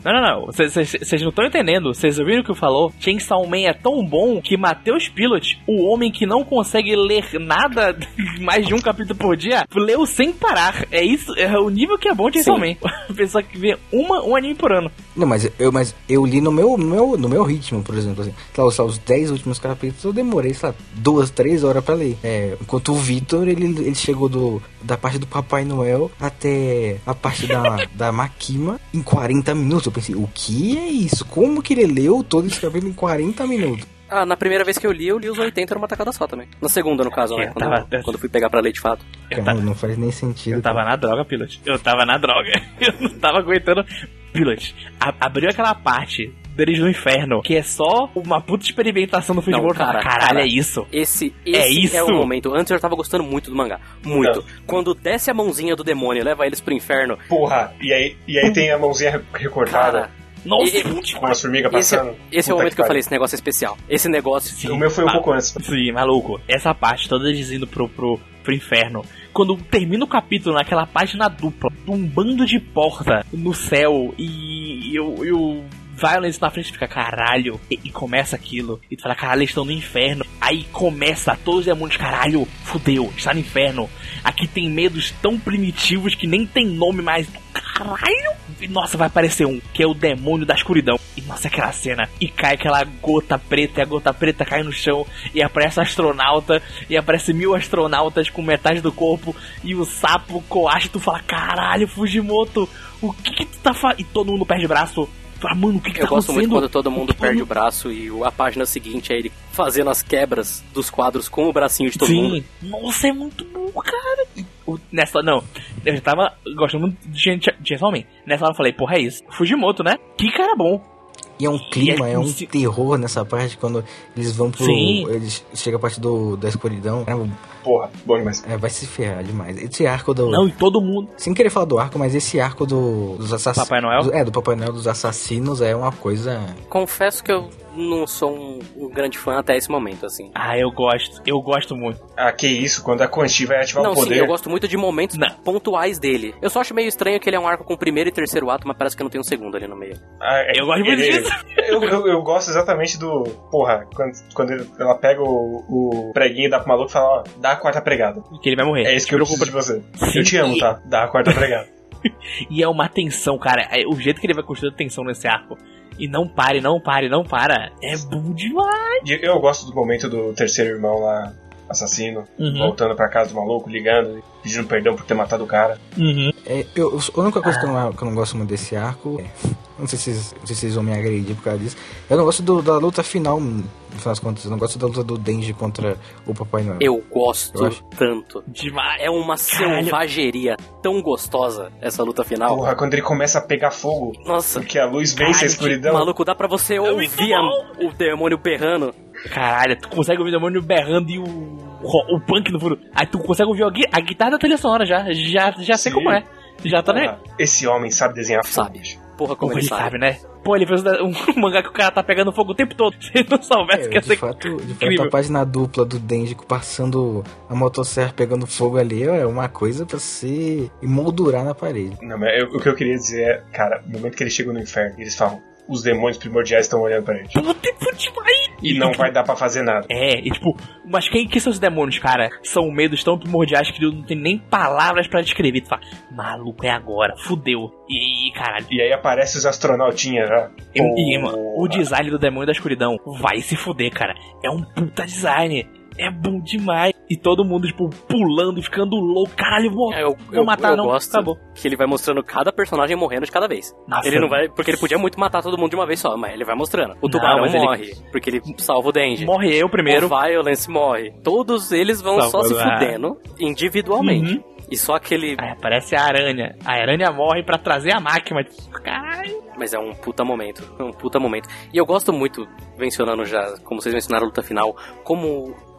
Não, não, não. Vocês não estão entendendo. Vocês ouviram o que eu falou? Chainsaw Man é tão bom que Matheus Pilot, o homem que não consegue ler nada mais de um capítulo por dia, leu sem parar. É isso, é o nível que é bom Chainsaw Man. A pessoa que vê uma, um anime por ano. Não, mas eu, mas eu li no meu, no meu, no meu ritmo, por exemplo, assim. Lá, só, os dez últimos capítulos eu demorei, sei lá, duas, três horas pra ler. É, enquanto o Vitor, ele, ele chegou do, da parte do Papai Noel até a parte da, da Makima em quarenta minutos. Eu pensei, o que é isso? Como que ele leu todo esse capítulo em quarenta minutos? Ah, na primeira vez que eu li, eu li os oitenta numa tacada só também. Na segunda, no caso, né? Quando, tava... quando eu fui pegar pra ler de fato. Cara, tava... não faz nem sentido. Eu tava cara. na droga, Pilot. Eu tava na droga. Eu não tava aguentando. Pilot, a- abriu aquela parte deles no inferno, que é só uma puta experimentação do Fujimoto. Cara, Caralho, cara, é isso. Esse, esse é isso. é o momento. Antes eu tava gostando muito do mangá. Muito. Não. Quando desce a mãozinha do demônio e leva eles pro inferno. Porra, e aí, e aí tem a mãozinha recortada. Cara, Nossa, e- Com as formigas esse, passando. esse é o Puta momento que eu pariu. falei, esse negócio é especial. Esse negócio. Sim. O meu foi um Ma- pouco antes. Sim, maluco. Essa parte toda eles indo pro, pro, pro inferno. Quando termina o capítulo naquela página dupla, um bando de porta no céu e, e, o- e o Violence na frente fica, caralho. E, e começa aquilo. E tu fala, caralho, eles estão no inferno. Aí começa, todos os demônios, caralho, fudeu, está no inferno. Aqui tem medos tão primitivos que nem tem nome mais. Caralho! E, nossa, vai aparecer um, que é o demônio da escuridão. E nossa, aquela cena. E cai aquela gota preta, e a gota preta cai no chão. E aparece o astronauta. E aparece mil astronautas com metade do corpo. E o sapo coache. Tu fala, caralho, Fujimoto, o que que tu tá fazendo? E todo mundo perde o braço. Fala, mano, o que que Eu tá gosto acontecendo? muito quando todo mundo Todo perde mundo- o braço e o- a página seguinte é ele fazendo as quebras dos quadros com o bracinho de todo Sim. mundo. Nossa, é muito bom, cara. E o- nessa, não, eu já tava gostando muito de Chain- Chainsaw Man. Nessa hora eu falei, porra, é isso. Fujimoto, né? Que cara bom. E é um clima, E é- é um terror nessa parte quando eles vão pro. Sim. Eles chegam a parte do, da escuridão. Porra, bom demais. É, vai se ferrar demais. Esse arco do. Não, e todo mundo. Sem querer falar do arco, mas esse arco do, dos assassinos. Papai Noel? É, do Papai Noel dos assassinos é uma coisa. Confesso que eu não sou um, um grande fã até esse momento, assim. Ah, eu gosto. Eu gosto muito. Ah, que isso, quando a Quan-Chi vai ativar Não, o sim, poder. eu gosto muito de momentos Não. pontuais dele. Eu só acho meio estranho que ele é um arco com o primeiro e terceiro ato, mas parece que não tem um segundo ali no meio. Ah, é- Eu gosto muito ele- disso. Eu, eu, eu gosto exatamente do. Porra, quando, quando ele- ela pega o, o preguinho e dá pro maluco e fala, ó, dá a quarta pregada. Que ele vai morrer. É isso que eu preciso de você. Eu te amo, tá? Dá a quarta pregada. E é uma tensão, cara. É o jeito que ele vai construir a tensão nesse arco. E não pare, não pare, não para. É bom demais. E eu gosto do momento do terceiro irmão lá, assassino, Uhum. voltando pra casa do maluco, ligando, pedindo perdão por ter matado o cara. Uhum. É, eu, a única coisa que, eu não, que eu não gosto muito desse arco é. Não sei se vocês, não sei se vocês vão me agredir por causa disso. Eu não gosto do, da luta final, no final das contas. Eu não gosto da luta do Denji contra o Papai Noel. Eu gosto Eu acho- tanto. Demais. É uma Caralho. selvageria tão gostosa essa luta final. Porra, quando ele começa a pegar fogo, Nossa, porque a luz vence Caralho, a escuridão. maluco, dá pra você muito ouvir a- o demônio berrando. Caralho, tu consegue ouvir o demônio berrando e o, o, o punk no fundo. Aí tu consegue ouvir a, gui- a guitarra da trilha sonora já. Já, já sei Sim. como é. Já tá, né? Porra, esse homem sabe desenhar fogo. Sabe. bicho. Porra, como Como ele ele sabe. sabe, né? Pô, ele fez um, um mangá que o cara tá pegando fogo o tempo todo. Se ele não soubesse É, que ia de ser fato, de fato, incrível. a página dupla do Denji passando a motosserra pegando fogo ali é uma coisa pra se emoldurar na parede. Não, mas eu- o que eu queria dizer é, cara, no momento que eles chegam no inferno, eles falam, os demônios primordiais estão olhando pra ele. Puta, foi demais. E não vai dar pra fazer nada. É, e tipo, mas quem que são os demônios, cara? São medos tão primordiais que não tem nem palavras pra descrever. Tu fala, maluco, é agora, fudeu. E, caralho. E aí aparece os astronautinhas já. E, e, mano, o Porra. design do demônio da escuridão vai se fuder, cara. É um puta design. É bom demais. E todo mundo, tipo, pulando e ficando louco. Caralho, vou, É, eu, vou eu, matar, eu não. gosto Acabou. que ele vai mostrando cada personagem morrendo de cada vez. Nossa, ele não vai, porque ele podia muito matar todo mundo de uma vez só, mas ele vai mostrando. O Não, tubarão mas ele- morre, porque ele salva o Denji. Morre eu primeiro. O Violence morre. Todos eles vão só se Salvando a- fudendo individualmente. Uhum. E só aquele... Aí aparece a aranha. A aranha morre pra trazer a máquina. Caralho. Mas é um puta momento. É um puta momento. E eu gosto muito, mencionando já, como vocês mencionaram a luta final, como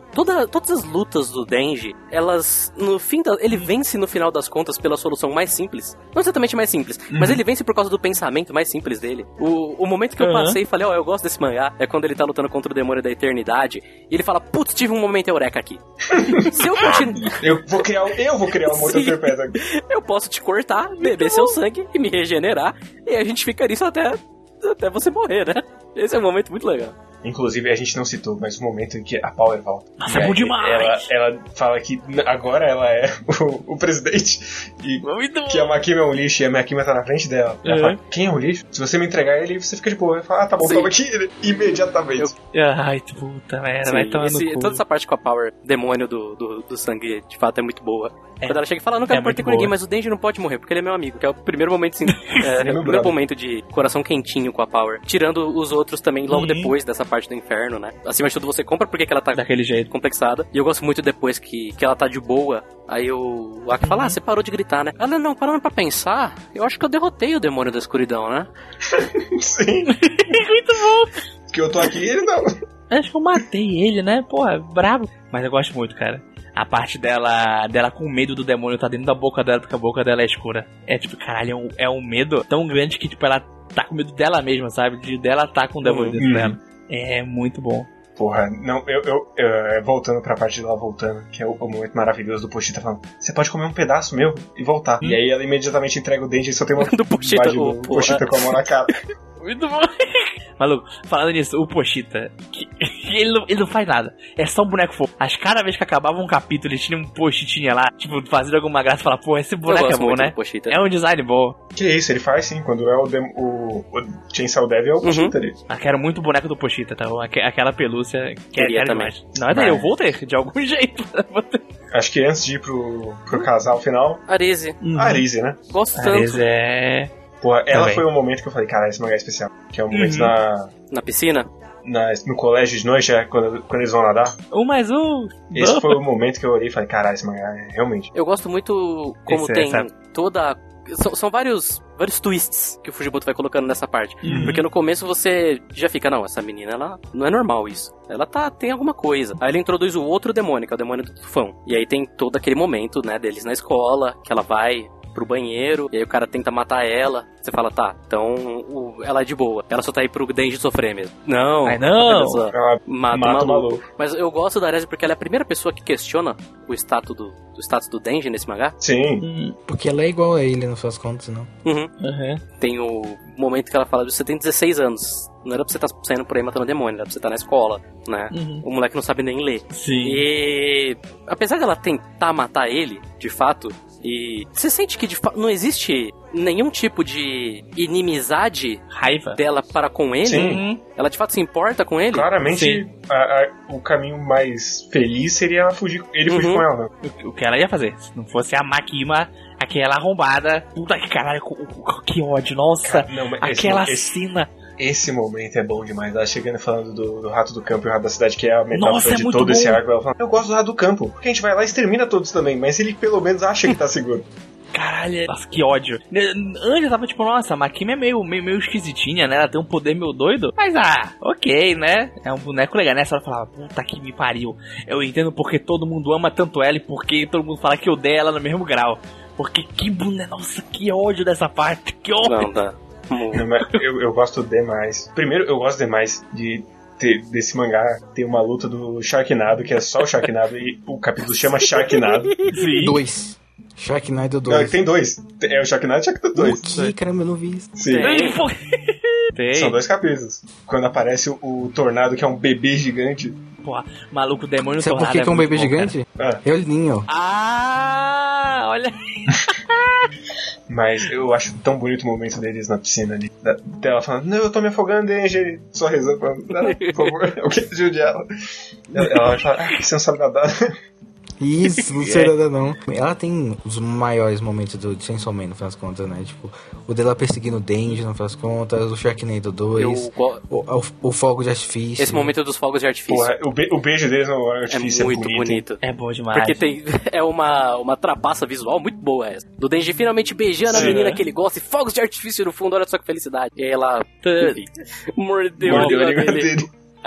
toda, todas as lutas do Denji, elas, no fim, da, ele vence no final das contas pela solução mais simples. Não exatamente mais simples, uhum. mas ele vence por causa do pensamento mais simples dele. O, o momento que eu uhum. passei e falei, ó, oh, eu gosto desse mangá, é quando ele tá lutando contra o demônio da eternidade, e ele fala, putz, tive um momento eureka aqui. Se eu continuar... eu vou criar, eu vou criar uma outra perpétua aqui. Eu posso te cortar, beber seu sangue e me regenerar, e a gente fica nisso até, até você morrer, né? Esse é um momento muito legal. Inclusive, a gente não citou, mas o momento em que a Power volta. Nossa, é bom demais! Ela, ela fala que agora ela é o, o presidente e muito que a Makima é um lixo e a Makima tá na frente dela. Ela uhum. fala, quem é o lixo? Se você me entregar ele, você fica de boa. Ela fala, ah, tá bom, toma aqui ele, imediatamente. Eu... Ai, puta merda, vai tomar no cu. Toda essa parte com a Power demônio do, do, do sangue, de fato, é muito boa. É. Quando ela chega e fala, não quero é partir com ninguém, mas o Denji não pode morrer, porque ele é meu amigo. Que é o primeiro momento, assim, é, é o primeiro momento de coração quentinho com a Power. Tirando os outros também, logo uhum. depois dessa parte do inferno, né? Acima de tudo, você compra porque que ela tá daquele jeito complexada. E eu gosto muito depois que, que ela tá de boa. Aí o Aki fala, ah, você parou de gritar, né? Ela, não, parando pra pensar, eu acho que eu derrotei o demônio da escuridão, né? Sim. Muito bom. Que eu tô aqui e ele não. Acho que eu matei ele, né? Porra, bravo. Mas eu gosto muito, cara. A parte dela, dela com medo do demônio tá dentro da boca dela, porque a boca dela é escura. É tipo, caralho, é um, é um medo tão grande que, tipo, ela tá com medo dela mesma, sabe? De dela tá com o demônio dentro hum. dela. É muito bom. Porra, não, eu, eu, eu voltando pra parte dela voltando, que é o, o momento maravilhoso do Pochita falando, você pode comer um pedaço meu e voltar. Hum. E aí ela imediatamente entrega o dente e só tem uma do Pochita, do oh, Pochita com a mão na cara. Muito bom. Maluco, falando nisso, o Pochita, que, ele, não, ele não faz nada. É só um boneco fofo. As cada vez que acabava um capítulo, ele tinha um Pochitinha lá, tipo, fazendo alguma graça e falar, pô, esse boneco é bom, né? É um design bom. Que isso, ele faz sim, quando é o, dem- o, o Chainsaw Devil é o Pochita ali. Uhum. Ah, quero muito o boneco do Pochita, tá? Aquela pelúcia que é também. Não, é daí, eu vou ter, de algum jeito. Acho que antes de ir pro, pro casal final... Arize. Uhum. Arize, né? Gosto tanto. Arize é... Porra, ela também foi o momento que eu falei, cara, esse mangá é especial. Que é o momento uhum. na... Na piscina? Na, no colégio de noite, é, quando, quando eles vão nadar. Um mais um! Esse Não. foi o momento que eu olhei e falei, caralho, esse mangá é realmente... Eu gosto muito como esse, tem essa... toda... São, são vários, vários twists que o Fujimoto vai colocando nessa parte. Uhum. Porque no começo você já fica, não, essa menina, ela não é normal isso. Ela tá, tem alguma coisa. Aí ele introduz o outro demônio, que é o demônio do tufão. E aí tem todo aquele momento, né, deles na escola, que ela vai pro banheiro, e aí o cara tenta matar ela. Você fala, tá, então o, ela é de boa. Ela só tá aí pro Denji sofrer mesmo. Não. Ai, não. Ela mata, mata o maluco. maluco. Mas eu gosto da Arese porque ela é a primeira pessoa que questiona o status do, do, status do Denji nesse mangá. Sim. Hum, porque ela é igual a ele, no fim das contas, não. Uhum. Uhum. Tem o momento que ela fala, você tem dezesseis anos. Não era pra você estar tá saindo por aí matando demônio, era pra você estar tá na escola, né? Uhum. O moleque não sabe nem ler. Sim. E apesar dela tentar matar ele, de fato, e você sente que de fa- não existe nenhum tipo de inimizade, raiva dela para com ele. Sim. Ela de fato se importa com ele. Claramente a, a, o caminho mais feliz seria ela fugir, ele fugir Uhum. com ela, né? O, o que ela ia fazer, se não fosse a Makima, aquela arrombada. Puta que caralho, que ódio, nossa. Cara, não, aquela esse, cena. Esse momento é bom demais. Ela chegando e falando do, do Rato do Campo e o Rato da Cidade, que é a metáfora Nossa, é de muito todo bom. esse arco. Ela fala, eu gosto do Rato do Campo, porque a gente vai lá e extermina todos também, mas ele pelo menos acha que tá seguro. Caralho, nossa, que ódio. Antes eu tava tipo, nossa, a Makima é meio, meio, meio esquisitinha, né? Ela tem um poder meio doido. Mas ah, ok, né? É um boneco legal. Nessa hora eu falava, puta que me pariu. Eu entendo porque todo mundo ama tanto ela e porque todo mundo fala que odeia ela no mesmo grau. Porque que boneco, nossa, que ódio dessa parte. Que ódio. Não, tá. Não, mas eu, eu gosto demais. Primeiro, eu gosto demais de ter, desse mangá ter uma luta do Sharknado, que é só o Sharknado, e o capítulo chama Sharknado. Sim. Dois. Sharknado dois. Não, tem dois. É o Sharknado e o Sharknado dois. O que? Caramba, eu não vi isso. Sim. Tem. Tem. São dois capítulos. Quando aparece o, o Tornado, que é um bebê gigante. Pô, maluco, demônio Sabe tornado. por que, que é um bebê bom, gigante? Ah. É o Ninho. Ah, olha. Mas eu acho tão bonito o momento deles na piscina ali. Da, dela falando, não, eu tô me afogando, Denji. Só rezando, falando, não, por favor, eu quero ajude ela. Ela, ela vai falar, ah, você não sabe nadar. Isso, não sei nada não. Ela tem os maiores momentos do Chainsaw Man, no final das contas, né? Tipo, o dela perseguindo o Denji, no final das contas, o Sharknado dois, go... o, o, o fogo de artifício. Esse momento dos fogos de artifício. Porra, o, be- o beijo deles no artifício é muito é bonito. bonito. É bom demais. Porque tem, é uma, uma trapaça visual muito boa essa. Do Denji finalmente beijando Sim, a menina né? que ele gosta e fogos de artifício no fundo, olha só que felicidade. E aí ela enfim, mordeu, mordeu a a língua dele. dele.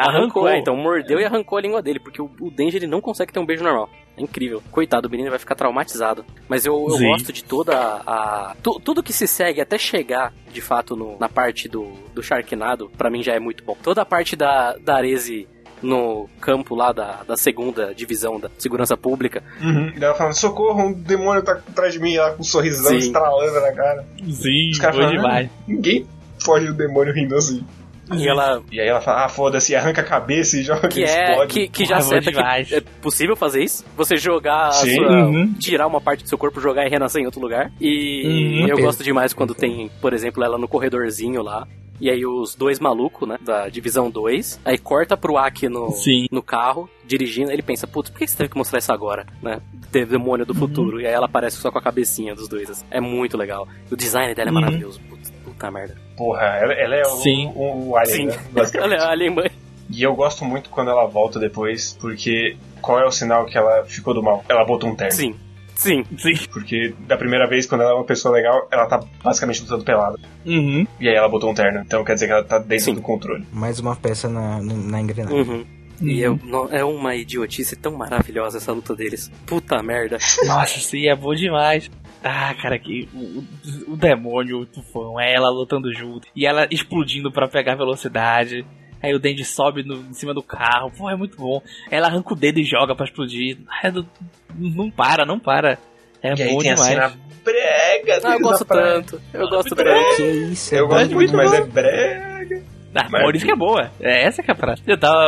Arrancou, é, então mordeu e arrancou a língua dele, porque o, o Denji ele não consegue ter um beijo normal. É incrível. Coitado, o menino vai ficar traumatizado. Mas eu, eu gosto de toda a... a tu, tudo que se segue até chegar, de fato, no, na parte do, do Sharknado, pra mim já é muito bom. Toda a parte da, da Arese no campo lá da, da segunda divisão da segurança pública. Uhum. E ela falando, socorro, um demônio tá atrás de mim, ela com um sorrisão estralando na cara. Sim, os caras falam, demais. Ninguém foge do demônio rindo assim. E, ela... e aí ela fala, ah, foda-se, arranca a cabeça e joga que é explode. Que, que já acerta que é possível fazer isso. Você jogar a sua, uhum. tirar uma parte do seu corpo, jogar e renascer em outro lugar. E uhum. eu okay. gosto demais quando tem, por exemplo, ela no corredorzinho lá. E aí os dois malucos, né, da divisão dois, aí corta pro Aki no, no carro, dirigindo, ele pensa, putz, por que você teve que mostrar isso agora, né, demônio do futuro, uhum. e aí ela aparece só com a cabecinha dos dois, assim. É muito legal. O design dela é uhum. maravilhoso, putz, puta merda. Porra, ela, ela é o, o, o alien, Sim. né, ela é a alien mãe. E eu gosto muito quando ela volta depois, porque qual é o sinal que ela ficou do mal? Ela botou um terno. Sim. Sim, sim. Porque da primeira vez, quando ela é uma pessoa legal, ela tá basicamente lutando pelada. Uhum. E aí ela botou um terno. Então quer dizer que ela tá dentro sim. do controle. Mais uma peça na, na engrenagem. Uhum. Uhum. E é, é uma idiotice tão maravilhosa essa luta deles. Puta merda. Nossa, sim, é bom demais. Ah, cara, que o, o demônio, o tufão, é ela lutando junto. E ela explodindo pra pegar velocidade. Aí o Denji sobe no, em cima do carro. Pô, é muito bom. Ela arranca o dedo e joga pra explodir. É do, não para, não para. É e bom aí tem demais. A cena brega. Ah, eu gosto tanto. Eu gosto tanto. Que isso, eu é gosto muito, muito mas bom. é brega. Ah, por isso que é boa. É essa que é a frase. Eu tava...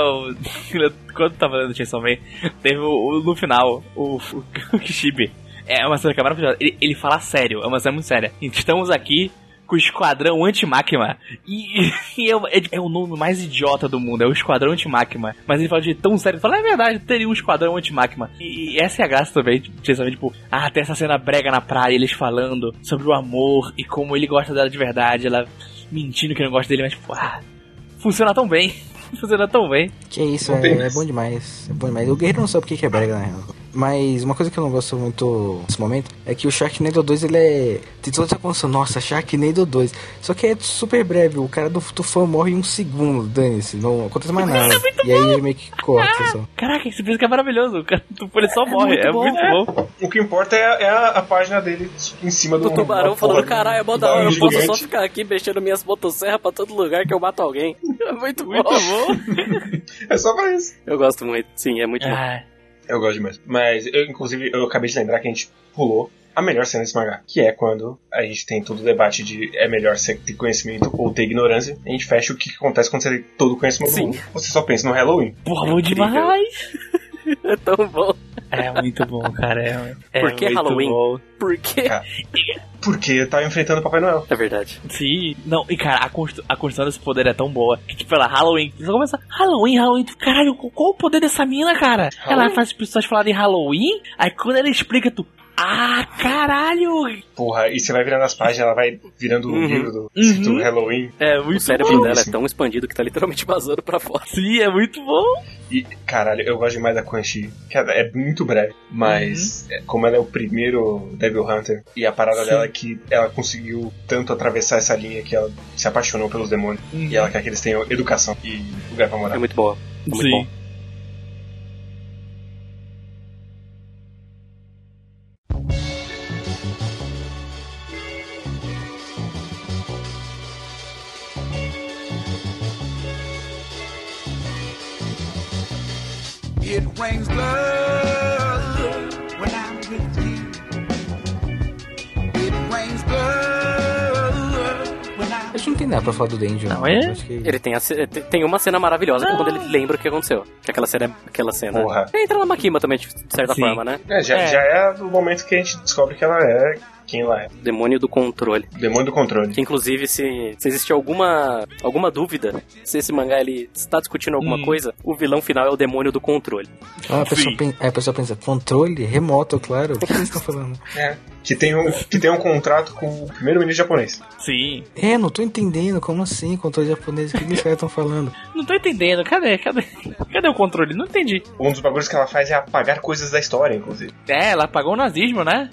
Quando eu tava lendo Chainsaw Man, teve o, no final, o, o, o Kishibe. É uma cena que é maravilhosa. Ele, ele fala sério, é uma cena muito séria. Estamos aqui com o Esquadrão Anti-Máquina. E, e é, é, é o nome mais idiota do mundo, é o Esquadrão Anti-Máquina. Mas ele fala de tão sério, ele fala, é verdade, teria um Esquadrão Anti-Máquina. E, e essa é a graça também, tipo, tipo, ah, tem essa cena brega na praia, eles falando sobre o amor e como ele gosta dela de verdade, ela mentindo que não gosta dele, mas tipo, ah, funciona tão bem. Funciona tão bem. Que isso, é, é bom demais. É bom demais. O Guerreiro não sabe o que é brega, na real. Mas uma coisa que eu não gosto muito nesse momento é que o Sharknado dois, ele é... Tem toda essa condição, nossa, Sharknado dois. Só que é super breve, o cara do tufão morre em um segundo, dane-se, não acontece mais nada. É e aí ele meio que corta só. Caraca, esse vídeo que é maravilhoso, o cara do tufão ele só é morre, muito é bom, muito é. bom. O que importa é a, é a, a página dele em cima do... O tubarão falando, caralho, é bom da hora, eu posso só ficar aqui mexendo minhas motosserras pra todo lugar que eu mato alguém. É muito bom. Muito bom. É só pra isso. Eu gosto muito, sim, é muito ah. bom. Eu gosto demais. Mas, eu, inclusive, eu acabei de lembrar que a gente pulou a melhor cena desse mangá, que é quando a gente tem todo o debate de é melhor você ter conhecimento ou ter ignorância. A gente fecha o que, que acontece quando você tem todo o conhecimento do mundo. Você só pensa no Halloween. Porra, bom demais! É tão bom. É muito bom, cara. É, é Por que Halloween? Bom. Por quê? Cara, porque tá enfrentando o Papai Noel. É verdade. Sim. Não, e cara, a, constru- a construção desse poder é tão boa que, tipo, ela, Halloween, você começa, Halloween, Halloween, caralho, qual o poder dessa mina, cara? Halloween? Ela faz as pessoas falarem Halloween, aí quando ela explica, tu, ah, caralho! Porra, e você vai virando as páginas, ela vai virando o uhum. livro do, uhum. do Halloween. É muito O cérebro bom. dela é tão expandido que tá literalmente vazando pra fora. Sim, é muito bom. E, caralho, eu gosto demais da Quan Chi, que é muito breve, mas uhum. como ela é o primeiro Devil Hunter, e a parada Sim. dela é que ela conseguiu tanto atravessar essa linha que ela se apaixonou pelos demônios, uhum. e ela quer que eles tenham educação e lugar pra morar. É muito boa. É muito Sim. bom. It rains blood when I'm with you. It rains blood when I'm... Acho que não tem nada pra falar do Denji. Não, é? Acho que... Ele tem, a, tem uma cena maravilhosa não. quando ele lembra o que aconteceu. Que aquela cena é aquela cena. Porra. Entra na Makima também, de certa Sim. forma, né? É, já É. já é o momento que a gente descobre que ela é quem ela é. Demônio do controle. Demônio do controle. Que inclusive, se, se existe alguma, alguma dúvida, se esse mangá ele está discutindo alguma hum. coisa, o vilão final é o demônio do controle. Ah, a, pessoa pen... a pessoa pensa, controle remoto, claro. O que eles estão falando? É. Que tem, um, que tem um contrato com o primeiro-ministro japonês. Sim. É, não tô entendendo. Como assim, controle japonês? O que eles estão falando? Não tô entendendo. Cadê? Cadê? Cadê o controle? Não entendi. Um dos bagulhos que ela faz é apagar coisas da história, inclusive. É, ela apagou o nazismo, né?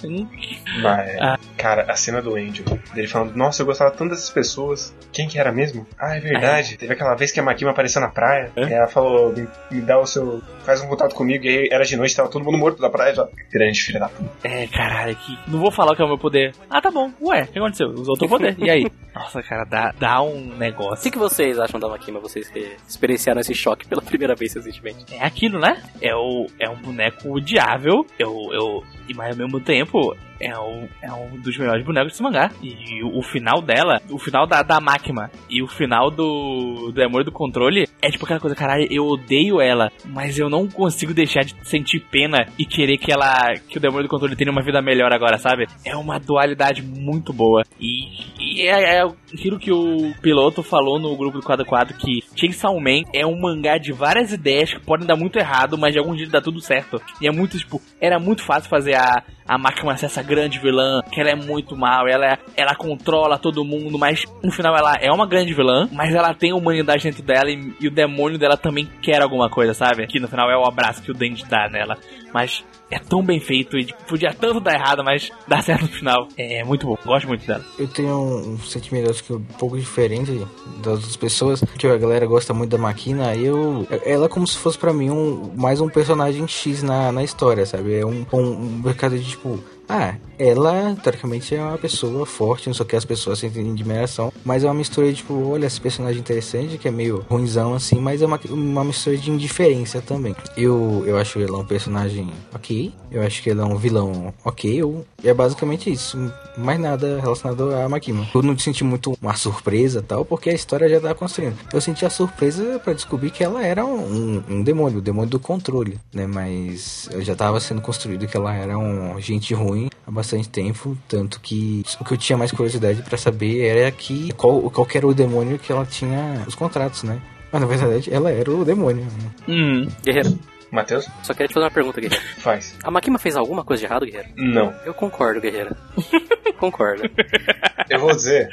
Mas, Ah. cara, a cena do Angel, dele falando, nossa, eu gostava tanto dessas pessoas. Quem que era mesmo? Ah, é verdade. Teve aquela vez que a Makima apareceu na praia. É? E ela falou, me, me dá o seu... faz um contato comigo. E aí era de noite, tava todo mundo morto da praia já. Grande filha da puta. É, caralho, que... Não vou falar que é o meu poder. Ah, tá bom. Ué, o que aconteceu? Usou o teu poder. E aí? Nossa, cara, dá, dá um O negócio. que, que vocês acham da Makima, vocês que experienciaram esse choque pela primeira vez recentemente? É aquilo, né? É, o, é um boneco odiável. Eu, eu, e mas ao mesmo tempo... É, o, é um dos melhores bonecos desse mangá. E o, o final dela, o final da, da Makima e o final do, do Demônio do Controle é tipo aquela coisa, caralho, eu odeio ela, mas eu não consigo deixar de sentir pena e querer que ela, que o Demônio do Controle tenha uma vida melhor agora, sabe? É uma dualidade muito boa. E, e é, é aquilo que o piloto falou no grupo do Quadro Quadro, que Chainsaw Man é um mangá de várias ideias que podem dar muito errado, mas de algum jeito dá tudo certo. E é muito, tipo, era muito fácil fazer a, a Makima ser essa grande vilã, que ela é muito mal, ela, é, ela controla todo mundo, mas no final ela é uma grande vilã, mas ela tem humanidade dentro dela e, e o demônio dela também quer alguma coisa, sabe? Que no final é o abraço que o Denji dá nela. Mas é tão bem feito e tipo, podia tanto dar errado, mas dá certo no final. É muito bom, gosto muito dela. Eu tenho um, um sentimento, acho que um pouco diferente das outras pessoas, porque a galera gosta muito da Makina. Eu, ela é como se fosse pra mim um, mais um personagem X na, na história, sabe? É um, um, um mercado de tipo... Ah, ela, teoricamente, é uma pessoa forte, não sei o que as pessoas sentem de admiração, mas é uma mistura de, tipo, olha, esse personagem interessante, que é meio ruinzão, assim, mas é uma, uma mistura de indiferença também. Eu, eu acho ela um personagem ok, eu acho que ele é um vilão ok, eu, é basicamente isso, mais nada relacionado a Makima. Eu não senti muito uma surpresa e tal, porque a história já tá construindo. Eu senti a surpresa pra descobrir que ela era um, um, um demônio, o demônio do controle, né, mas já tava sendo construído que ela era um gente ruim há bastante tempo, tanto que o que eu tinha mais curiosidade pra saber era que qual, qual que era o demônio que ela tinha os contratos, né? Mas na verdade ela era o demônio. Hum. Guerreiro, Matheus? só queria te fazer uma pergunta, Guerreiro. Faz. A Makima fez alguma coisa de errado, Guerreiro? Não. Eu concordo, Guerreiro. Concordo. Eu vou dizer,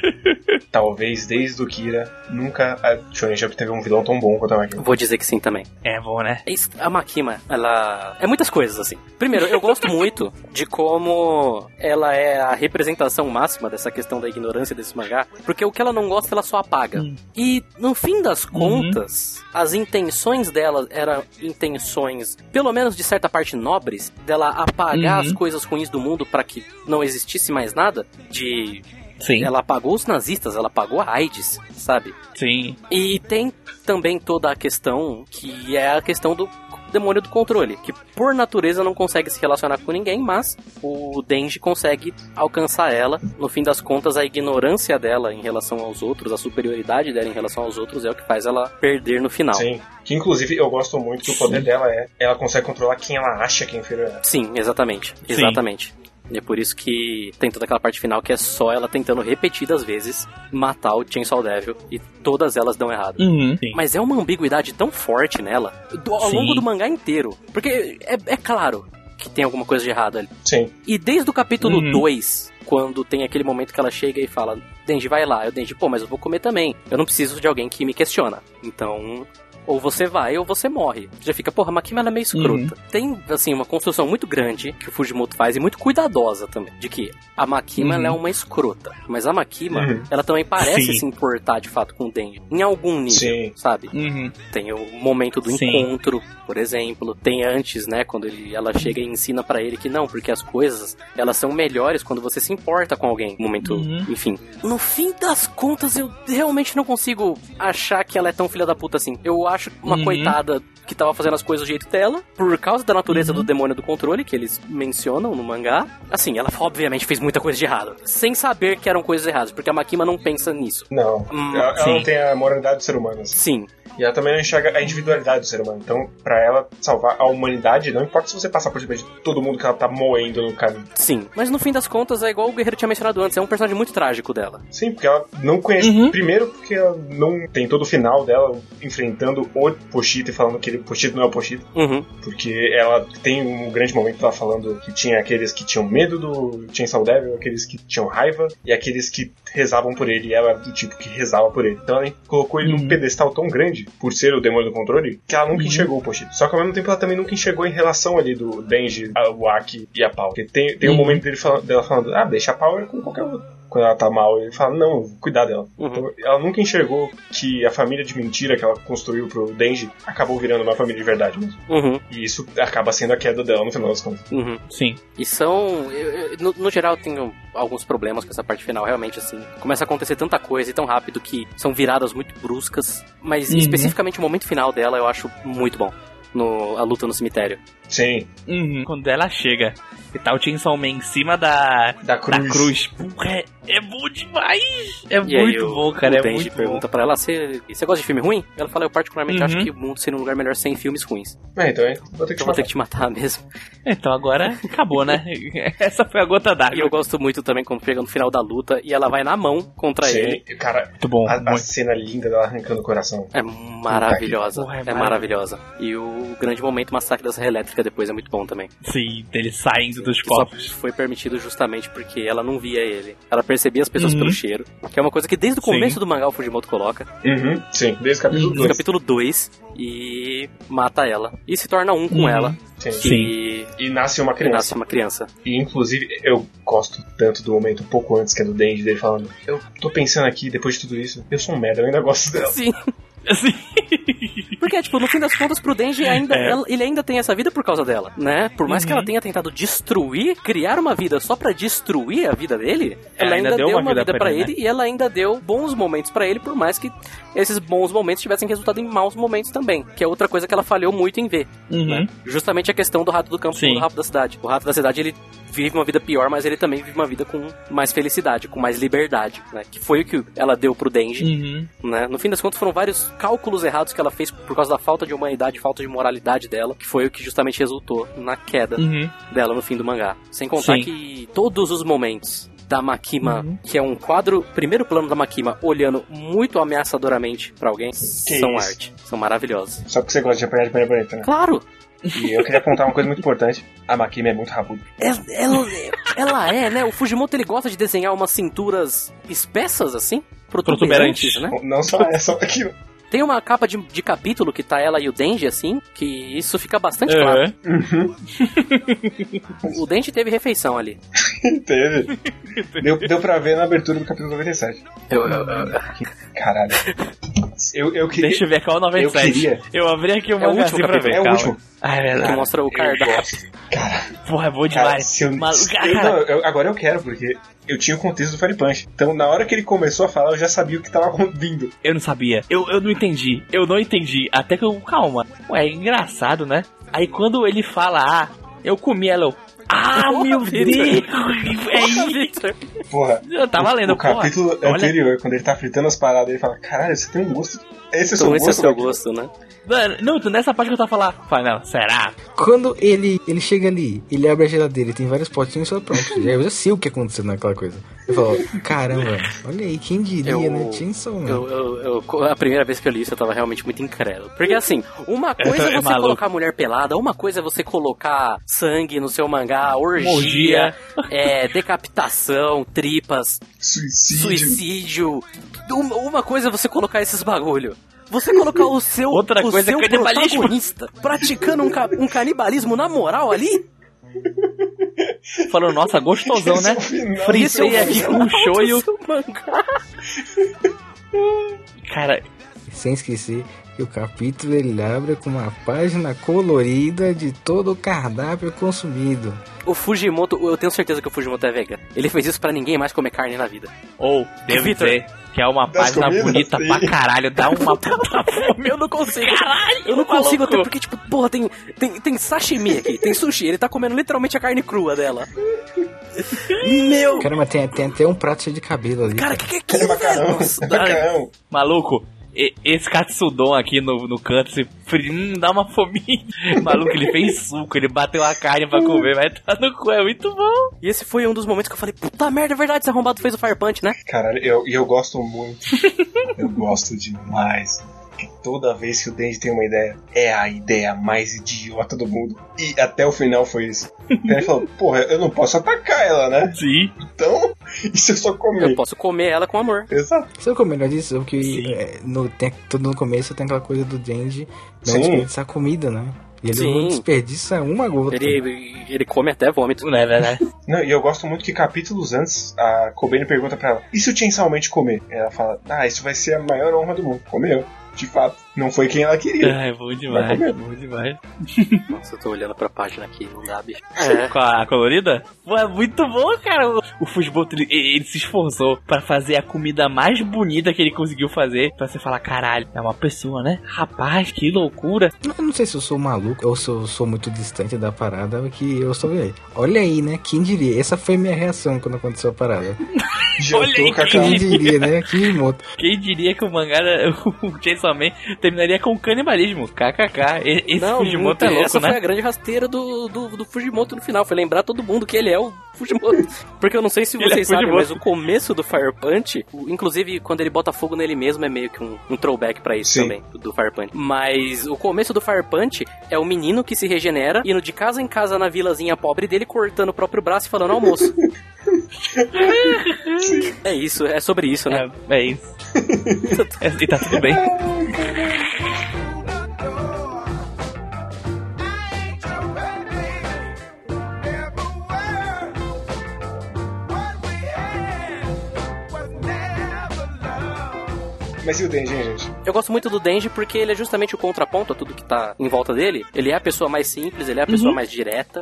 talvez desde o Kira, nunca a Shonen Jump teve um vilão tão bom quanto a Makima. Vou dizer que sim também. É bom, né? Isso- A Makima, ela... É muitas coisas, assim. Primeiro, eu gosto muito de como ela é a representação máxima dessa questão da ignorância desse mangá, porque o que ela não gosta, ela só apaga. Hum. E, no fim das contas, as intenções dela eram intenções, pelo menos de certa parte nobres, dela apagar Uhum. as coisas ruins do mundo pra que não existisse mais nada, de... Sim, Ela apagou os nazistas, ela apagou a AIDS, sabe? sim. E tem também toda a questão que é a questão do demônio do controle, que por natureza não consegue se relacionar com ninguém, mas o Denji consegue alcançar ela. No fim das contas, a ignorância dela em relação aos outros, a superioridade dela em relação aos outros é o que faz ela perder no final. Sim. Que inclusive eu gosto muito que o poder dela é ela consegue controlar quem ela acha que é inferior a ela. Sim, exatamente. Sim. Exatamente. E é por isso que tem toda aquela parte final que é só ela tentando repetidas vezes matar o Chainsaw Devil e todas elas dão errado. Uhum. Sim. Mas é uma ambiguidade tão forte nela, do, ao Sim. longo do mangá inteiro. Porque é, é claro que tem alguma coisa de errado ali. Sim. E desde o capítulo Uhum. dois, quando tem aquele momento que ela chega e fala, Denji, vai lá. Eu, Denji, pô, mas eu vou comer também. Eu não preciso de alguém que me questiona. Então... ou você vai ou você morre. Já fica, porra, a Makima ela é meio escrota. Uhum. Tem, assim, uma construção muito grande que o Fujimoto faz e muito cuidadosa também. De que a Makima Uhum. ela é uma escrota. Mas a Makima, Uhum. ela também parece Sim. se importar de fato com o Denji. Em algum nível, Sim. sabe? Uhum. Tem o momento do Sim. encontro, por exemplo. Tem antes, né, quando ele, ela chega e ensina pra ele que não, porque as coisas, elas são melhores quando você se importa com alguém. Um momento, Uhum. enfim. No fim das contas, eu realmente não consigo achar que ela é tão filha da puta assim. Eu acho uma Uhum. coitada que tava fazendo as coisas do jeito dela, por causa da natureza Uhum. do demônio do controle, que eles mencionam no mangá. Assim, ela obviamente fez muita coisa de errado, sem saber que eram coisas erradas, porque a Makima não pensa nisso. Não. Hum, ela, ela sim. não tem a moralidade do ser humano. Assim. Sim, E ela também não enxerga a individualidade do ser humano. Então, pra ela salvar a humanidade, não importa se você passar por cima de todo mundo que ela tá moendo no caminho. sim. Mas no fim das contas, é igual o Guerreiro tinha mencionado antes, é um personagem muito trágico dela. Sim, porque ela não conhece. Uhum. Primeiro, porque ela não tem todo o final dela enfrentando o Pochita e falando que ele, Pochita não é o Pochita. Uhum. Porque ela tem um grande momento lá falando que tinha aqueles que tinham medo do Chainsaw Devil, aqueles que tinham raiva e aqueles que rezavam por ele. E ela era do tipo que rezava por ele. Então ela colocou ele Uhum. num pedestal tão grande Denji, por ser o demônio do controle, que ela nunca uhum. enxergou o Pochita. Só que ao mesmo tempo ela também nunca enxergou em relação ali do Denji, o Aki e a Power. Porque tem, tem uhum. um momento dele falando, dela falando, ah, deixa a Power com qualquer outro. Quando ela tá mal, ele fala, não, cuidar dela. Uhum. Então, ela nunca enxergou que a família de mentira que ela construiu pro Denji acabou virando uma família de verdade mesmo. Uhum. E isso acaba sendo a queda dela no final das contas. Uhum. Sim. E são... Eu, eu, no, no geral, eu tenho alguns problemas com essa parte final, realmente, assim. Começa a acontecer tanta coisa e tão rápido que são viradas muito bruscas. Mas, uhum. especificamente, o momento final dela eu acho muito bom. No, a luta no cemitério. Sim. Uhum. Quando ela chega e tá o Chainsaw Man em cima da, da cruz. Da cruz. Porra, é, é bom demais. É e muito o, bom, cara. O é Denji muito pergunta bom. pra ela, você gosta de filme ruim? Ela fala, eu particularmente uhum. acho que o mundo seria um lugar melhor sem filmes ruins. É, então, é, vou ter que, então vou ter que te matar mesmo. Então agora acabou, né? Essa foi a gota d'água. E eu gosto muito também quando chega no final da luta e ela vai na mão contra Sim, ele. Cara, muito bom. A, muito. a cena linda dela arrancando o coração. É maravilhosa. Porra, é, é maravilhosa. E o grande momento massacre da Serra Elétrica depois é muito bom também. Sim, dele saindo dos que corpos. Só foi permitido justamente porque ela não via ele. Ela percebia as pessoas uhum. pelo cheiro. Que é uma coisa que desde o começo sim. do mangá o Fujimoto coloca. Uhum. Sim, desde o capítulo dois. Desde o capítulo dois. E mata ela. E se torna um com uhum. ela. Sim. E... e nasce uma criança. E nasce uma criança. E inclusive eu gosto tanto do momento um pouco antes, que é do Denji, dele falando, eu tô pensando aqui, depois de tudo isso, eu sou um merda, eu ainda gosto dela. Sim. Sim. Porque, tipo, no fim das contas, pro Denji, ainda, é. ela, ele ainda tem essa vida por causa dela, né? Por mais uhum. que ela tenha tentado destruir, criar uma vida só pra destruir a vida dele, ela, ela ainda, ainda deu, deu uma, uma vida, vida pra ele, ele né? E ela ainda deu bons momentos pra ele, por mais que esses bons momentos tivessem resultado em maus momentos também, que é outra coisa que ela falhou muito em ver, uhum. né? Justamente a questão do rato do campo e do rato da cidade. O rato da cidade, ele vive uma vida pior, mas ele também vive uma vida com mais felicidade, com mais liberdade, né? Que foi o que ela deu pro Denji, uhum. né? No fim das contas, foram vários cálculos errados que ela fez por causa da falta de humanidade, falta de moralidade dela, que foi o que justamente resultou na queda uhum. dela no fim do mangá. Sem contar Sim. que todos os momentos da Makima, uhum. que é um quadro, primeiro plano da Makima, olhando muito ameaçadoramente pra alguém, que são isso? arte. São maravilhosos. Só porque você gosta de apanhar de panela bonita, né? Claro! E eu queria apontar uma coisa muito importante. A Makima é muito rabuda. Ela, ela, ela é, né? O Fujimoto, ele gosta de desenhar umas cinturas espessas, assim, protuberantes, né? Não só essa, Makima. Tem uma capa de, de capítulo que tá ela e o Denji, assim, que isso fica bastante uhum. claro. Uhum. O Denji teve refeição ali. Teve. Deu, deu pra ver na abertura do capítulo noventa e sete. Eu, eu, eu... Caralho. Eu, eu queria... Deixa eu ver qual é o noventa e sete. Eu, queria... eu abri aqui o é último pra ver. É o último. Ah, é verdade. Que mostra o cardápio. Caralho. Porra, é bom demais. Cara, eu... Maluco, eu, não, eu, agora eu quero, porque eu tinha o contexto do Fire Punch. Então, na hora que ele começou a falar, eu já sabia o que tava vindo. Eu não sabia. Eu, eu não entendi. Eu não entendi. Até que eu... Calma. Ué, é engraçado, né? Aí, quando ele fala, ah, eu comi ela, eu... Ah, oh, meu Deus! É isso! Porra, eu tava lendo, o, o capítulo porra, anterior, olha... quando ele tá fritando as paradas, ele fala, caralho, você tem um gosto. Esse é então, seu esse gosto, é seu gosto, né? Não, nessa parte que eu tava falando, fala, não, será? Quando ele, ele chega ali, ele abre a geladeira e tem vários potinhos só pronto. Já, eu já sei o que aconteceu naquela coisa. Eu falo, caramba, olha aí, quem diria, eu, né? Chainsaw, eu, eu, eu, a primeira vez que eu li isso, eu tava realmente muito incrédulo. Porque assim, uma coisa é, é você maluco. colocar mulher pelada, uma coisa é você colocar sangue no seu mangá, orgia, orgia. É, decapitação, tripas, suicídio. suicídio. Uma, uma coisa é você colocar esses bagulho. Você colocar o seu, Outra o coisa seu é protagonista praticando um, ca- um canibalismo na moral ali? Falando, nossa, gostosão, né? Fritei aqui com um shoyu. Cara, sem esquecer que o capítulo ele abre com uma página colorida de todo o cardápio consumido. O Fujimoto, eu tenho certeza que o Fujimoto é vegano. Ele fez isso pra ninguém mais comer carne na vida. Ou, devo dizer que é uma página comidas, bonita sim. pra caralho, dá uma puta fome. Eu não consigo. Caralho, eu não maluco. consigo até porque, tipo, porra, tem, tem, tem sashimi aqui, tem sushi. Ele tá comendo literalmente a carne crua dela. Meu... Caramba, tem, tem até um prato cheio de cabelo ali. Cara, o que, que é aquilo, é macarrão, é macarrão. Maluco, esse katsudon aqui no, no canto, você hum, dá uma fominha. Maluco, ele fez suco, ele bateu a carne pra comer, vai estar no cu, é muito bom. E esse foi um dos momentos que eu falei, puta merda, é verdade, esse arrombado fez o Fire Punch, né? Caralho, e eu, eu gosto muito. Eu gosto demais. Que toda vez que o Denji tem uma ideia, é a ideia mais idiota do mundo. E até o final foi isso. Então ele falou, porra, eu não posso atacar ela, né? Sim. Então, E se eu só comer? Eu posso comer ela com amor. Exato. Sabe o melhor disso? Porque é, no, tem, todo no começo tem aquela coisa do Denji não Sim. desperdiçar comida, né? E ele Sim. não desperdiça uma gota. Ele, ele come até vômito. Não é verdade? Não, e eu gosto muito que capítulos antes, a Kobeni pergunta pra ela, e se o Chainsaw Man te comer? Ela fala, ah, isso vai ser a maior honra do mundo. Comeu, de fato. Não foi quem ela queria. Ah, é bom demais, Vai comer. bom demais. Nossa, eu tô olhando pra página aqui, não dá, bicho. É. Com a colorida? Pô, é muito bom, cara. O, o Fujimoto, ele, ele se esforçou pra fazer a comida mais bonita que ele conseguiu fazer. Pra você falar, caralho, é uma pessoa, né? Rapaz, que loucura. Eu não sei se eu sou maluco ou se eu sou muito distante da parada, que eu sou aí. Olha aí, né? Quem diria? Essa foi minha reação quando aconteceu a parada. Olha aí, com a quem Quem cara. diria, né? Kishimoto. Quem diria que o mangá, o Chainsaw Man, terminaria com canibalismo? K K K. E- Esse Não, Fujimoto é louco, essa foi né? a grande rasteira do, do, do Fujimoto no final. Foi lembrar todo mundo que ele é o Fujimoto. Porque eu não sei se Ele é vocês sabem, Fujimoto. mas o começo do Fire Punch, o- inclusive quando ele bota fogo nele mesmo, é meio que um, um throwback pra isso Sim. também, do, do Fire Punch. Mas o começo do Fire Punch é o menino que se regenera, indo de casa em casa na vilazinha pobre dele, cortando o próprio braço e falando almoço. É isso, é sobre isso, né? É, é isso. É, e tá tudo bem. Mas e o Denji, hein, gente? Eu gosto muito do Denji porque ele é justamente o contraponto a tudo que tá em volta dele. Ele é a pessoa mais simples, ele é a pessoa mais direta.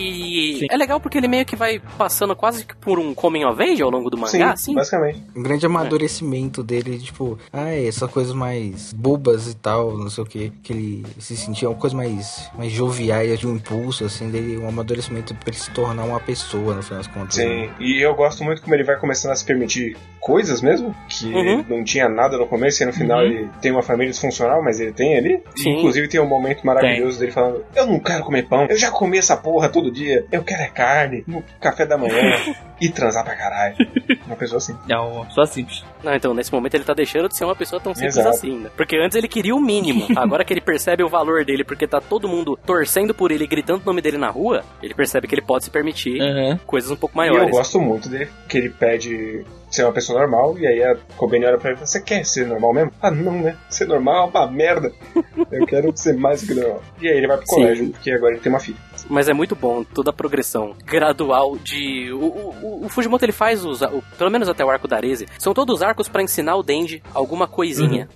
E Sim. é legal porque ele meio que vai passando quase que por um coming of age ao longo do mangá, assim. basicamente. Um grande amadurecimento dele, tipo, ah, é, essas coisas mais bobas e tal, não sei o que, que ele se sentia uma coisa mais, mais joviais de um impulso, assim, dele, um amadurecimento pra ele se tornar uma pessoa, no final das contas. Sim, né? e eu gosto muito como ele vai começando a se permitir coisas mesmo, que Uhum. não tinha nada no começo, e no final Uhum. ele tem uma família disfuncional, mas ele tem ali. Sim. E, inclusive tem um momento maravilhoso dele falando, eu não quero comer pão, eu já comi essa porra todo dia, eu quero é carne, no café da manhã, e transar pra caralho. Uma pessoa assim. É uma pessoa simples. Não, então nesse momento ele tá deixando de ser uma pessoa tão simples Exato. assim, né? Porque antes ele queria o mínimo. Agora que ele percebe o valor dele, porque tá todo mundo torcendo por ele, gritando o nome dele na rua, ele percebe que ele pode se permitir Uhum. coisas um pouco E eu maiores. gosto muito dele, que ele pede ser uma pessoa normal, e aí a Kobeni olha pra ele e fala, você quer ser normal mesmo? Ah, não, né? Ser normal é uma merda. Eu quero ser mais do que normal. E aí ele vai pro Sim. colégio, porque agora ele tem uma filha. Mas é muito bom toda a progressão gradual de... O, o, o Fujimoto, ele faz os... o- pelo menos até o arco da Arese, são todos arcos pra ensinar o Denji alguma coisinha.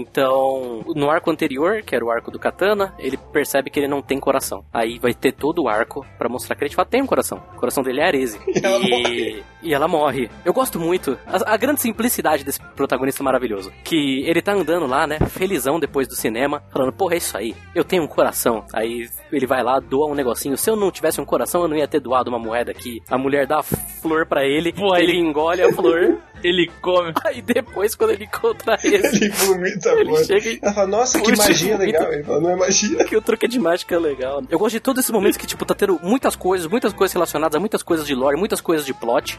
Então, no arco anterior, que era o arco do Katana, ele percebe que ele não tem coração. Aí vai ter todo o arco pra mostrar que ele de fato tem um coração. O coração dele é Arese. E ela morre. E ela morre. Eu gosto muito. A, a grande simplicidade desse protagonista maravilhoso. Que ele tá andando lá, né, felizão depois do cinema, falando, porra, é isso aí. Eu tenho um coração. Aí ele vai lá, doa um negocinho. Se eu não tivesse um coração, eu não ia ter doado uma moeda aqui. A mulher dá a flor pra ele. Pô, ele ele- engole a flor. Ele come. Aí depois, quando ele encontra esse, Ele vomita a ele porra. chega e Ela fala, nossa, que puxa, magia vomita. legal. Ele fala, não é magia. que o truque de mágica é legal. Eu gosto de todos esses momentos que, tipo, tá tendo muitas coisas, muitas coisas relacionadas a muitas coisas de lore, muitas coisas de plot.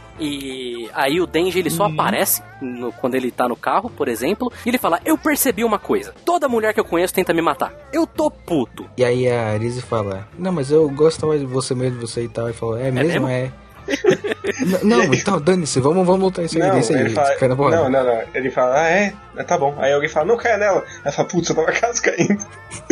E aí o Denji, ele só aparece no- quando ele tá no carro, por exemplo, e ele fala, eu percebi uma coisa. Toda mulher que eu conheço tenta me matar. Eu tô puto. E aí a Arise fala, não, mas eu gosto mais de você mesmo, de você e tal. E fala, é mesmo? mesmo? É. N- não, então dane-se, vamos, vamos lutar isso aí, Não, isso aí, ele fala, cai na porrada. não, não, não. Ele fala, ah, é? Ah, tá bom. Aí alguém fala, não caia nela. Ela fala, putz, eu tava quase caindo.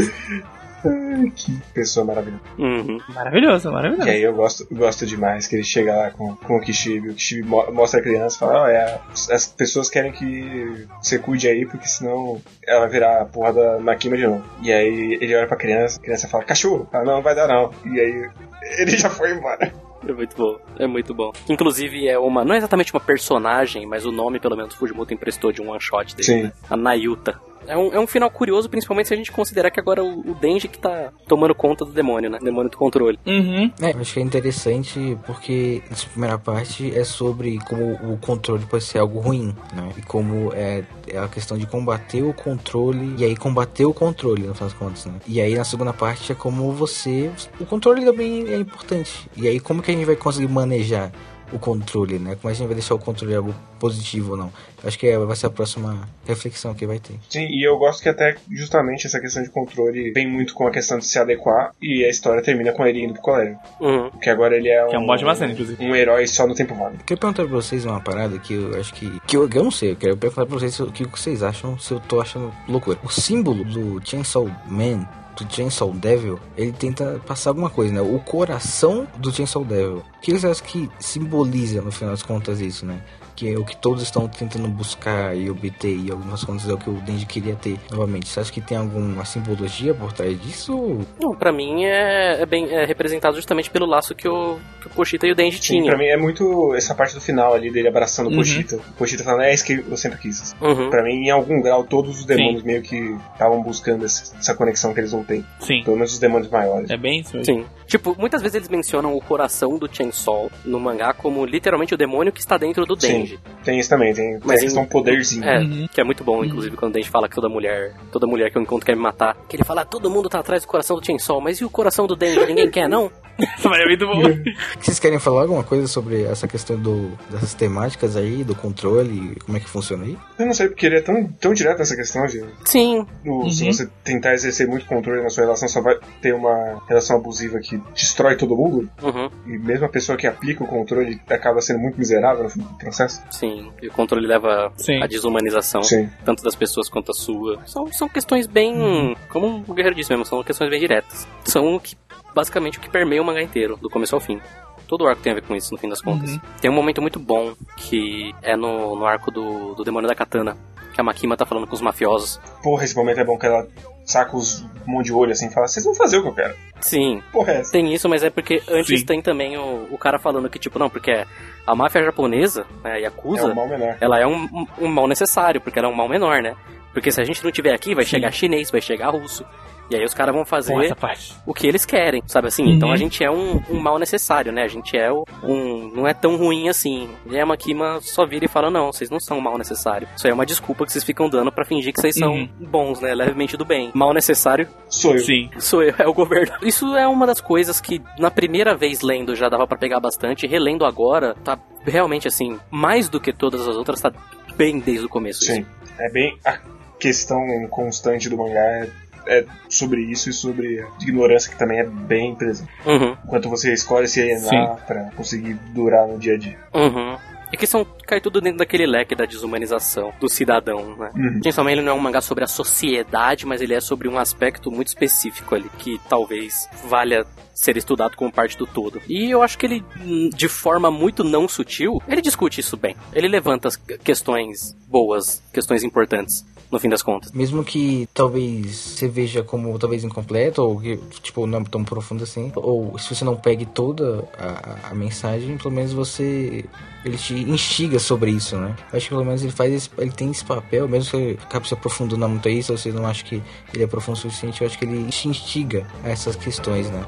Ai, que pessoa maravilhosa. Uhum. Maravilhoso, maravilhoso. E aí eu gosto, gosto demais que ele chega lá com, com o Kishibe, o Kishibe mo- mostra a criança e fala, ó, é, as pessoas querem que você cuide aí, porque senão ela vai virar a porra da Makima de novo. E aí ele olha pra criança, a criança fala, cachorro, ah, não, não vai dar não. E aí ele já foi embora. É muito bom, é muito bom. Inclusive é uma, não é exatamente uma personagem, mas o nome pelo menos o Fujimoto emprestou de um one shot dele, Sim. né? A Nayuta. É um, é um final curioso, principalmente se a gente considerar que agora o, o Denji que tá tomando conta do demônio, né? Demônio do controle. Uhum. É, eu acho que é interessante porque essa primeira parte é sobre como o controle pode ser algo ruim, né? E como é, é a questão de combater o controle e aí combater o controle, no final das contas, né? E aí na segunda parte é como você... O controle também é importante. E aí como que a gente vai conseguir manejar o controle, né? Como a gente vai deixar o controle algo positivo ou não. Acho que é, vai ser a próxima reflexão que vai ter. Sim, e eu gosto que até justamente essa questão de controle vem muito com a questão de se adequar, e a história termina com ele indo pro colégio. Uhum. Porque agora ele é um, Que é um ótima cena, inclusive. um herói só no tempo válido. Quero perguntar pra vocês uma parada que eu acho que... Que eu, que eu não sei, eu quero perguntar pra vocês o que vocês acham, se eu tô achando loucura. O símbolo do Chainsaw Man, do Chainsaw Devil, ele tenta passar alguma coisa, né? O coração do Chainsaw Devil. O que vocês acham que simboliza, no final das contas, isso, né? Que é o que todos estão tentando buscar e obter, e algumas contas é o que o Denji queria ter novamente. Você acha que tem alguma simbologia por trás disso? Não, pra mim é, é bem é representado justamente pelo laço que o, que o Pochita e o Denji Sim, tinham. pra mim é muito essa parte do final ali dele abraçando o Uhum. Pochita. O Pochita falando, é isso que eu sempre quis. Uhum. Pra mim, em algum grau, todos os demônios meio que estavam buscando esse- essa conexão que eles não têm. Sim. Pelo menos os demônios maiores. É bem isso mesmo. Sim. Tipo, muitas vezes eles mencionam o coração do Chainsaw no mangá como literalmente o demônio que está dentro do Sim. Denji. Tem isso também, tem, tem Mas a questão em- poderzinho. É, Uhum. que é muito bom, inclusive, quando o Denji fala que toda mulher, toda mulher que eu encontro quer me matar. Que ele fala, ah, todo mundo tá atrás do coração do Chainsaw, mas e o coração do Denji? Ninguém quer, não? Isso é muito bom. Vocês querem falar alguma coisa sobre essa questão do, dessas temáticas aí, do controle, como é que funciona aí? Eu não sei porque ele é tão, tão direto nessa questão de Sim. do- se Uhum. você tentar exercer muito controle na sua relação, só vai ter uma relação abusiva que destrói todo mundo. Uhum. E mesmo a pessoa que aplica o controle acaba sendo muito miserável no fim do processo. Sim. E o controle leva Sim. à desumanização. Sim. Tanto das pessoas quanto a sua. São, são questões bem... Como o Guerreiro disse mesmo, são questões bem diretas. São o que, basicamente o que permeia o mangá inteiro, do começo ao fim. Todo o arco tem a ver com isso, no fim das contas. Uhum. Tem um momento muito bom, que é no, no arco do, do Demônio da Katana, que a Makima tá falando com os mafiosos. Porra, esse momento é bom que ela saca os um monte de olho assim e fala, vocês vão fazer o que eu quero. Sim, Porra, é essa? tem isso, mas é porque antes Sim. tem também o, o cara falando que, tipo, não, porque a máfia japonesa, né, a É Yakuza, um mal menor. ela é um, um, um mal necessário, porque ela é um mal menor, né? Porque se a gente não tiver aqui, vai Sim. chegar chinês, vai chegar russo. E aí os caras vão fazer Com essa parte. o que eles querem, sabe assim? Uhum. Então a gente é um, um mal necessário, né? A gente é o- um... não é tão ruim assim. E a Makima só vira e fala, não, vocês não são um mal necessário. Isso aí é uma desculpa que vocês ficam dando pra fingir que vocês são Uhum. bons, né? Levemente do bem. Mal necessário Sou eu. Sim. sou eu, é o governo. Isso é uma das coisas que na primeira vez lendo já dava pra pegar bastante. Relendo agora, tá realmente assim, mais do que todas as outras, tá bem desde o começo. Sim. É bem a questão constante do mangá é, é sobre isso e sobre a ignorância que também é bem presente. Uhum, Enquanto você escolhe se alienar pra conseguir durar no dia a dia. uhum. É que são, cai tudo dentro daquele leque da desumanização do cidadão, né? Uhum. Principalmente ele não é um mangá sobre a sociedade, mas ele é sobre um aspecto muito específico ali, que talvez valha ser estudado como parte do todo. E eu acho que ele, hum, de forma muito não sutil, ele discute isso bem. Ele levanta as questões boas, questões importantes, no fim das contas. Mesmo que talvez você veja como talvez incompleto, ou que tipo não é tão profundo assim, ou se você não pegue toda a, a- a mensagem, pelo menos você ele te instiga sobre isso, né? Eu acho que pelo menos ele faz esse, ele tem esse papel, mesmo que você acabe se aprofundando muito a isso, você não acha que ele é profundo o suficiente, eu acho que ele te instiga a essas questões, né?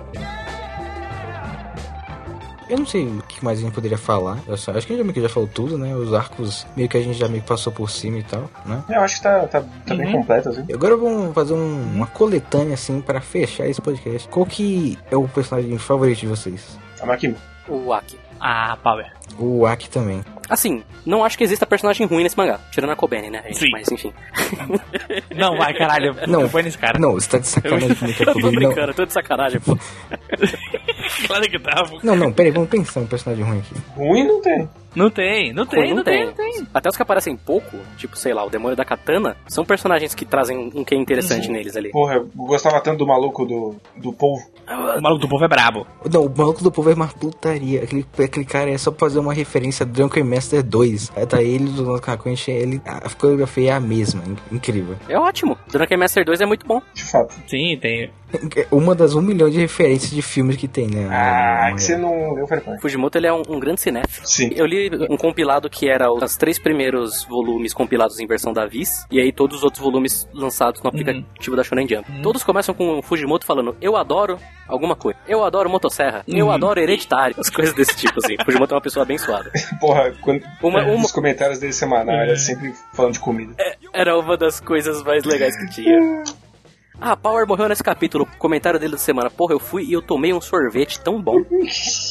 Eu não sei o que mais a gente poderia falar. Eu só, acho que a gente meio que já falou tudo, né? Os arcos meio que a gente já meio que passou por cima e tal, né? Eu acho que tá, tá, tá bem Uhum. completo, assim. E agora vamos fazer um- uma coletânea assim pra fechar esse podcast. Qual que é o personagem favorito de vocês? A Makima. O Aki. Ah, Power. O Aki também. Assim, não acho que exista personagem ruim nesse mangá, tirando a Kobeni, né, gente? Sim. Mas enfim. Não, vai, caralho. Não. Não foi nesse cara. Não, você tá de sacanagem comigo que é Eu tô poder. Não, brincando, eu tô de sacanagem, pô. Claro que tava. não, não, peraí, vamos pensar um personagem ruim aqui. Ruim não tem. Não tem, não tem, Ruim não, não tem, tem. não tem. Até os que aparecem pouco, tipo, sei lá, o Demônio da Katana, são personagens que trazem um quê interessante neles ali. Porra, eu gostava tanto do maluco do, do povo. O maluco do povo é brabo. Não, o maluco do povo é uma putaria. Aquele, aquele cara é só pra fazer uma referência a Drunken Master dois. Aí tá ele do nosso Kakuenchi, ele a coreografia é a mesma, in- incrível. É ótimo. Drunken Master dois é muito bom. De fato. Sim, tem. Uma das um milhão de referências de filmes que tem, né? Ah, Não, que você não leu Fire Point. Fujimoto, ele é um, um grande cinéfilo. Sim. Eu li um compilado que era os três primeiros volumes compilados em versão da Viz, e aí todos os outros volumes lançados no aplicativo da Shonen Jump. Todos começam com o Fujimoto falando, eu adoro alguma coisa. Eu adoro motosserra. Eu adoro hereditário. As coisas desse tipo, assim. Fujimoto é uma pessoa abençoada. Porra, quando, Uma- uma- nos comentários dele semanal, era sempre falando de comida. Era uma das coisas mais legais que tinha. Ah, Power morreu nesse capítulo. Comentário dele da semana. Porra, eu fui e eu tomei um sorvete tão bom.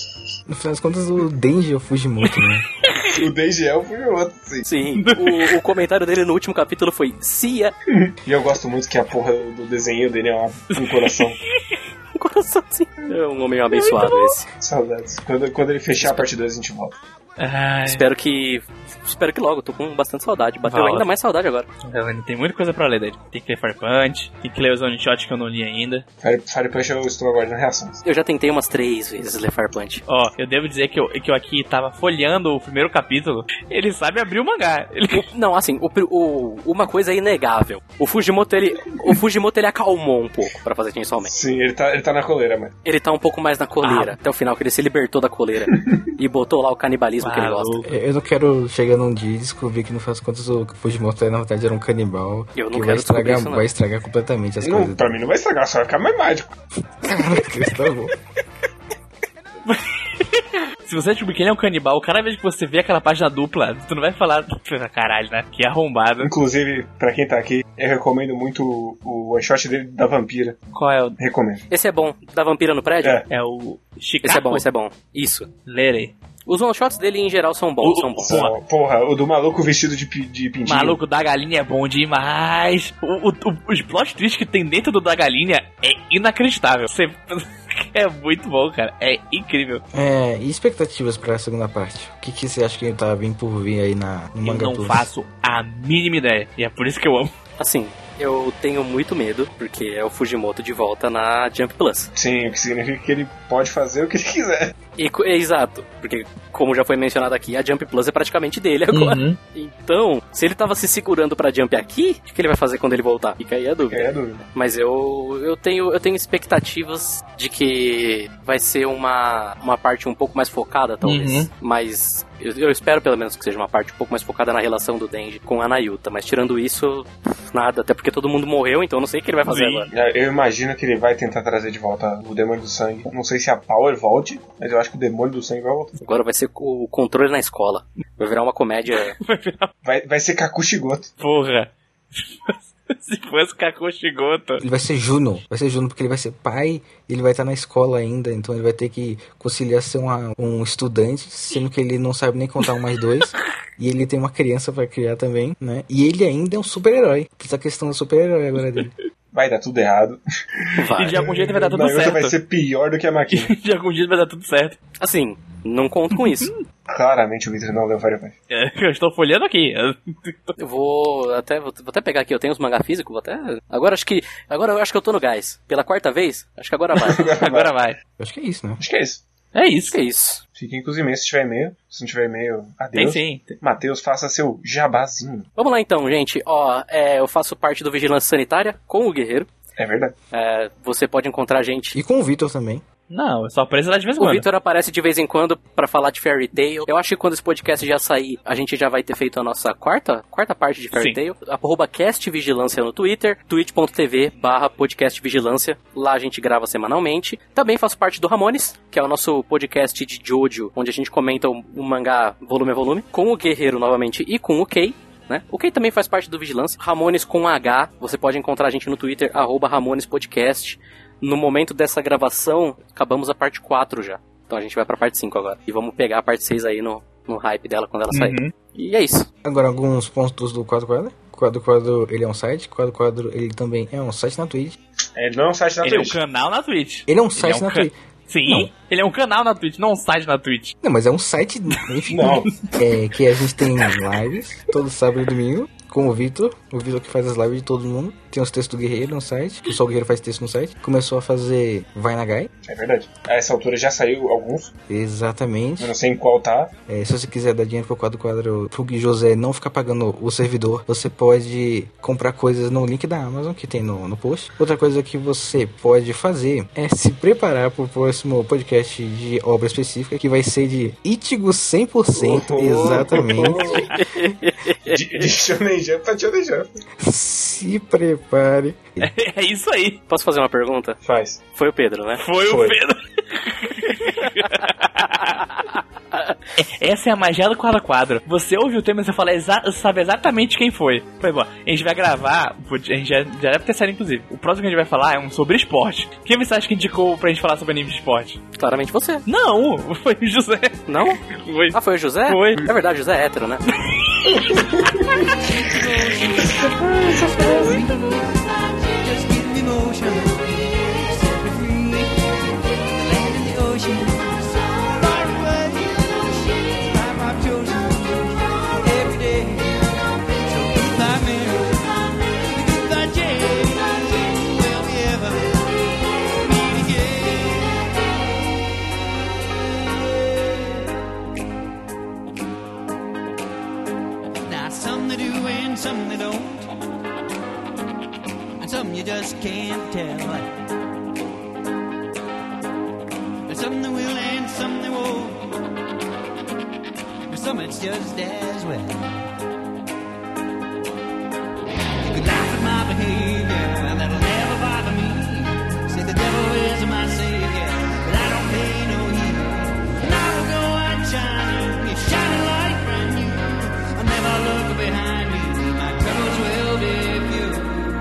No final das contas, o Denji é o Fujimoto, né? O Denji é o Fujimoto, sim. Sim, o, o comentário dele no último capítulo foi Cia. E eu gosto muito que a porra do desenho dele é uma, um coração. Um coraçãozinho. É um homem abençoado esse. Saudades. Quando, quando ele fechar a parte dois, a gente volta. Ai, Espero que. Espero que logo, tô com bastante saudade. Bateu Volta. ainda mais saudade agora. ainda tem muita coisa pra ler dele. Tem que ler Fire Punch, tem que ler os one shot que eu não li ainda. Fire, Fire Punch eu estou aguardando reações. Eu já tentei umas três vezes ler Fire Punch. Ó, eu devo dizer que eu, que eu aqui tava folheando o primeiro capítulo. Ele sabe abrir o mangá. Ele... O- não, assim, o, pri- o- uma coisa é inegável. O Fujimoto, ele. O Fujimoto ele acalmou um pouco pra fazer Chainsaw Man. Sim, ele tá, ele tá na coleira, mano. Ele tá um pouco mais na coleira, Ah. até o final, que ele se libertou da coleira e botou lá o canibalismo que ele gosta. Maluco. Eu não quero chegar num dia e descobrir que no final das contas o Fujimoto na verdade era um canibal. Eu não que quero vai descobrir estragar, isso, não. vai estragar completamente as Não, coisas. pra mim não vai estragar, só vai ficar mais mágico. Caraca, tá bom. Se você descobrir que ele é um canibal, cada vez que você vê aquela página dupla, tu não vai falar, caralho, né? Que arrombado. Inclusive, pra quem tá aqui, eu recomendo muito o, o one shot dele da vampira. Qual é o... Recomendo. Esse é bom. Da vampira no prédio? É. É o Chicago? Esse é bom, esse é bom. Isso. Lerei. Os one shots dele em geral são bons, O- são bons. Porra, porra, o do maluco vestido de, pi- de pintinho. Maluco, da galinha é bom demais. O, o, o- os plot twists que tem dentro do da galinha é inacreditável. Você... É muito bom, cara. É incrível. É, e expectativas pra segunda parte? O que, que você acha que tá vindo por vir aí na, no Eu Manga não Plus? faço a mínima ideia. E é por isso que eu amo. Assim, eu tenho muito medo, porque é o Fujimoto de volta na Jump Plus. Sim, o que significa que ele pode fazer o que ele quiser. E, co- é, exato, porque como já foi mencionado aqui, a Jump Plus é praticamente dele agora. Uhum. Então, se ele tava se segurando pra Jump aqui, o que ele vai fazer quando ele voltar? Fica aí a dúvida. É a dúvida. Mas eu, eu, tenho, eu tenho expectativas de que vai ser uma, uma parte um pouco mais focada, talvez. Uhum. Mas eu, eu espero pelo menos que seja uma parte um pouco mais focada na relação do Denji com a Nayuta. Mas tirando isso, nada. Até porque todo mundo morreu, então eu não sei o que ele vai fazer Sim. agora. Eu imagino que ele vai tentar trazer de volta o Demônio do Sangue. Não sei se a Power volte, mas eu acho que o Demônio do Sangue vai voltar. Agora vai ser o controle na escola. Vai virar uma comédia. Vai, vai ser Kakushigoto. Porra. Se fosse Kakushigoto. Ele vai ser Juno, vai ser Juno porque ele vai ser pai, ele vai estar na escola ainda, então ele vai ter que conciliar ser uma- um estudante, sendo que ele não sabe nem contar um mais dois, e ele tem uma criança pra criar também, né? E ele ainda é um super-herói, essa questão do super-herói agora dele. Vai dar tudo errado. Vai. E de algum jeito vai dar tudo Nayuta certo. vai ser pior do que a Makina. De algum jeito vai dar tudo certo. Assim, não conto com isso. Claramente o Victor não leu Fire Punch. É, eu estou folhando aqui. Eu vou até, vou até pegar aqui, eu tenho os mangá físicos, vou até... Agora acho que, agora eu acho que eu tô no gás. Pela quarta vez, acho que agora vai. Agora vai. Eu acho que é isso, né? Acho que é isso. É Isso isso. que é isso. Fiquem com os e-mails se tiver e-mail. Se não tiver e-mail, Tem adeus. sim. Matheus, faça seu jabazinho. Vamos lá então, gente. Ó, é, eu faço parte do Vigilância Sanitária com o Guerreiro. É verdade. É, você pode encontrar a gente... E com o Vitor também. Não, eu só apareço lá de vez em O quando. Victor aparece de vez em quando pra falar de Fairy Tail. Eu acho que quando esse podcast já sair, a gente já vai ter feito a nossa quarta, quarta parte de Fairy Sim. Tail. Arroba Cast Vigilância no Twitter, twitch.tv barra podcast Vigilância. Lá a gente grava semanalmente. Também faço parte do Ramones, que é o nosso podcast de Jojo, onde a gente comenta o, o mangá volume a volume, com o Guerreiro novamente e com o Kei. Né? O Kei também faz parte do Vigilância. Ramones com H. Você pode encontrar a gente no Twitter, arroba Ramones Podcast. No momento dessa gravação, acabamos a parte quatro já. Então a gente vai pra parte cinco agora. E vamos pegar a parte seis aí no, no hype dela quando ela sair. Uhum. E é isso. Agora alguns pontos do quadro quadro. O quadro quadro ele é um site, o quadro quadro ele também é um site na Twitch. É, não é um site na Ele é um Twitch. canal na Twitch. Ele é um site é um na ca- Twitch. Sim, Não. ele é um canal na Twitch, não um site na Twitch. Não, mas é um site, enfim, Não. é, que a gente tem lives todo sábado e domingo com o Vitor, o Vitor que faz as lives de todo mundo. Tem os textos do Guerreiro no site, que só o Guerreiro faz texto no site. Começou a fazer Vai na Gai, É verdade. A essa altura já saiu alguns. exatamente. Eu não sei em qual tá. É, se você quiser dar dinheiro pro quadro quadro pro Gui José não ficar pagando o servidor, você pode comprar coisas no link da Amazon que tem no, no post. Outra coisa que você pode fazer é se preparar pro próximo podcast de obra específica, que vai ser de Ichigo cem por cento, exatamente. De, de Shonen Jump pra Shonen Jump. Se prepare. É isso aí. Posso fazer uma pergunta? Faz. Foi o Pedro, né? Foi, Foi. o Pedro. Essa é a magia do quadro a quadro. Você ouve o tema e você fala exa- sabe exatamente quem foi. Foi bom. A gente vai gravar, a gente já, já deve ter saído inclusive. O próximo que a gente vai falar é um sobre esporte. Quem você acha que indicou pra gente falar sobre anime de esporte? Claramente você. Não, foi o José. Não? Foi. Ah, foi o José? Foi. É verdade, o José é hétero, né? Just give me motion, set me free. Land in the ocean, far away. Life I've chosen every day. So goodbye, Mary, goodbye, Jane. Will we ever meet again? Now some they do and some they don't. Some you just can't tell. And some they will and some they won't. And some it's just as well. You could laugh at my behavior, and that'll never bother me. Say the devil is my savior, but I don't pay no heed. And I will go out shining, a shining light brand new. I'll never look behind me, my troubles will be few.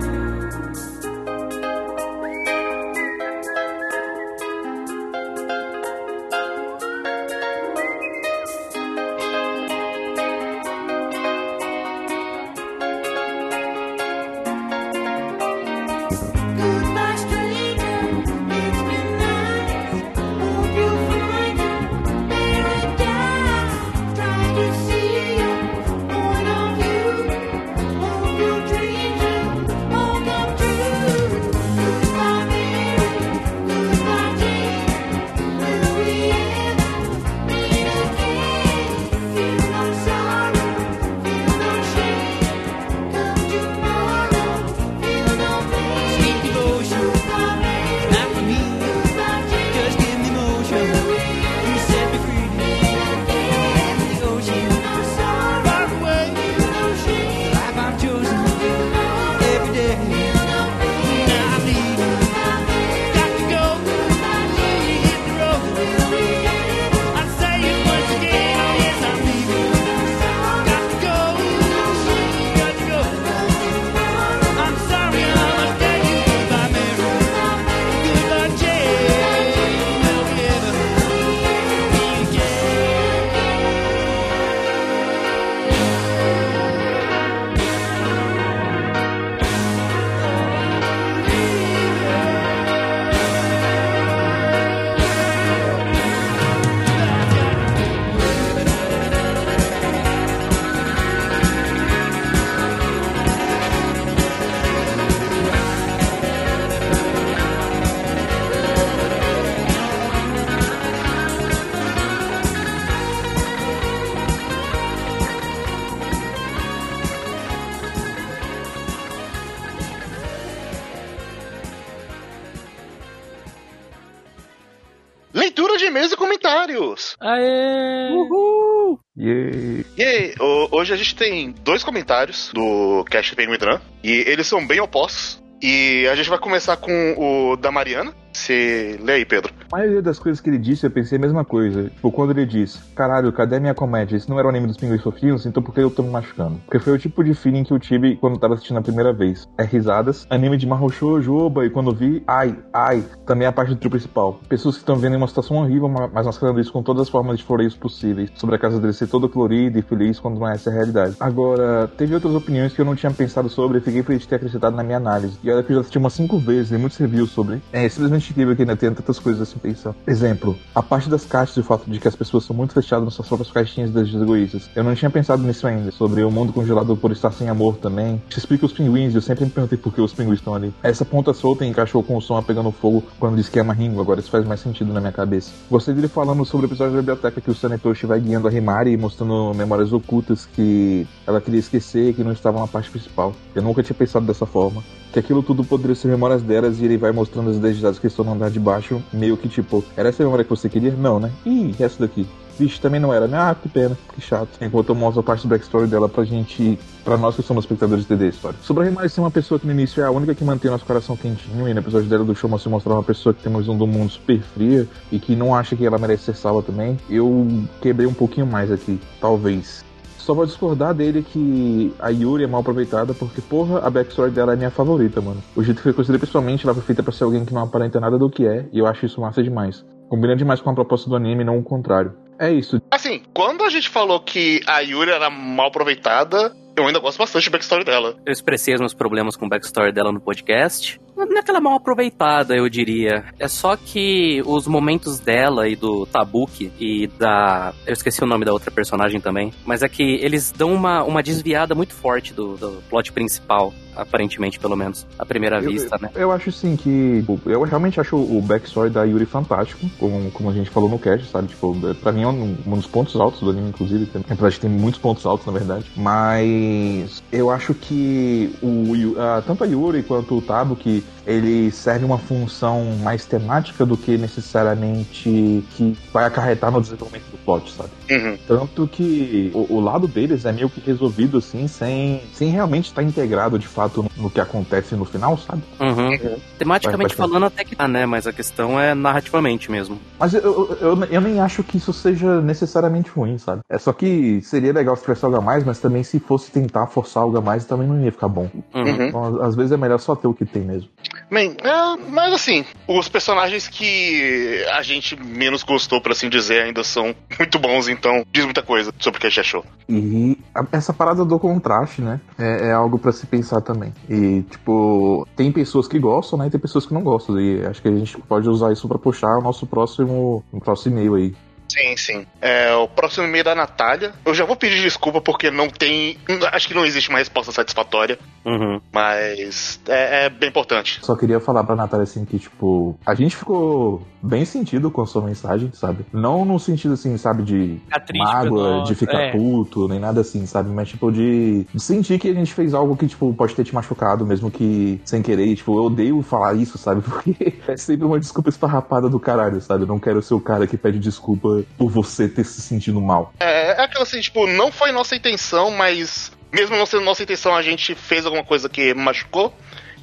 Goodbye, stranger. It's been nice. Hope you find a paradise. Try to see your point of view. Hope your dreams will all come true. Goodbye, Mary. Goodbye, Jane. Will we ever meet again? Feel no sorrow, feel no shame. Come tomorrow, feel no pain. Sweet devotion, not for me. Just give me motion. You set me free. Land in the ocean, far away. The life I've chosen every day. Now I'm leaving. Got to go. Hit the road. I say it once again. Oh yes, I'm leaving. Got to go. Got to go. I'm sorry, I must tell you goodbye, Mary. Goodbye, Jane. Will we ever meet again? Leitura de e-mails e comentários. Aê! Uhul! E E aí, ho- hoje a gente tem dois comentários do Cast Penguin Drum, e eles são bem opostos. E a gente vai começar com o da Mariana. Você lê aí, Pedro. a maioria das coisas que ele disse, eu pensei a mesma coisa. Tipo, quando ele disse, caralho, cadê minha comédia? Esse não era o anime dos pinguins fofinhos, então por que eu tô me machucando? Porque foi o tipo de feeling que eu tive quando eu tava assistindo a primeira vez. É risadas, anime de Mahou Shoujo, Oba, e quando vi, ai, ai, também a parte do trio principal. Pessoas que estão vendo em uma situação horrível, mas mascarando isso com todas as formas de floreios possíveis. Sobre a casa dele ser toda colorida e feliz quando não é essa a realidade. Agora, teve outras opiniões que eu não tinha pensado sobre e fiquei feliz de ter acrescentado na minha análise. E olha que eu já assisti umas cinco vezes e muitos reviews sobre. É simplesmente incrível que ainda tenha tantas coisas assim pensar. Exemplo, a parte das caixas e o fato de que as pessoas são muito fechadas nas suas próprias caixinhas das egoístas. Eu não tinha pensado nisso ainda. Sobre o mundo congelado por estar sem amor também. Isso explica os pinguins e eu sempre me perguntei por que os pinguins estão ali. Essa ponta solta encaixou com o som apegando fogo quando disse que é uma ringo. Agora isso faz mais sentido na minha cabeça. Gostei dele falando sobre o episódio da biblioteca que o Sanetoshi vai guiando a Himari e mostrando memórias ocultas que ela queria esquecer e que não estavam na parte principal. Eu nunca tinha pensado dessa forma. Que aquilo tudo poderia ser memórias delas e ele vai mostrando as identidades que estão no andar de baixo, meio que tipo, era essa a memória que você queria? Não, né? Ih, essa daqui. Vixe, também não era, né? Ah, que pena, que chato. Enquanto eu mostro a parte do backstory dela pra gente, pra nós que somos espectadores de entender a história. Sobre a Rimari ser uma pessoa que no início é a única que mantém nosso coração quentinho, e no episódio dela do show se mostrar uma pessoa que tem uma visão do mundo super fria e que não acha que ela merece ser salva também, eu quebrei um pouquinho mais aqui, talvez. Só vou discordar dele que a Yuri é mal aproveitada porque, porra, a backstory dela é minha favorita, mano. O jeito que foi construída, principalmente, ela foi feita pra ser alguém que não aparenta nada do que é, e eu acho isso massa demais. Combina demais com a proposta do anime, não o contrário. É isso. Assim, quando a gente falou que a Yuri era mal aproveitada, eu ainda gosto bastante da backstory dela. Eu expressei os meus problemas com o backstory dela no podcast. Não é aquela mal aproveitada, eu diria. É só que os momentos dela e do Tabuki e da... Eu esqueci o nome da outra personagem também. Mas é que eles dão uma, uma desviada muito forte do, do plot principal. Aparentemente, pelo menos, à primeira eu, vista, né? Eu acho, sim, que... Eu realmente acho o backstory da Yuri fantástico, como, como a gente falou no cast, sabe? Tipo, pra mim é um, um dos pontos altos do anime, inclusive. Apesar de ter muitos pontos altos, na verdade. Mas eu acho que o, a, tanto a Yuri quanto o Tabuki, ele serve uma função mais temática do que necessariamente que vai acarretar no desenvolvimento do plot, sabe? Uhum. Tanto que o, o lado deles é meio que resolvido, assim, sem, sem realmente estar integrado, de fato, no, no que acontece no final, sabe? Uhum. É. Tematicamente Vai, vai, falando, até que tá, né? Mas a questão é narrativamente mesmo. Mas eu, eu, eu, eu nem acho que isso seja necessariamente ruim, sabe? É só que seria legal se tivesse algo a mais, mas também se fosse tentar forçar algo a mais, também não ia ficar bom. Uhum. Uhum. Então, às vezes é melhor só ter o que tem mesmo. Bem, é, mas assim, os personagens que a gente menos gostou, por assim dizer, ainda são muito bons, então diz muita coisa sobre o que a gente achou. E a- essa parada do contraste, né, é, é algo pra se pensar também. E, tipo, tem pessoas que gostam, né, e tem pessoas que não gostam. E acho que a gente pode usar isso pra puxar o nosso próximo, o próximo e-mail aí. Sim, sim. É, o próximo e-mail da Natália. Eu já vou pedir desculpa porque não tem. Acho que não existe uma resposta satisfatória, Uhum. mas é, é bem importante. Só queria falar pra Natália, assim, que, tipo, a gente ficou bem sentido com a sua mensagem, sabe? Não no sentido, assim, sabe, de Ficar triste, mágoa, nossa, de ficar é. puto, nem nada assim, sabe? Mas, tipo, de, de sentir que a gente fez algo que, tipo, pode ter te machucado, mesmo que sem querer. E, tipo, eu odeio falar isso, sabe? Porque é sempre uma desculpa esfarrapada do caralho, sabe? Eu não quero ser o cara que pede desculpa por você ter se sentido mal. É, é aquela assim, tipo, não foi nossa intenção, mas mesmo não sendo nossa intenção, a gente fez alguma coisa que machucou.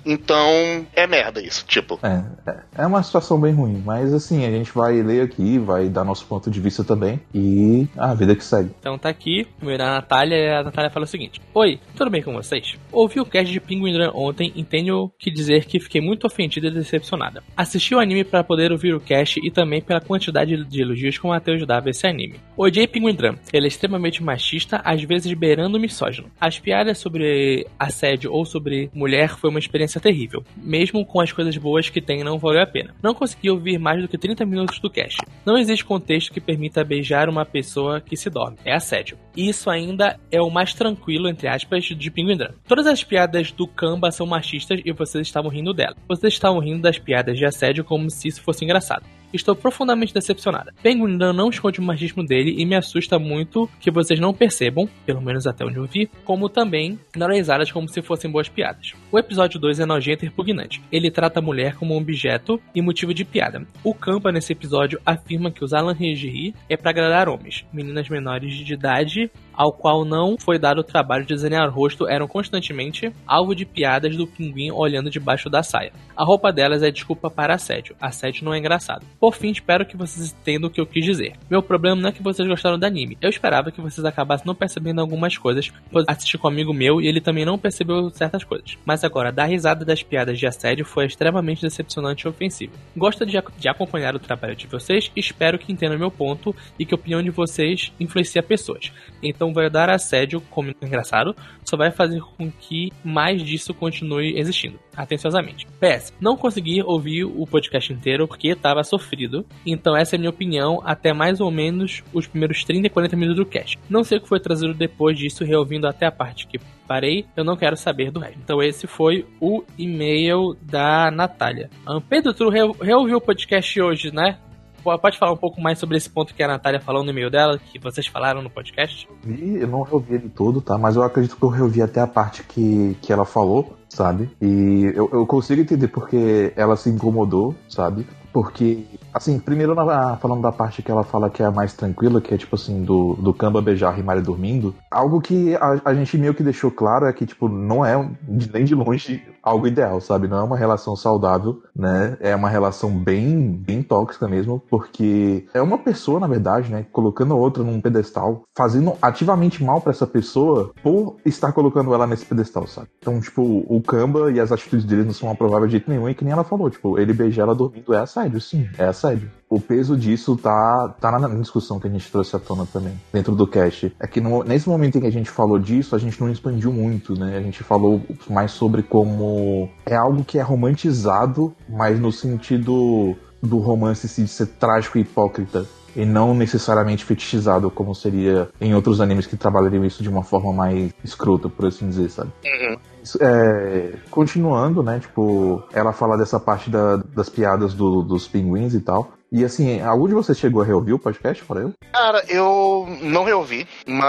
Então, é merda isso, tipo. É, é- é uma situação bem ruim, mas assim, a gente vai ler aqui, vai dar nosso ponto de vista também, e a vida que segue. Então tá aqui, o e-mail da Natália, e a Natália fala o seguinte: Oi, tudo bem com vocês? Ouvi o cast de Penguin Drum ontem e tenho que dizer que fiquei muito ofendida e decepcionada. Assisti o anime para poder ouvir o cast e também pela quantidade de elogios que o Matheus dava a esse anime. Odiei Penguin Drum, ele é extremamente machista, às vezes beirando misógino. As piadas sobre assédio ou sobre mulher foi uma experiência terrível. Mesmo com as coisas boas que tem, não valeu a pena. Não consegui ouvir mais do que trinta minutos do cast. Não existe contexto que permita beijar uma pessoa que se dorme. É assédio. E isso ainda é o mais tranquilo, entre aspas, de Penguin Drum. Todas as piadas do Kamba são machistas e vocês estavam rindo dela. Vocês estavam rindo das piadas de assédio como se isso fosse engraçado. Estou profundamente decepcionada. Penguin Drum não esconde o machismo dele e me assusta muito que vocês não percebam, pelo menos até onde eu vi, como também dar risadas como se fossem boas piadas. O episódio dois é nojento e repugnante. Ele trata a mulher como um objeto e motivo de piada. O Campa nesse episódio afirma que usar lingerie é para agradar homens, meninas menores de idade, ao qual não foi dado o trabalho de desenhar o rosto, eram constantemente alvo de piadas do pinguim olhando debaixo da saia. A roupa delas é desculpa para assédio. Assédio não é engraçado. Por fim, espero que vocês entendam o que eu quis dizer. Meu problema não é que vocês gostaram do anime. Eu esperava que vocês acabassem não percebendo algumas coisas, pois assisti com um amigo meu e ele também não percebeu certas coisas. Mas agora, dar risada das piadas de assédio foi extremamente decepcionante e ofensivo. Gosto de, de acompanhar o trabalho de vocês e espero que entendam meu ponto e que a opinião de vocês influencie pessoas. Então vai dar assédio como engraçado, só vai fazer com que mais disso continue existindo. Atenciosamente. P S. Não consegui ouvir o podcast inteiro porque estava sofrido, então essa é a minha opinião até mais ou menos os primeiros trinta e quarenta minutos do cast. Não sei o que foi trazido depois disso, reouvindo até a parte que parei, eu não quero saber do resto. Então esse foi o e-mail da Natália. Ah, Pedro, tu re- reouviu o podcast hoje, né? Pode falar um pouco mais sobre esse ponto que a Natália falou no e-mail dela, que vocês falaram no podcast? E eu não reouvi ele todo, tá? Mas eu acredito que eu reouvi até a parte que, que ela falou, sabe? E eu, eu consigo entender porque ela se incomodou, sabe? Porque, assim, primeiro na- falando da parte que ela fala que é a mais tranquila, que é tipo assim, do, do Kamba beijar a Himari dormindo, algo que a, a gente meio que deixou claro é que, tipo, não é de- nem de longe algo ideal, sabe? Não é uma relação saudável, né? É uma relação bem, bem tóxica mesmo, porque é uma pessoa, na verdade, né, colocando a outra num pedestal, fazendo ativamente mal pra essa pessoa por estar colocando ela nesse pedestal, sabe? Então, tipo, o Kamba e as atitudes dele não são aprováveis de jeito nenhum, e que nem ela falou, tipo, ele beijar ela dormindo é assédio, sim, é assédio. O peso disso tá, tá na discussão que a gente trouxe à tona também, dentro do cast. É que no, nesse momento em que a gente falou disso, a gente não expandiu muito, né? A gente falou mais sobre como é algo que é romantizado, mas no sentido do romance assim, de ser trágico e hipócrita, e não necessariamente fetichizado, como seria em outros animes que trabalhariam isso de uma forma mais escrota, por assim dizer, sabe? Uhum. É, continuando, né, tipo, ela fala dessa parte da- das piadas do- dos pinguins e tal. E assim, algum de vocês chegou a reouvir o podcast, para eu? Cara, eu não reouvi,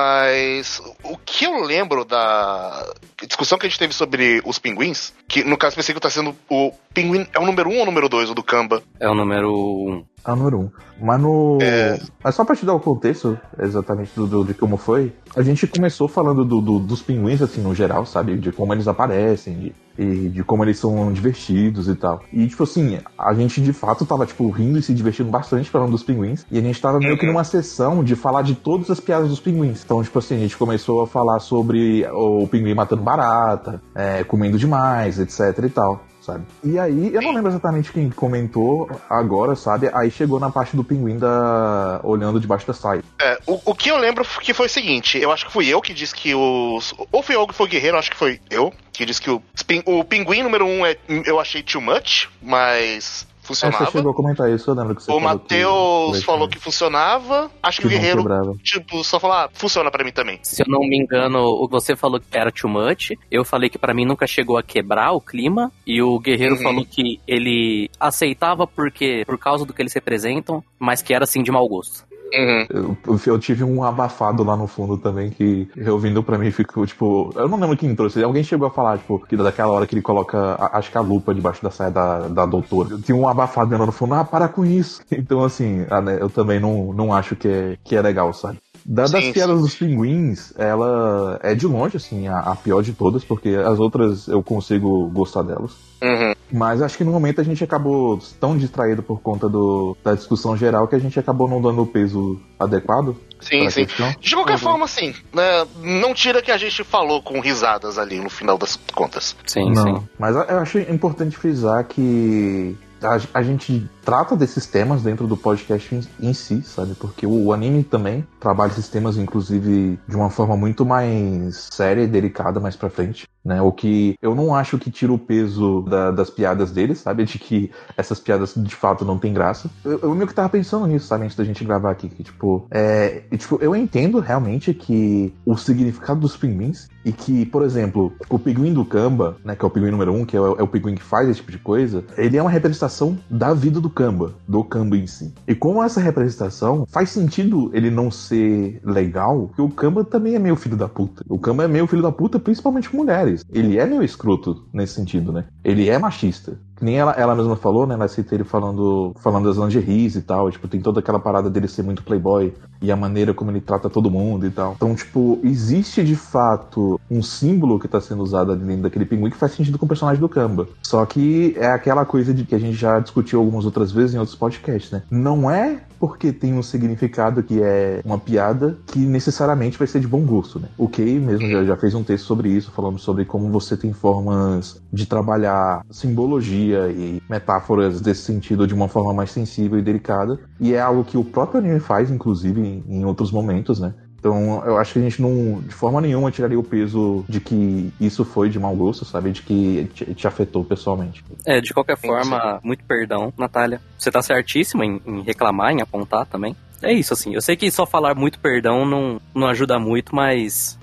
mas o que eu lembro da discussão que a gente teve sobre os pinguins, que no caso pensei que tá sendo o pinguim, é o número um ou o número dois, o do Kamba? É o número um. Ah, número um. Mas no. É. Mas só pra te dar o contexto exatamente do, do- de como foi, a gente começou falando do, do- dos pinguins, assim, no geral, sabe? De como eles aparecem, de, e de como eles são divertidos e tal. E, tipo assim, a gente de fato tava, tipo, rindo e se divertindo bastante falando dos pinguins. E a gente tava meio que numa sessão de falar de todas as piadas dos pinguins. Então, tipo assim, a gente começou a falar sobre o pinguim matando barata, é, comendo demais, etc e tal. Sabe? E aí, eu não lembro exatamente quem comentou agora, sabe? Aí chegou na parte do pinguim da... olhando debaixo da saia. É, o, o que eu lembro que foi o seguinte, eu acho que fui eu que disse que os... Ou foi eu que foi o Guerreiro, acho que foi eu, que disse que o, pin- o pinguim número um é, eu achei too much, mas É, funcionava. você chegou a comentar isso, eu lembro que você O falou que- Matheus falou que funcionava, acho que, que o não Guerreiro, quebrava. tipo, só falou, ah, funciona pra mim também. Se eu não me engano, o- você falou que era too much. Eu falei que pra mim nunca chegou a quebrar o clima. E o Guerreiro Uhum. falou que ele aceitava porque por causa do que eles representam, mas que era assim de mau gosto. Uhum. Eu, eu- eu tive um abafado lá no fundo também que, ouvindo pra mim, ficou tipo. Eu não lembro quem trouxe. Alguém chegou a falar, tipo, que daquela hora que ele coloca, a- acho que a lupa debaixo da saia da, da doutora. Eu tinha um abafado lá no fundo, ah, para com isso. Então, assim, ah, né, eu também não, não acho que é, que é legal, sabe? Da, das Sim, piadas dos pinguins, ela é de longe, assim, a, a pior de todas, porque as outras eu consigo gostar delas. Uhum. Mas acho que no momento a gente acabou tão distraído por conta do, da discussão geral que a gente acabou não dando o peso adequado. Sim, pra sim. questão. De qualquer Uhum. forma, assim, né, não tira que a gente falou com risadas ali no final das contas. Sim, Não, sim. mas eu acho importante frisar que a, a gente trata desses temas dentro do podcast em, em si, sabe? Porque o, o anime também trabalha esses temas, inclusive, de uma forma muito mais séria e delicada mais pra frente, né? O que eu não acho que tira o peso da- das piadas deles, sabe? De que essas piadas de fato não tem graça. Eu, eu meio que tava pensando nisso, sabe? Antes da gente gravar aqui, que tipo, é, e, tipo, eu entendo realmente que o significado dos pinguins e que, por exemplo, o pinguim do Kamba, né? Que é o pinguim número um, que é o, é o pinguim que faz esse tipo de coisa, ele é uma representação da vida do Kamba, do Kamba em si. E como essa representação faz sentido ele não ser legal, porque o Kamba também é meio filho da puta. O Kamba é meio filho da puta, principalmente com mulheres. Ele é meio escroto nesse sentido, né? Ele é machista. Que nem ela, ela mesma falou, né? Ela cita ele falando, falando das lingeries e tal. Tipo, tem toda aquela parada dele ser muito playboy e a maneira como ele trata todo mundo e tal. Então, tipo, existe de fato um símbolo que tá sendo usado ali dentro daquele pinguim que faz sentido com o personagem do Kamba. Só que é aquela coisa de que a gente já discutiu algumas outras vezes em outros podcasts, né? Não é porque tem um significado que é uma piada que necessariamente vai ser de bom gosto, né? O Kei mesmo já, já fez um texto sobre isso, falando sobre como você tem formas de trabalhar simbologia e metáforas desse sentido de uma forma mais sensível e delicada, e é algo que o próprio anime faz, inclusive, em, em outros momentos, né? Então, eu acho que a gente não, de forma nenhuma, tiraria o peso de que isso foi de mau gosto, sabe? De que te, te afetou pessoalmente. É, de qualquer forma, muito perdão, Natália. Você tá certíssima em, em reclamar, em apontar também. É isso, assim. Eu sei que só falar muito perdão não, não ajuda muito, mas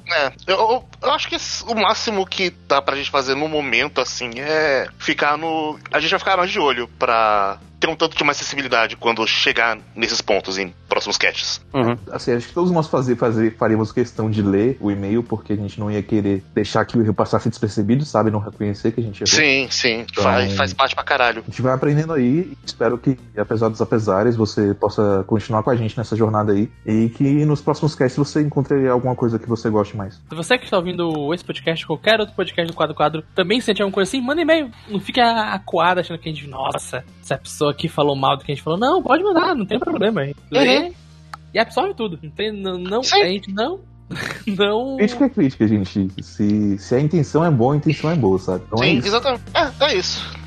É, eu, eu, eu acho que o máximo que dá pra gente fazer no momento, assim, é ficar no... A gente vai ficar mais de olho pra ter um tanto de mais acessibilidade quando chegar nesses pontos em próximos catches. Uhum. Assim, acho que todos nós fazer, fazer, faríamos questão de ler o e-mail, porque a gente não ia querer deixar que o erro passasse despercebido, sabe? Não reconhecer que a gente errou. Sim, sim, Então- faz, faz parte pra caralho. A gente vai aprendendo aí e espero que, apesar dos apesares, você possa continuar com a gente nessa jornada aí e que nos próximos casts você encontre alguma coisa que você goste mais. Se você que está ouvindo esse podcast, qualquer outro podcast do Quadro Quadro, também sente alguma coisa assim, manda e-mail. Não fica acuado achando que a gente, nossa, essa pessoa aqui falou mal do que a gente falou. Não, pode mandar, não tem problema. A gente lê Uhum. e absorve tudo. Não tem, não, não, Sim. a gente não... não... Crítica é crítica, gente. Se, se a intenção é boa, a intenção é boa, sabe? Então é Sim, isso. exatamente. É, é isso.